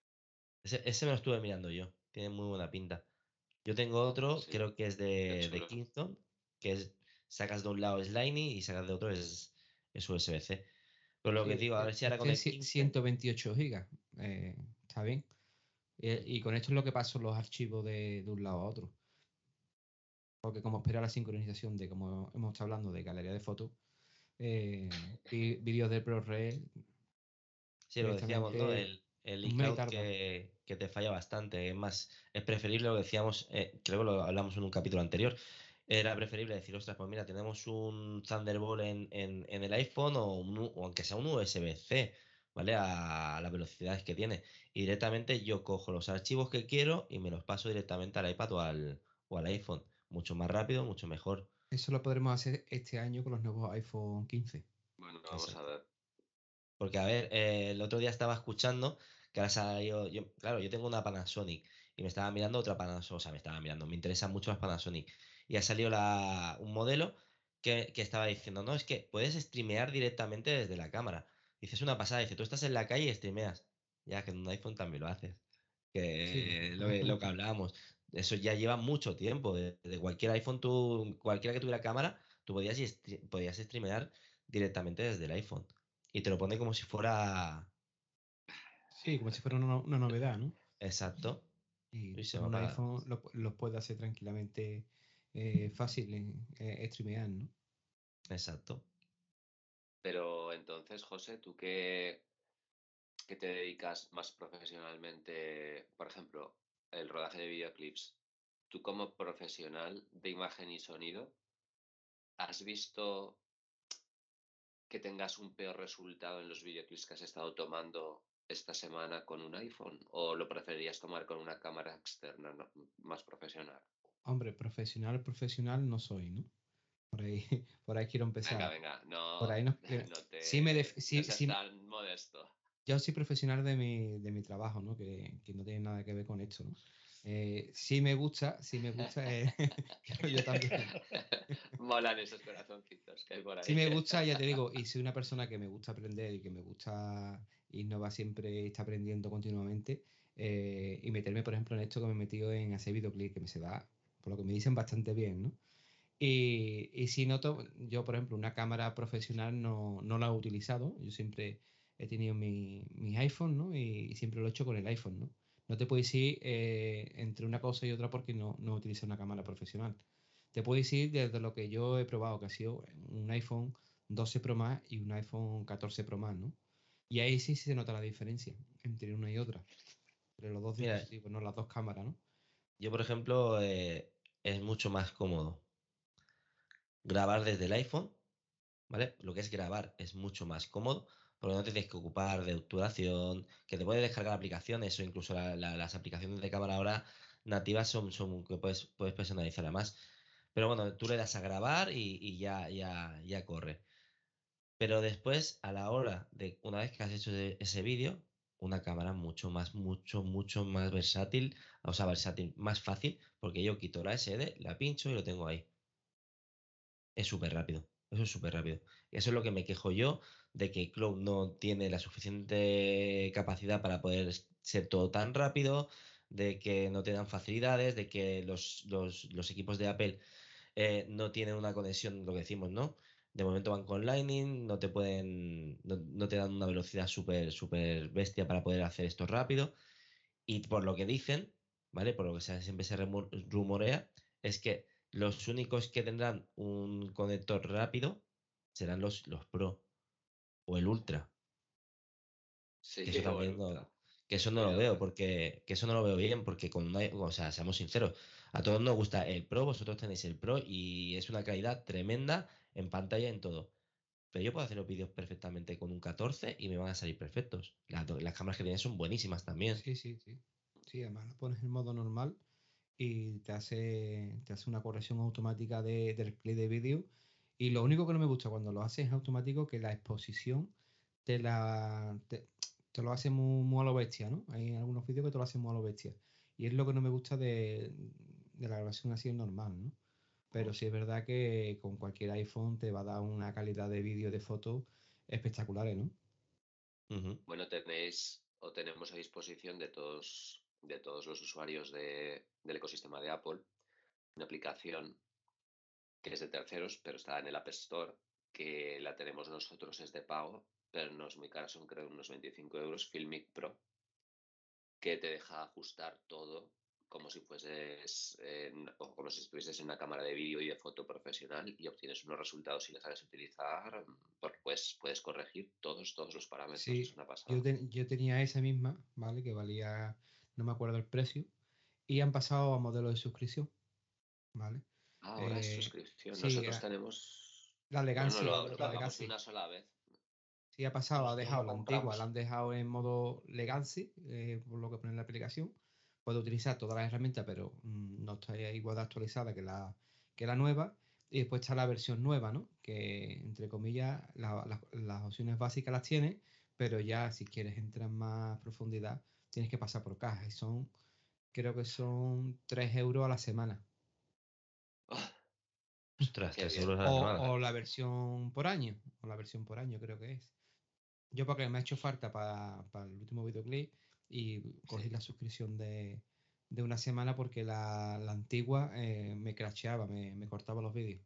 ese, ese me lo estuve mirando yo, tiene muy buena pinta. Yo tengo otro, Sí, creo que es qué de, de chulo. Kingston, que es, sacas de un lado es Lightning y sacas de otro es, es U S B-C. Pero lo que Sí, digo, a e- ver si ahora con este el es Kingston, ciento veintiocho gigas. eh, está bien. Eh, y con esto es lo que paso los archivos de, de un lado a otro. Porque como espera la sincronización de, como hemos estado hablando, de galería de fotos, eh, vi- vídeos de ProRes sí, lo decíamos, ¿no? directamente El, el un mes y iCloud tarda. que, que te falla bastante. Es más, es preferible, lo decíamos, eh, creo que lo hablamos en un capítulo anterior, era preferible decir, ostras, pues mira, tenemos un Thunderbolt en, en, en el iPhone o, un U- o aunque sea un U S B-C, ¿vale? A, a las velocidades que tiene. Y directamente yo cojo los archivos que quiero y me los paso directamente al iPad o al, o al iPhone. Mucho más rápido, mucho mejor. Eso lo podremos hacer este año con los nuevos iPhone quince. Bueno, vamos a Exacto. ver. Porque, a ver, eh, el otro día estaba escuchando que ahora salió, yo, claro, yo tengo una Panasonic y me estaba mirando otra Panasonic, o sea, me estaba mirando, me interesan mucho las Panasonic. Y ha salido la, un modelo que, que estaba diciendo, no, es que puedes streamear directamente desde la cámara. Dice, es una pasada, dice, tú estás en la calle y streameas. Ya que en un iPhone también lo haces. Sí, lo- Que lo, que lo que hablábamos, eso ya lleva mucho tiempo. De, de cualquier iPhone, tú, cualquiera que tuviera cámara, tú podías, y stre- podías streamear directamente desde el iPhone y te lo pone como si fuera sí, como si fuera una, no- una novedad, ¿no? exacto. Y Y tú se con me un apaga. iPhone lo, pu- lo puedes hacer tranquilamente eh, fácil en eh, streamear, ¿no? Exacto. Pero entonces, José, ¿tú qué, qué te dedicas más profesionalmente? Por ejemplo, el rodaje de videoclips. Tú como profesional de imagen y sonido, ¿has visto que tengas un peor resultado en los videoclips que has estado tomando esta semana con un iPhone? ¿O lo preferirías tomar con una cámara externa, no- más profesional? Hombre, profesional, profesional no soy, ¿no? Por ahí, por ahí quiero Venga, empezar. venga, Por no, ahí no, eh, no sí me te, def- no sí, seas sí, tan modesto. yo soy profesional de mi, de mi trabajo, ¿no? Que, que no tiene nada que ver con esto, ¿no? Eh, sí me gusta, sí me gusta, eh, yo, yo también. Molan esos corazoncitos que hay por ahí. Sí me gusta, ya te digo, y soy una persona que me gusta aprender y que me gusta innovar siempre, está aprendiendo continuamente. eh, y meterme, por ejemplo, en esto que me he metido en hacer videoclip, que me se da, por lo que me dicen, bastante bien, ¿no? Y, y si noto, yo, por ejemplo, una cámara profesional no, no la he utilizado. Yo siempre he tenido mi, mi iPhone, ¿no? Y, y siempre lo he hecho con el iPhone, ¿no? No te puedes ir eh, entre una cosa y otra porque no, no utilizo una cámara profesional. Te puedes ir desde lo que yo he probado, que ha sido un iPhone doce Pro Max y un iPhone catorce Pro Max, ¿no? Y ahí sí se nota la diferencia entre una y otra, entre los dos Mira, dispositivos, ¿no? Las dos cámaras, ¿no? yo por ejemplo, eh, es mucho más cómodo grabar desde el iPhone, ¿vale? Lo que es grabar es mucho más cómodo, porque no te tienes que ocupar de obturación, que te puedes descargar aplicaciones o incluso la- la- las aplicaciones de cámara ahora nativas son, son que puedes, puedes personalizarla más. Pero bueno, tú le das a grabar y, y ya, ya, ya corre. Pero después, a la hora de, una vez que has hecho ese, ese vídeo, una cámara mucho más, mucho, mucho más versátil, o sea, versátil, más fácil, porque yo quito la S D, la pincho y lo tengo ahí. Es súper rápido. Eso es súper rápido. Y eso es lo que me quejo yo, de que Cloud no tiene la suficiente capacidad para poder ser todo tan rápido, de que no te dan facilidades, de que los, los, los equipos de Apple eh, no tienen una conexión, lo que decimos, ¿no? De momento van con Lightning, no te pueden, no, no te dan una velocidad súper, súper bestia para poder hacer esto rápido. Y por lo que dicen, ¿vale? Por lo que se- siempre se remu- rumorea, es que los únicos que tendrán un conector rápido serán los, los Pro o el Ultra. Sí, Que eso o el también no, Ultra. que eso no lo Cuidado, veo, eh. porque que eso no lo veo bien, porque con una, o sea, seamos sinceros, a todos nos gusta el Pro, vosotros tenéis el Pro y es una calidad tremenda en pantalla en todo. Pero yo puedo hacer los vídeos perfectamente con un catorce y me van a salir perfectos. Las, do- las cámaras que tienen son buenísimas también. Sí, sí, sí. Sí, además lo pones en modo normal y te hace, te hace una corrección automática de, del clip de vídeo. Y lo único que no me gusta cuando lo haces automático que la exposición te la te, te lo hace muy, muy a lo bestia, ¿no? Hay algunos vídeos que te lo hacen muy a lo bestia. Y es lo que no me gusta de, de la grabación así normal, ¿no? Pero sí es verdad que con cualquier iPhone te va a dar una calidad de vídeo, de fotos espectaculares, ¿no? Ujú, Bueno, tenéis o tenemos a disposición de todos, de todos los usuarios de- del ecosistema de Apple una aplicación que es de terceros, pero está en el App Store, que la tenemos nosotros, es de pago, pero no es muy cara, son creo unos veinticinco euros, Filmic Pro, que te deja ajustar todo como si fueses en- o como si estuvieses en una cámara de vídeo y de foto profesional y obtienes unos resultados si la sabes utilizar, porque puedes, puedes corregir todos, todos los parámetros, es Sí, una yo, pasada. te- yo tenía esa misma, ¿vale? Que valía, no me acuerdo el precio, y han pasado a modelo de suscripción, ¿vale? Ah, ahora es Eh, suscripción. sí, Nosotros a- tenemos, la bueno, no, Legacy, lo, Nosotros lo la la, pagamos de Legacy. una sola vez. Sí, ha pasado, ha nosotros dejado lo la antigua, la compramos. han dejado en modo Legacy, eh, por lo que pone en la aplicación. Puede utilizar todas las herramientas, pero mm, no está igual de actualizada que la, que la nueva. Y después está la versión nueva, ¿no? Que, entre comillas, la- la- las opciones básicas las tiene, pero ya si quieres entrar en más profundidad, tienes que pasar por caja. Y son, creo que son tres euros a la semana. Ostras, Qué tres bien. euros a la O, semana. o la versión por año, o la versión por año creo que es. Yo porque me ha hecho falta para, para el último videoclip y cogí Sí. la suscripción de, de una semana porque la, la antigua eh, me crasheaba, me, me cortaba los vídeos.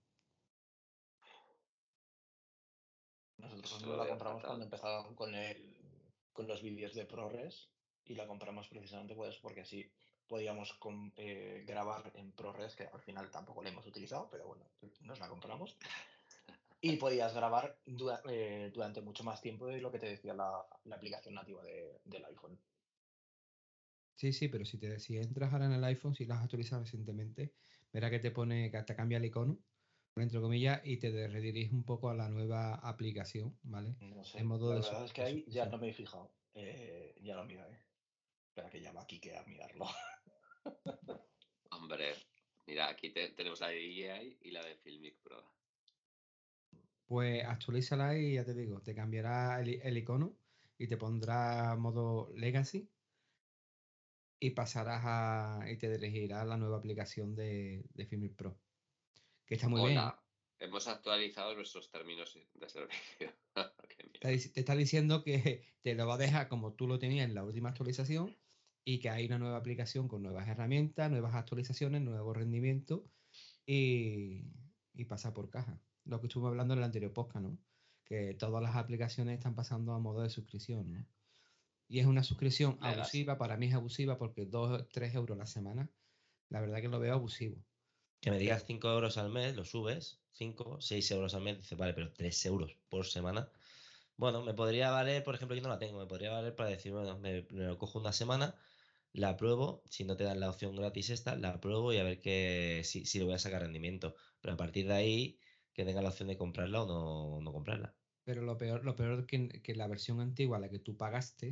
Nosotros, por Eso ejemplo, lo la veo compramos cuando fatal. empezaban con el, con los vídeos de ProRes y la compramos precisamente pues porque así podíamos com- eh, grabar en ProRes, que al final tampoco la hemos utilizado, pero bueno, nos la compramos. Y podías grabar dura- eh, durante mucho más tiempo de lo que te decía la, la aplicación nativa de- del iPhone. Sí, sí, pero si, te, si entras ahora en el iPhone, si lo has actualizado recientemente, verás que te pone, que te cambia el icono, entre comillas, y te de- redirige un poco a la nueva aplicación, ¿vale? No En sé, modo la de, sus- verdad es que de ahí ya suscripción. no me he fijado. Eh, ya lo miraré. Espera que ya va Kike a mirarlo. Hombre, mira, aquí te- tenemos la de D J I y la de Filmic Pro. Pues actualízala y ya te digo, te cambiará el, i- el icono y te pondrá modo Legacy y pasarás a y te dirigirás a la nueva aplicación de, de Filmic Pro, que está muy bien. Hola, hemos actualizado nuestros términos de servicio. Qué Te, miedo. dic- te está diciendo que te lo va a dejar como tú lo tenías en la última actualización y que hay una nueva aplicación con nuevas herramientas, nuevas actualizaciones, nuevo rendimiento y, y pasa por caja. Lo que estuvimos hablando en el anterior podcast, ¿no? Que todas las aplicaciones están pasando a modo de suscripción, ¿no? Y es una suscripción Legacy. abusiva, para mí es abusiva porque dos tres euros la semana, la verdad que lo veo abusivo. Que me digas Pero, cinco euros al mes, lo subes, cinco, seis euros al mes, dices, vale, pero tres euros por semana. Bueno, me podría valer, por ejemplo, yo no la tengo, me podría valer para decir, bueno, me, me lo cojo una semana, la pruebo, si no te dan la opción gratis esta, la pruebo y a ver que, si, si le voy a sacar rendimiento. Pero a partir de ahí, que tenga la opción de comprarla o no, no comprarla. pero lo peor, lo peor que, que la versión antigua, la que tú pagaste,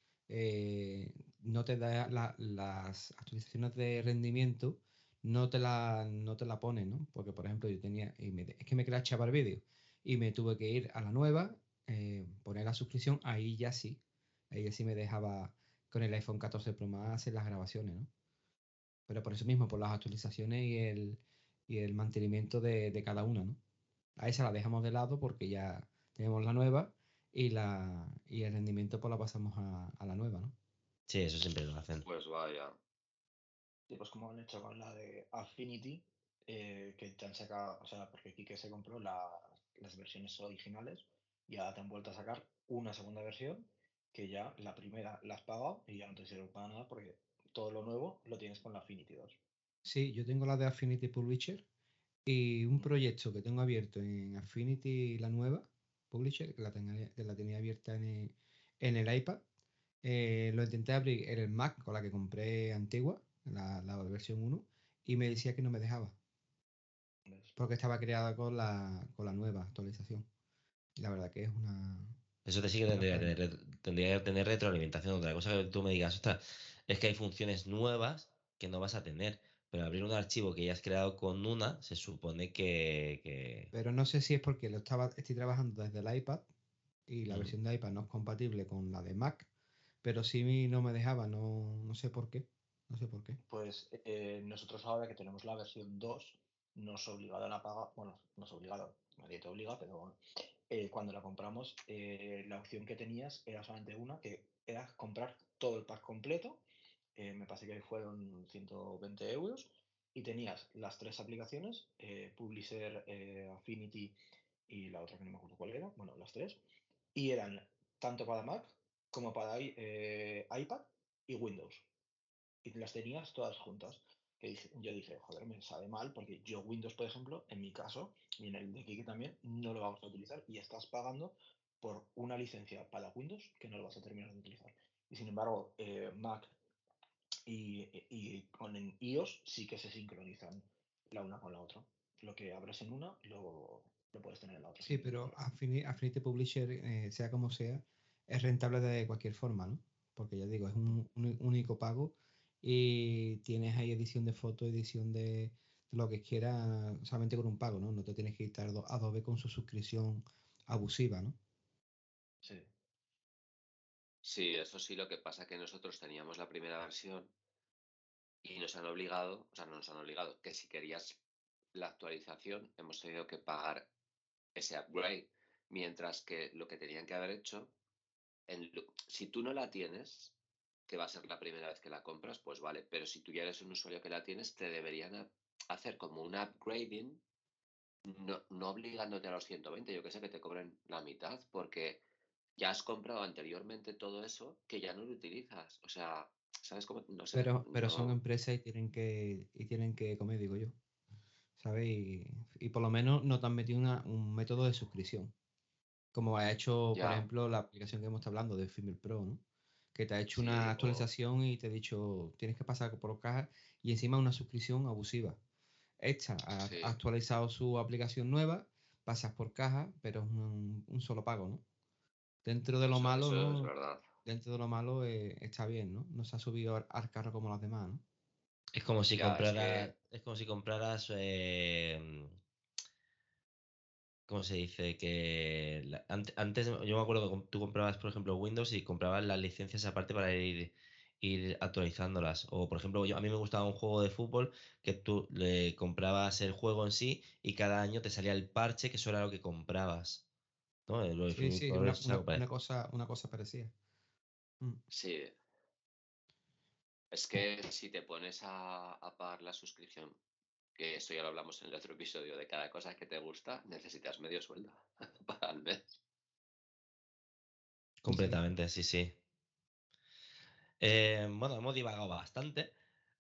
eh, no te da la- las actualizaciones de rendimiento, no te la, no te la pone, ¿no? Porque, por ejemplo, yo tenía, y me- es que me quería chapar vídeo y me tuve que ir a la nueva, eh, poner la suscripción, ahí ya sí, ahí ya sí me dejaba con el iPhone catorce Pro Max hacer las grabaciones, ¿no? Pero por eso mismo, por las actualizaciones y el, y el mantenimiento de, de cada una, ¿no? A esa la dejamos de lado porque ya tenemos la nueva y, la, y el rendimiento pues la pasamos a, a la nueva, ¿no? Sí, eso siempre lo hacen. Pues vaya. Sí, pues como han hecho con la de Affinity, eh, que te han sacado, o sea, porque Kike se compró la- las versiones originales y ahora te han vuelto a sacar una segunda versión que ya la primera la has pagado y ya no te sirve para nada porque todo lo nuevo lo tienes con la Affinity dos. Sí, yo tengo la de Affinity Publisher y un proyecto que tengo abierto en Affinity, la nueva Publisher, que la, tenía, que la tenía abierta en el, en el iPad. Eh, lo intenté abrir en el Mac con la que compré antigua, la, la versión uno, y me decía que no me dejaba, ¿Ves? porque estaba creada con la, con la nueva actualización. Y la verdad que es una, Eso te sí que una tendría que faena. tener, re- tendría que tener retroalimentación. Otra cosa que tú me digas, ostras, es que hay funciones nuevas que no vas a tener. Pero abrir un archivo que ya has creado con una, se supone que, que... Pero no sé si es porque lo estaba, estoy trabajando desde el iPad y la Ujú. versión de iPad no es compatible con la de Mac, pero sí no me dejaba, no, no sé por qué. No sé por qué. Pues eh, nosotros ahora que tenemos la versión dos, nos obligaron a pagar, bueno, nos obligaron, nadie te obliga, pero bueno, eh, cuando la compramos, eh, la opción que tenías era solamente una, que era comprar todo el pack completo, eh, me parece que fueron ciento veinte euros, y tenías las tres aplicaciones, eh, Publisher, eh, Affinity y la otra que no me acuerdo cuál era, bueno, las tres, y eran tanto para Mac como para i- eh, iPad y Windows y las tenías todas juntas. Que dije- yo dije, joder, me sabe mal porque yo Windows, por ejemplo, en mi caso, y en el de Kiki también, no lo vamos a utilizar y estás pagando por una licencia para Windows que no lo vas a terminar de utilizar. Y sin embargo, eh, Mac y, y con en iOS sí que se sincronizan la una con la otra. Lo que abres en una lo, lo puedes tener en la otra Sí, sin ningún pero problema. Affini- Affinity Publisher, eh, sea como sea, es rentable de cualquier forma, ¿no? Porque ya digo, es un, un único pago y tienes ahí edición de foto, edición de lo que quieras, solamente con un pago, ¿no? No te tienes que ir a Ado- Adobe con su suscripción abusiva, ¿no? Sí. Sí, eso sí, lo que pasa que nosotros teníamos la primera versión y nos han obligado, o sea, no nos han obligado, que si querías la actualización hemos tenido que pagar ese upgrade, mientras que lo que tenían que haber hecho, en lo- si tú no la tienes, que va a ser la primera vez que la compras, pues vale, pero si tú ya eres un usuario que la tienes, te deberían a- hacer como un upgrading, no, no obligándote a los ciento veinte, yo que sé, que te cobren la mitad, porque ya has comprado anteriormente todo eso que ya no lo utilizas. O sea, ¿sabes cómo? No sé, Pero, pero son no. empresas y tienen que, y tienen que comer, digo yo, ¿sabes? Y, y por lo menos no te han metido una- un método de suscripción. Como ha hecho, por Ya, ejemplo, la aplicación que hemos estado hablando de Filmil Pro, ¿no? Que te ha hecho una sí, o actualización y te ha dicho, tienes que pasar por caja y encima una suscripción abusiva. Esta ha ha sí, actualizado su aplicación nueva, pasas por caja, pero es un, un solo pago, ¿no? Dentro de lo eso, malo, eso es ¿no? verdad. Dentro de lo malo eh, está bien, ¿no? No se ha subido al, al carro como las demás, ¿no? Es como si Ya, es compraras, que, es como si compraras, eh, ¿cómo se dice? Que la- ant- antes, yo me acuerdo que tú comprabas, por ejemplo, Windows y comprabas las licencias aparte para ir ir actualizándolas. O, por ejemplo, yo, a mí me gustaba un juego de fútbol que tú le comprabas el juego en sí y cada año te salía el parche, que eso era lo que comprabas. ¿No? Lo de Sí, Fútbol sí, Colores una, es una, algo una parecido. cosa, una cosa parecida. Mm. Sí, es que si te pones a, a pagar la suscripción, que esto ya lo hablamos en el otro episodio, de cada cosa que te gusta, necesitas medio sueldo para el mes. Sí, sí. Completamente, sí, sí. Eh, bueno, hemos divagado bastante.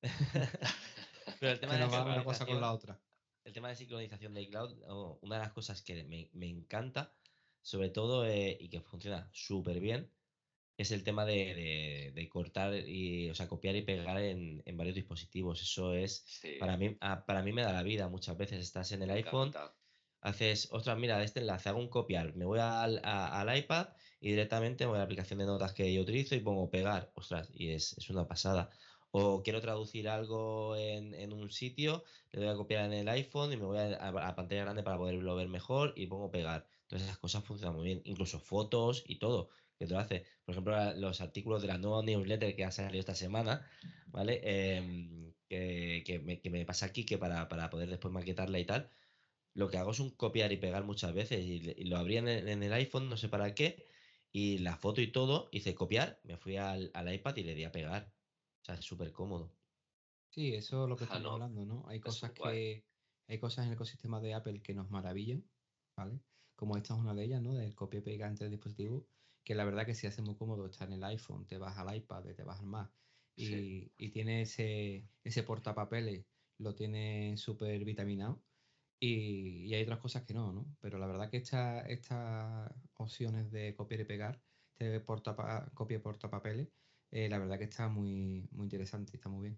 Pero el tema Se de la nos va una cosa con la sincronización, otra. el tema de sincronización de iCloud, oh, una de las cosas que me, me encanta, sobre todo, eh, y que funciona súper bien, es el tema de, de- de cortar y, o sea, copiar y pegar en, en varios dispositivos. Eso es, Sí, para mí, ah, para mí me da la vida. Muchas veces estás en el me iPhone, encanta. haces, ostras, mira, de este enlace hago un copiar, me voy al, a- al iPad y directamente me voy a la aplicación de notas que yo utilizo y pongo pegar, ostras, y es, es una pasada. O quiero traducir algo en, en un sitio, le doy a copiar en el iPhone y me voy a, a- a pantalla grande para poderlo ver mejor y pongo pegar. Entonces esas cosas funcionan muy bien, incluso fotos y todo, que te lo hace. Por ejemplo, la- los artículos de la nueva newsletter que ha salido esta semana, ¿vale? Em, que, que me, que me pasa aquí que para, para poder después maquetarla y tal lo que hago es un copiar y pegar muchas veces y, le- y lo abrí en el, en el iPhone, no sé para qué, y la foto y todo, hice copiar, me fui al, al iPad y le di a pegar. O sea, es súper cómodo. Sí, eso es lo que Ah, estamos no, hablando, ¿no? Hay es cosas guay. que, hay cosas en el ecosistema de Apple que nos maravillan, ¿vale? Como esta es una de ellas, ¿no? Del copia y pega entre dispositivos, que la verdad que sí hace muy cómodo estar en el iPhone, te vas al iPad, te vas al Mac Sí, y, y tiene ese, ese portapapeles, lo tiene súper vitaminado y, y hay otras cosas que no, ¿no? Pero la verdad que esta- estas opciones de copiar y pegar, este portapa, copia y portapapeles, eh, la verdad que está muy, muy interesante, está muy bien.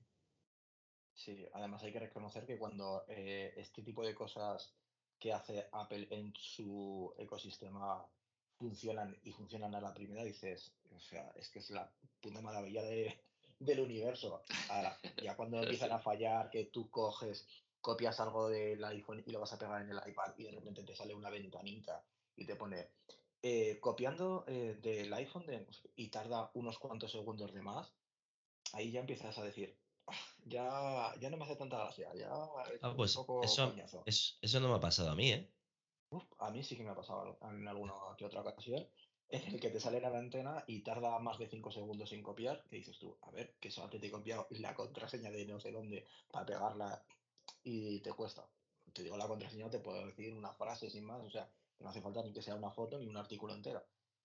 Sí, además hay que reconocer que cuando eh, este tipo de cosas que hace Apple en su ecosistema funcionan y funcionan a la primera, dices, o sea, es que es la puta maravilla de- del universo. Ahora, ya cuando empiezan sí. a fallar, que tú coges, copias algo del iPhone y lo vas a pegar en el iPad y de repente te sale una ventanita y te pone eh, copiando eh, del iPhone de, no sé qué, y tarda unos cuantos segundos de más, ahí ya empiezas a decir, ya, ya no me hace tanta gracia, ya es Ah, un pues poco eso, coñazo. es- eso no me ha pasado a mí, ¿eh? Uf, a mí sí que me ha pasado en alguna que otra ocasión en el que te sale la antena y tarda más de cinco segundos en copiar, que dices tú, a ver, que solo te he copiado la contraseña de no sé dónde para pegarla y te cuesta. Te digo la contraseña, te puedo decir una frase sin más, o sea, que no hace falta ni que sea una foto ni un artículo entero.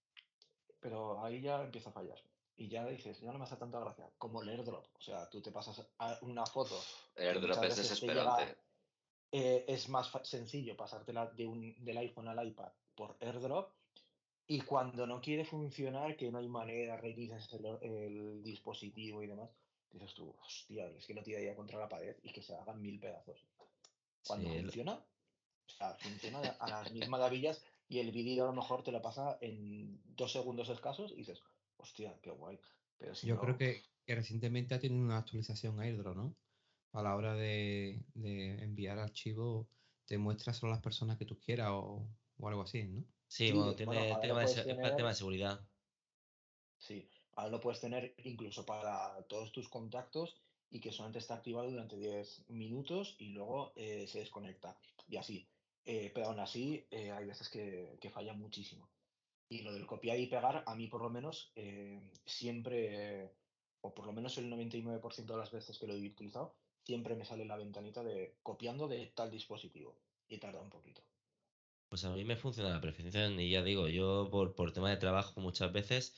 Pero ahí ya empieza a fallar. Y ya dices, ya no me hace tanta gracia, como el airdrop. O sea, tú te pasas a una foto que AirDrop muchas es veces te llega, desesperante. eh, es más fa- sencillo pasártela de un, del iPhone al iPad por airdrop. Y cuando no quiere funcionar, que no hay manera, reinicias el, or- el dispositivo y demás, dices tú, hostia, es que lo tiraría contra la pared y que se hagan mil pedazos. Sí, Cuando el- funciona, o sea, funciona a las mil maravillas y el vídeo a lo mejor te lo pasa en dos segundos escasos y dices, hostia, qué guay. Pero si Yo creo no, que, que recientemente ha tenido una actualización AirDrop, ¿no? A la hora de, de enviar archivos, te muestra solo las personas que tú quieras o, o algo así, ¿no? sí, bueno, sí, bueno, tiene ahora lo tema de, puedes se- es para tema tener, de seguridad. sí, ahora lo puedes tener incluso para todos tus contactos y que solamente está activado durante diez minutos y luego eh, se desconecta. Y así. Eh, pero aún así, eh, hay veces que, que falla muchísimo. Y lo del copiar y pegar, a mí por lo menos, eh, siempre, eh, o por lo menos el noventa y nueve por ciento de las veces que lo he utilizado, siempre me sale la ventanita de copiando de tal dispositivo. Y tarda un poquito. Pues a mí me funciona a la perfección y ya digo, yo por, por tema de trabajo muchas veces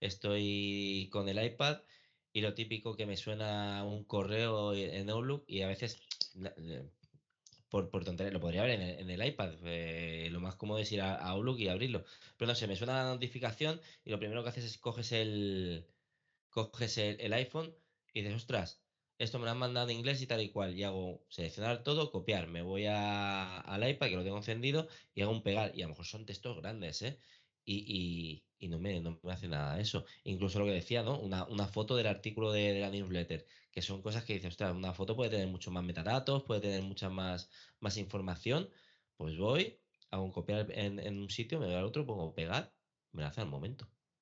estoy con el iPad y lo típico que me suena un correo en Outlook y a veces la- le- por, por tontería lo podría ver en el, en el iPad. Eh, lo más cómodo es ir a, a Outlook y abrirlo. Pero no sé, me suena la notificación y lo primero que haces es coges el, coges el, el iPhone y dices, ostras, esto me lo han mandado en inglés y tal y cual. Y hago seleccionar todo, copiar. Me voy a, al iPad que lo tengo encendido y hago un pegar. Y a lo mejor son textos grandes, ¿eh? Y, y- y no me, no me hace nada eso. Incluso lo que decía, ¿no? Una, una foto del artículo de, de la newsletter, que son cosas que dices, ostras, una foto puede tener muchos más metadatos, puede tener mucha más, más información. Pues voy, hago un copiar en, en un sitio, me voy al otro, pongo pegar, me lo hace al momento.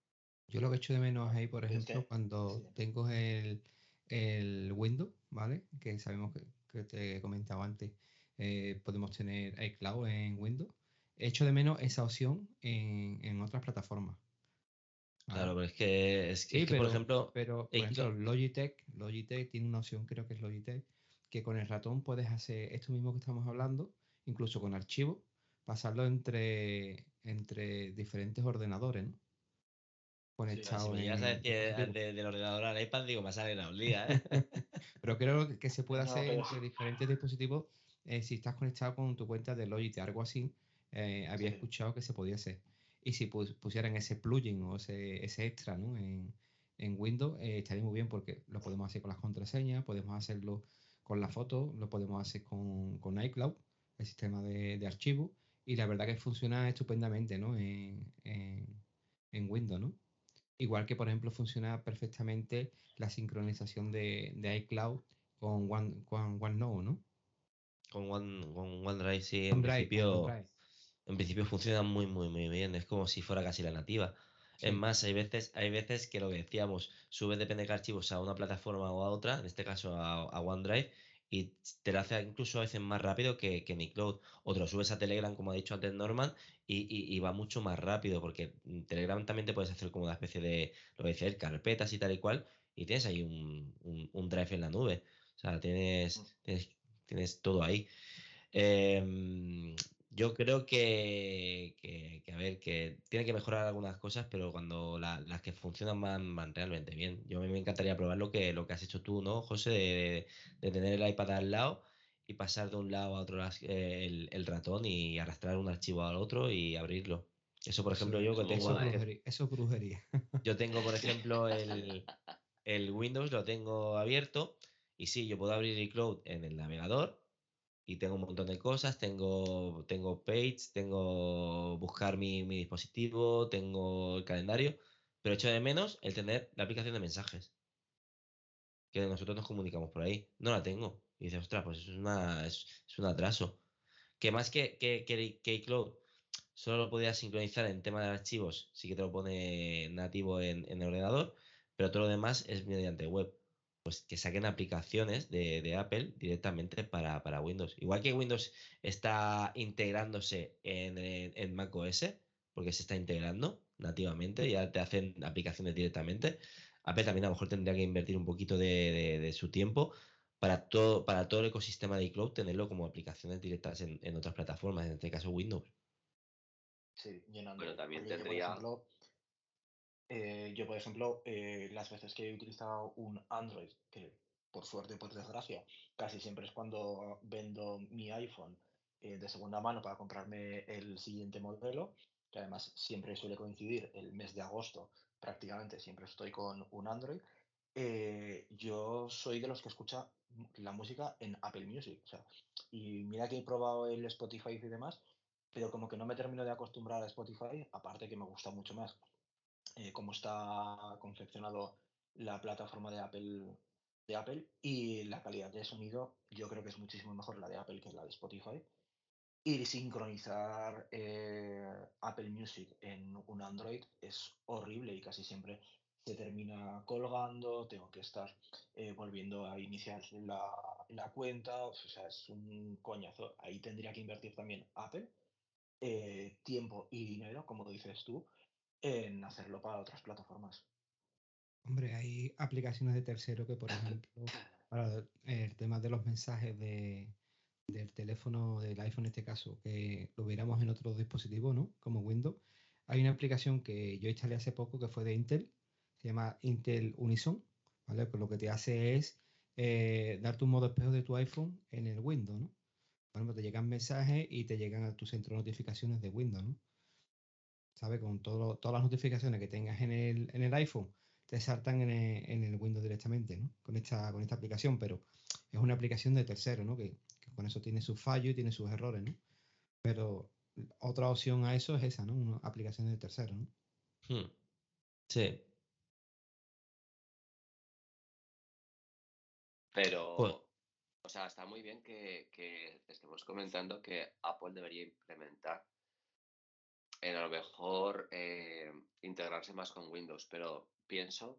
Yo lo que echo de menos ahí, por Es ejemplo, que, cuando sí, tengo el, el Windows, ¿vale? Que sabemos que, que te he comentado antes, eh, podemos tener iCloud en Windows. Echo de menos esa opción en, en otras plataformas, ¿vale? Claro, pero es que, es que, es Sí, que por pero, ejemplo, pero por ejemplo, iCloud- Logitech, Logitech tiene una opción, creo que es Logitech, que con el ratón puedes hacer esto mismo que estamos hablando, incluso con archivos, pasarlo entre, entre diferentes ordenadores, ¿no? sí, ah, si Conectados me llegas a en decir eh, dispositivos. de- del ordenador al iPad, digo, me sale un día, ¿eh? Pero creo que que se puede no, hacer pero entre diferentes dispositivos eh, si estás conectado con tu cuenta de Logitech, algo así. Eh, había sí, escuchado que se podía hacer. Y si pus- pusieran ese plugin o ese, ese extra, ¿no? en, en Windows, eh, estaría muy bien porque lo podemos hacer con las contraseñas, podemos hacerlo con la foto, lo podemos hacer con, con iCloud, el sistema de, de archivos. Y la verdad que funciona estupendamente, ¿no? en, en, en Windows, ¿no? Igual que, por ejemplo, funciona perfectamente la sincronización de, de iCloud con, One, con OneNote, ¿no? Con One, con OneDrive, sí, en OneDrive, con principio, OneDrive. en principio funciona muy, muy, muy bien. Es como si fuera casi la nativa. Es Sí, más, hay veces, hay veces que lo que decíamos, subes depende de qué archivos a una plataforma o a otra, en este caso a, a OneDrive, y te lo hace incluso a veces más rápido que, que en iCloud. O te lo subes a Telegram, como ha dicho antes Norman, y, y- y va mucho más rápido, porque en Telegram también te puedes hacer como una especie de, lo que decía él, carpetas y tal y cual, y tienes ahí un, un, un drive en la nube. O sea, mm, tienes, tienes, tienes todo ahí. Em, yo creo que, que- que, a ver, que tiene que mejorar algunas cosas, pero cuando la- las que funcionan van, van realmente bien. Yo a mí me encantaría probar lo que, lo que has hecho tú, ¿no, José? De, de tener el iPad al lado y pasar de un lado a otro las- eh, el, el ratón y arrastrar un archivo al otro y abrirlo. Eso, por ejemplo, eso, yo que Muy eso es tengo, guay. que brujería. Eso es brujería. yo tengo, por ejemplo, el, el Windows, lo tengo abierto y sí, yo puedo abrir iCloud en el navegador y tengo un montón de cosas, tengo, tengo Page, tengo buscar mi, mi dispositivo, tengo el calendario, pero echo de menos el tener la aplicación de mensajes, que nosotros nos comunicamos por ahí. No la tengo. Y dices, ostras, pues eso es, una, es, es un atraso. Que más que, que, que, que iCloud solo lo podías sincronizar en tema de archivos, sí que te lo pone nativo en, en el ordenador, pero todo lo demás es mediante web. Pues que saquen aplicaciones de, de Apple directamente para, para Windows. Igual que Windows está integrándose en, en, en macOS, porque se está integrando nativamente, ya te hacen aplicaciones directamente. Apple también a lo mejor tendría que invertir un poquito de, de- de su tiempo para todo, para todo el ecosistema de iCloud, tenerlo como aplicaciones directas en, en otras plataformas, en este caso Windows. sí, y en Bueno, Android. también Porque yo, por tendría. ejemplo, eh, yo, por ejemplo, eh, las veces que he utilizado un Android, que por suerte o por desgracia, casi siempre es cuando vendo mi iPhone eh, de segunda mano para comprarme el siguiente modelo, que además siempre suele coincidir el mes de agosto, prácticamente siempre estoy con un Android. Eh, yo soy de los que escucha m- la música en Apple Music. O sea, y mira que he probado el Spotify y demás, pero como que no me termino de acostumbrar a Spotify, aparte que me gusta mucho más eh, cómo está confeccionado la plataforma de Apple, de Apple y la calidad de sonido yo creo que es muchísimo mejor la de Apple que la de Spotify. Y sincronizar eh, Apple Music en un Android es horrible y casi siempre se termina colgando, tengo que estar eh, volviendo a iniciar la, la cuenta, o sea, es un coñazo. Ahí tendría que invertir también Apple eh, tiempo y dinero, como dices tú, en hacerlo para otras plataformas. Hombre, hay aplicaciones de tercero que, por ejemplo, para el tema de los mensajes de, del teléfono, del iPhone en este caso, que lo viéramos en otros dispositivos, ¿no? Como Windows. Hay una aplicación que yo instalé hace poco que fue de Intel, se llama Intel Unison, ¿vale? Que lo que te hace es eh, darte un modo espejo de tu iPhone en el Windows, ¿no? Por ejemplo, te llegan mensajes y te llegan a tu centro de notificaciones de Windows, ¿no? ¿Sabes? Con todo, todas las notificaciones que tengas en el, en el iPhone, te saltan en el, en el Windows directamente, ¿no? Con esta, con esta aplicación, pero es una aplicación de tercero, ¿no? Que, que con eso tiene sus fallos y tiene sus errores, ¿no? Pero otra opción a eso es esa, ¿no? Una aplicación de tercero, ¿no? Hmm, sí. Pues, Pero, o sea, está muy bien que, que estemos comentando que Apple debería implementar en a lo mejor eh, integrarse más con Windows, pero pienso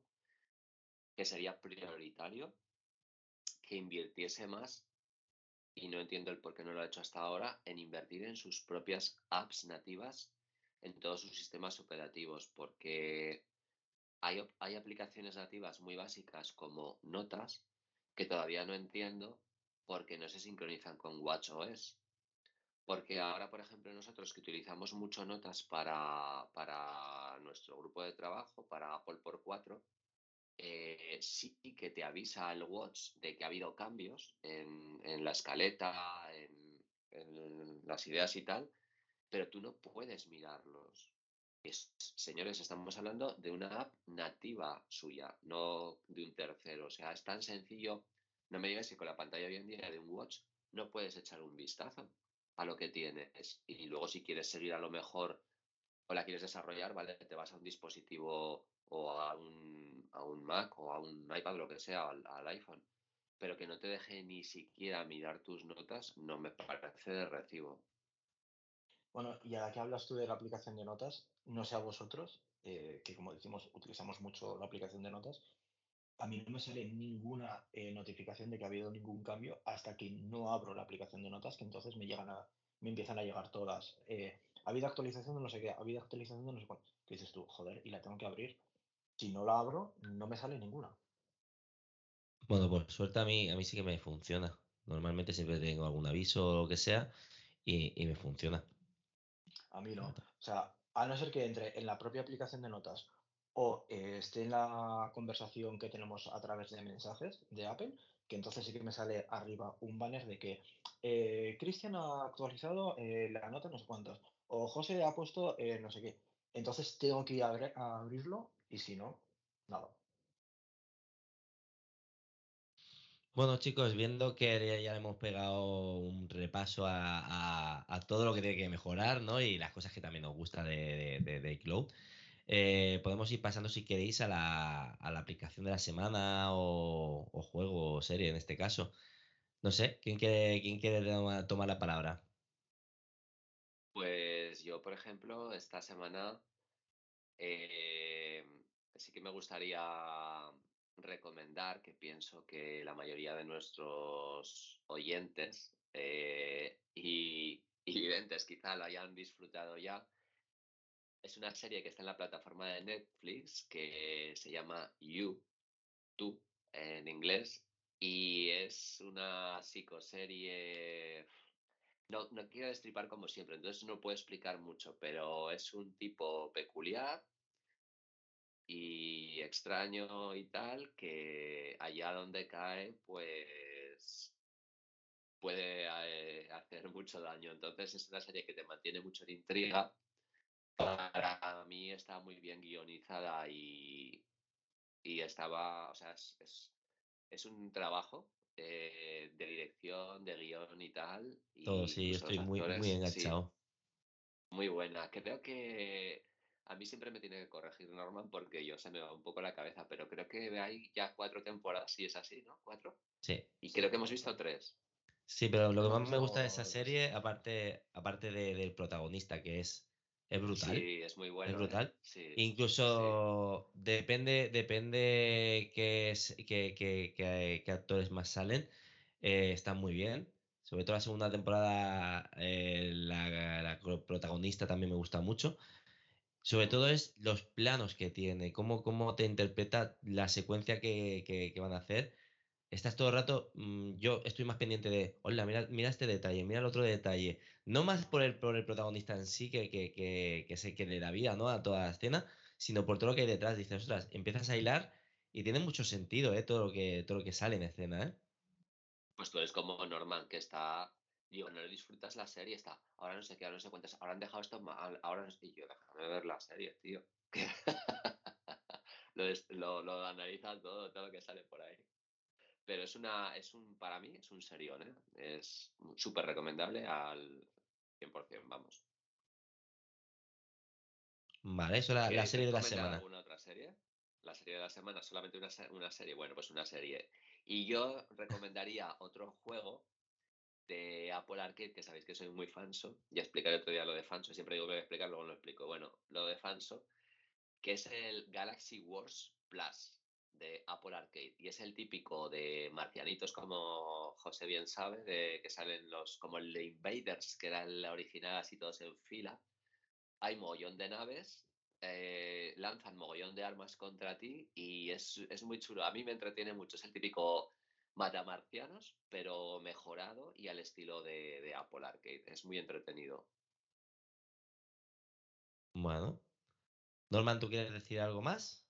que sería prioritario que invirtiese más, y no entiendo el por qué no lo ha hecho hasta ahora, en invertir en sus propias apps nativas en todos sus sistemas operativos, porque hay, hay aplicaciones nativas muy básicas como Notas que todavía no entiendo porque no se sincronizan con WatchOS. Porque ahora, por ejemplo, nosotros que utilizamos mucho Notas para, para nuestro grupo de trabajo, para Apple por cuatro, eh, sí que te avisa el Watch de que ha habido cambios en, en la escaleta, en, en las ideas y tal, pero tú no puedes mirarlos. Es, señores, estamos hablando de una app nativa suya, no de un tercero. O sea, es tan sencillo. No me digas que con la pantalla hoy en día de un Watch no puedes echar un vistazo a lo que tienes. Y luego si quieres seguir a lo mejor o la quieres desarrollar, ¿vale? Te vas a un dispositivo o a un, a un Mac o a un iPad, lo que sea, al, al iPhone. Pero que no te deje ni siquiera mirar tus notas, no me parece de recibo. Bueno, y ahora que hablas tú de la aplicación de notas, no sé a vosotros, eh, que como decimos, utilizamos mucho la aplicación de notas, a mí no me sale ninguna eh, notificación de que ha habido ningún cambio hasta que no abro la aplicación de notas, que entonces me llegan a, me empiezan a llegar todas. eh, ha habido actualización de no sé qué, ha habido actualización de no sé cuánto. Que dices tú, joder, y la tengo que abrir. Si no la abro, no me sale ninguna. Bueno, por suerte a mí, a mí sí que me funciona. Normalmente siempre tengo algún aviso o lo que sea y, y me funciona. A mí no. La O verdad. sea, a no ser que entre en la propia aplicación de notas o eh, esté en la conversación que tenemos a través de mensajes de Apple, que entonces sí que me sale arriba un banner de que eh, Cristian ha actualizado eh, la nota no sé cuántos, o José ha puesto eh, no sé qué. Entonces tengo que ir a, abri- a abrirlo y si no, nada. Bueno, chicos, viendo que ya ya le hemos pegado un repaso a, a- a todo lo que tiene que mejorar, ¿no? Y las cosas que también nos gusta de, de, de- de iCloud, eh, podemos ir pasando, si queréis, a la, a la aplicación de la semana o, o juego o serie en este caso. No sé, ¿quién quiere, quién quiere toma- tomar la palabra? Pues yo, por ejemplo, esta semana eh, sí que me gustaría recomendar, que pienso que la mayoría de nuestros oyentes eh, y, y videntes quizá lo hayan disfrutado ya. Es una serie que está en la plataforma de Netflix que se llama You, Tú, en inglés, y es una psicoserie. No, no quiero destripar como siempre, entonces no puedo explicar mucho, pero es un tipo peculiar y extraño y tal, que allá donde cae, pues puede eh, hacer mucho daño. Entonces es una serie que te mantiene mucho en intriga. Para mí está muy bien guionizada y, y estaba, o sea, es, es, es un trabajo eh, de dirección, de guión y tal, Todo, y sí, yo incluso los estoy muy, muy actores, sí, enganchado. muy buena. Creo que a mí siempre me tiene que corregir Norman porque yo se me va un poco la cabeza, pero creo que hay ya cuatro temporadas, si es así, ¿no? Cuatro. Sí. Y Sí, creo que hemos correcto. visto tres. Sí, pero lo que Hemos más me gusta de esa visto el serie, resto. aparte, aparte de- del protagonista, que es, es brutal, Sí, es muy es bueno, ¿eh? brutal. Sí, sí. Incluso depende, depende qué, es- qué, qué- qué- qué actores más salen, eh, están muy bien. Sobre todo la segunda temporada, eh, la, la co- protagonista también me gusta mucho. Sobre Mm. todo es los planos que tiene, cómo, cómo te interpreta la secuencia que, que que van a hacer. Estás todo el rato, mm, yo estoy más pendiente de, hola, mira, mira este detalle, mira el otro detalle. No más por el, por el protagonista en sí, que, que, que, que sé que le da vida, ¿no? A toda la escena, sino por todo lo que hay detrás. Dices, ostras, empiezas a hilar y tiene mucho sentido, ¿eh? Todo lo que, todo lo que sale en escena, ¿eh? Pues tú eres como Norman, que está. Digo, no le disfrutas la serie, está. Ahora no sé qué, ahora no sé cuántas. Ahora han dejado esto mal. Ahora no sé. Y yo, déjame ver la serie, tío. Que lo, des- lo, lo analiza todo, todo lo que sale por ahí. Pero es una, es un, para mí, es un serión, ¿eh? Es súper recomendable al cien por ciento, vamos. Vale, eso es la, la ¿Queréis serie de la recomendar semana. alguna otra serie? La serie de la semana, solamente una, se- una serie. Bueno, pues una serie. Y yo recomendaría otro juego de Apple Arcade, que sabéis que soy muy fanso, ya explicaré otro día lo de fanso, siempre digo que voy a explicar, luego no lo explico. Bueno, lo de fanso, que es el Galaxy Wars Plus de Apple Arcade, y es el típico de marcianitos, como José bien sabe, de que salen los, como el de Invaders, que era el original, así todos en fila. Hay mogollón de naves, eh, lanzan mogollón de armas contra ti y es, es muy chulo. A mí me entretiene mucho. Es el típico matamarcianos, pero mejorado y al estilo de, de Apple Arcade. Es muy entretenido. Bueno. Norman, ¿tú quieres decir algo más?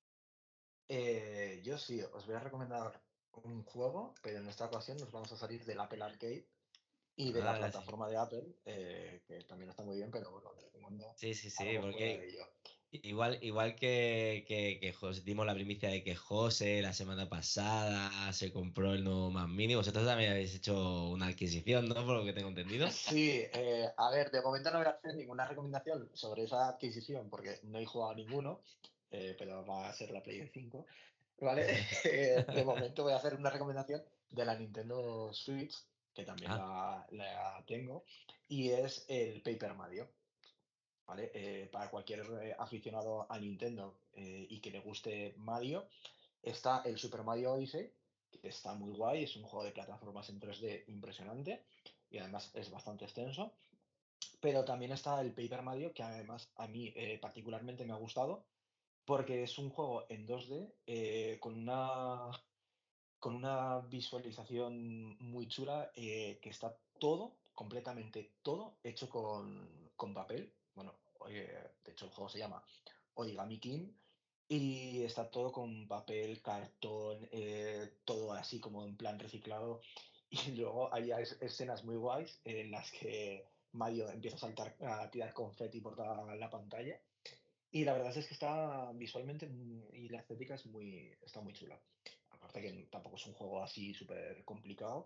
Eh, yo sí, os voy a recomendar un juego, pero en esta ocasión nos vamos a salir del Apple Arcade y de la Ah, sí. plataforma de Apple, eh, que también está muy bien, pero bueno, te recomiendo Sí, sí, sí, algo fuera porque de ello. igual, igual que, que, que Jos- dimos la primicia de que José la semana pasada se compró el nuevo Mac Mini, vosotros también habéis hecho una adquisición, ¿no? Por lo que tengo entendido. Sí, eh, a ver, de momento no voy a hacer ninguna recomendación sobre esa adquisición porque no he jugado a ninguno, eh, pero va a ser la Play cinco, ¿vale? Eh, de momento voy a hacer una recomendación de la Nintendo Switch, que también Ah, la, la tengo, y es el Paper Mario, ¿vale? Eh, para cualquier eh, aficionado a Nintendo eh, y que le guste Mario, está el Super Mario Odyssey, que está muy guay, es un juego de plataformas en tres D impresionante y además es bastante extenso. Pero también está el Paper Mario, que además a mí eh, particularmente me ha gustado, porque es un juego en dos D eh, con una, con una visualización muy chula, eh, que está todo, completamente todo, hecho con, con papel. Bueno, oye, de hecho el juego se llama Origami King y está todo con papel, cartón, eh, todo así como en plan reciclado. Y luego hay es- escenas muy guays en las que Mario empieza a saltar, a tirar confeti por toda la pantalla. Y la verdad es que está visualmente mu- y la estética es muy, está muy chula. Aparte que tampoco es un juego así súper complicado.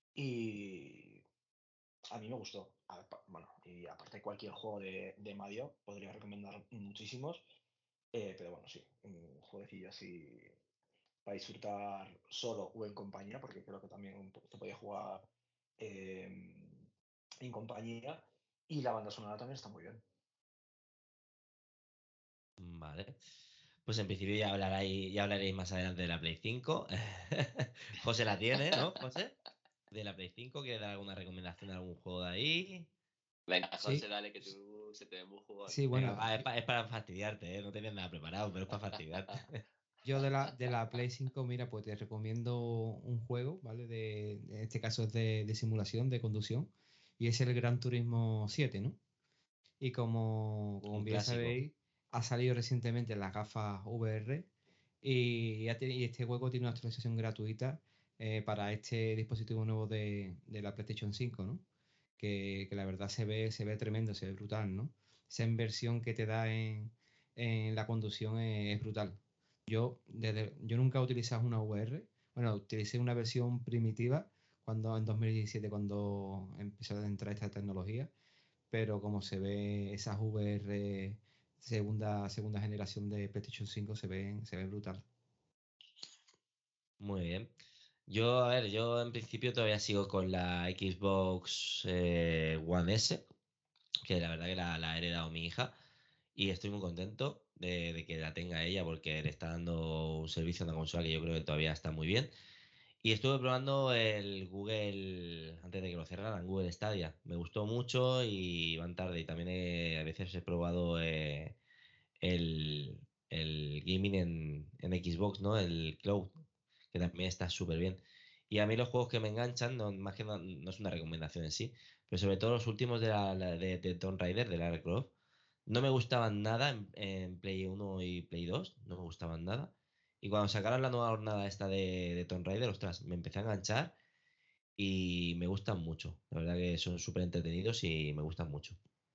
Y a mí me gustó. Apa- Bueno, y aparte cualquier juego de, de Mario podría recomendar muchísimos. Eh, pero bueno, sí, un jueguecillo así para disfrutar solo o en compañía, porque creo que también se podía jugar eh, en compañía. Y la banda sonora también está muy bien. vale. Pues en principio ya hablaréis, ya hablaréis más adelante de la Play cinco. José la tiene, ¿no, José? De la Play cinco, ¿quieres dar alguna recomendación de algún juego de ahí? Venga, Sí, José, dale, que tú se te ve muy jugón. sí, Venga, bueno, va, es, yo, pa- es para fastidiarte, ¿eh? No tenías nada preparado, pero es para fastidiarte. yo de la, de la Play cinco, mira, pues te recomiendo un juego, ¿vale? De, en este caso es de, de simulación, de conducción, y es el Gran Turismo siete, ¿no? Y como, como Un bien clásico. sabéis, ha salido recientemente las gafas V R y, ya tiene- y este juego tiene una actualización gratuita eh, para este dispositivo nuevo de, de la PlayStation cinco, ¿no? Que, que la verdad se ve, se ve tremendo, se ve brutal, ¿no? Esa inversión que te da en, en la conducción es, es brutal. Yo, desde, yo nunca he utilizado una V R, bueno, utilicé una versión primitiva cuando en dos mil diecisiete, cuando empezó a entrar esta tecnología, pero como se ve esas V R segunda, segunda generación de PlayStation cinco se ven, se ve brutal. Muy bien. Yo, a ver, yo en principio todavía sigo con la Xbox eh, One S, que la verdad que la, la ha heredado mi hija, y estoy muy contento de, de que la tenga ella porque le está dando un servicio a una consola que yo creo que todavía está muy bien. Y estuve probando el Google, antes de que lo cerraran, Google Stadia. Me gustó mucho y van tarde. Y también he- a veces he probado eh, el, el gaming en, en Xbox, ¿no? El Cloud, que también está súper bien. Y a mí los juegos que me enganchan, no, más que no, no es una recomendación en sí, pero sobre todo los últimos de, la, la- de, de Tomb Raider, de Lara Croft, no me gustaban nada en, en Play uno y Play dos, no me gustaban nada. Y cuando sacaron la nueva jornada esta de, de Tomb Raider, ostras, me empecé a enganchar y me gustan mucho. La verdad que son súper entretenidos y me gustan mucho.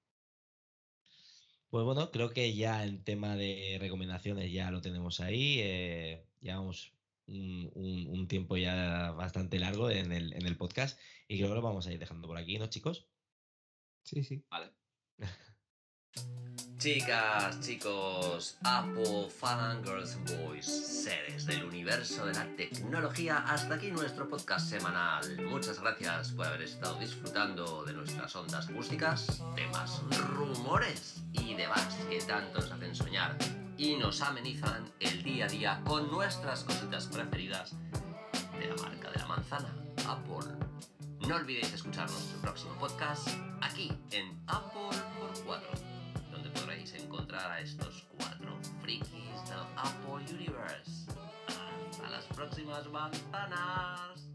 Pues bueno, creo que ya en tema de recomendaciones ya lo tenemos ahí. Eh, llevamos un, un- un tiempo ya bastante largo en el, en el podcast y creo que lo vamos a ir dejando por aquí, ¿no, chicos? Sí, sí. Vale. Chicas, chicos, Apple, fangirls, boys, seres del universo de la tecnología, hasta aquí nuestro podcast semanal. Muchas gracias por haber estado disfrutando de nuestras ondas acústicas, temas, rumores y demás que tanto nos hacen soñar y nos amenizan el día a día con nuestras cositas preferidas de la marca de la manzana, Apple. No olvidéis escuchar nuestro próximo podcast aquí en Apple por cuatro. Podréis encontrar a estos cuatro frikis del Apple Universe. Hasta las próximas manzanas.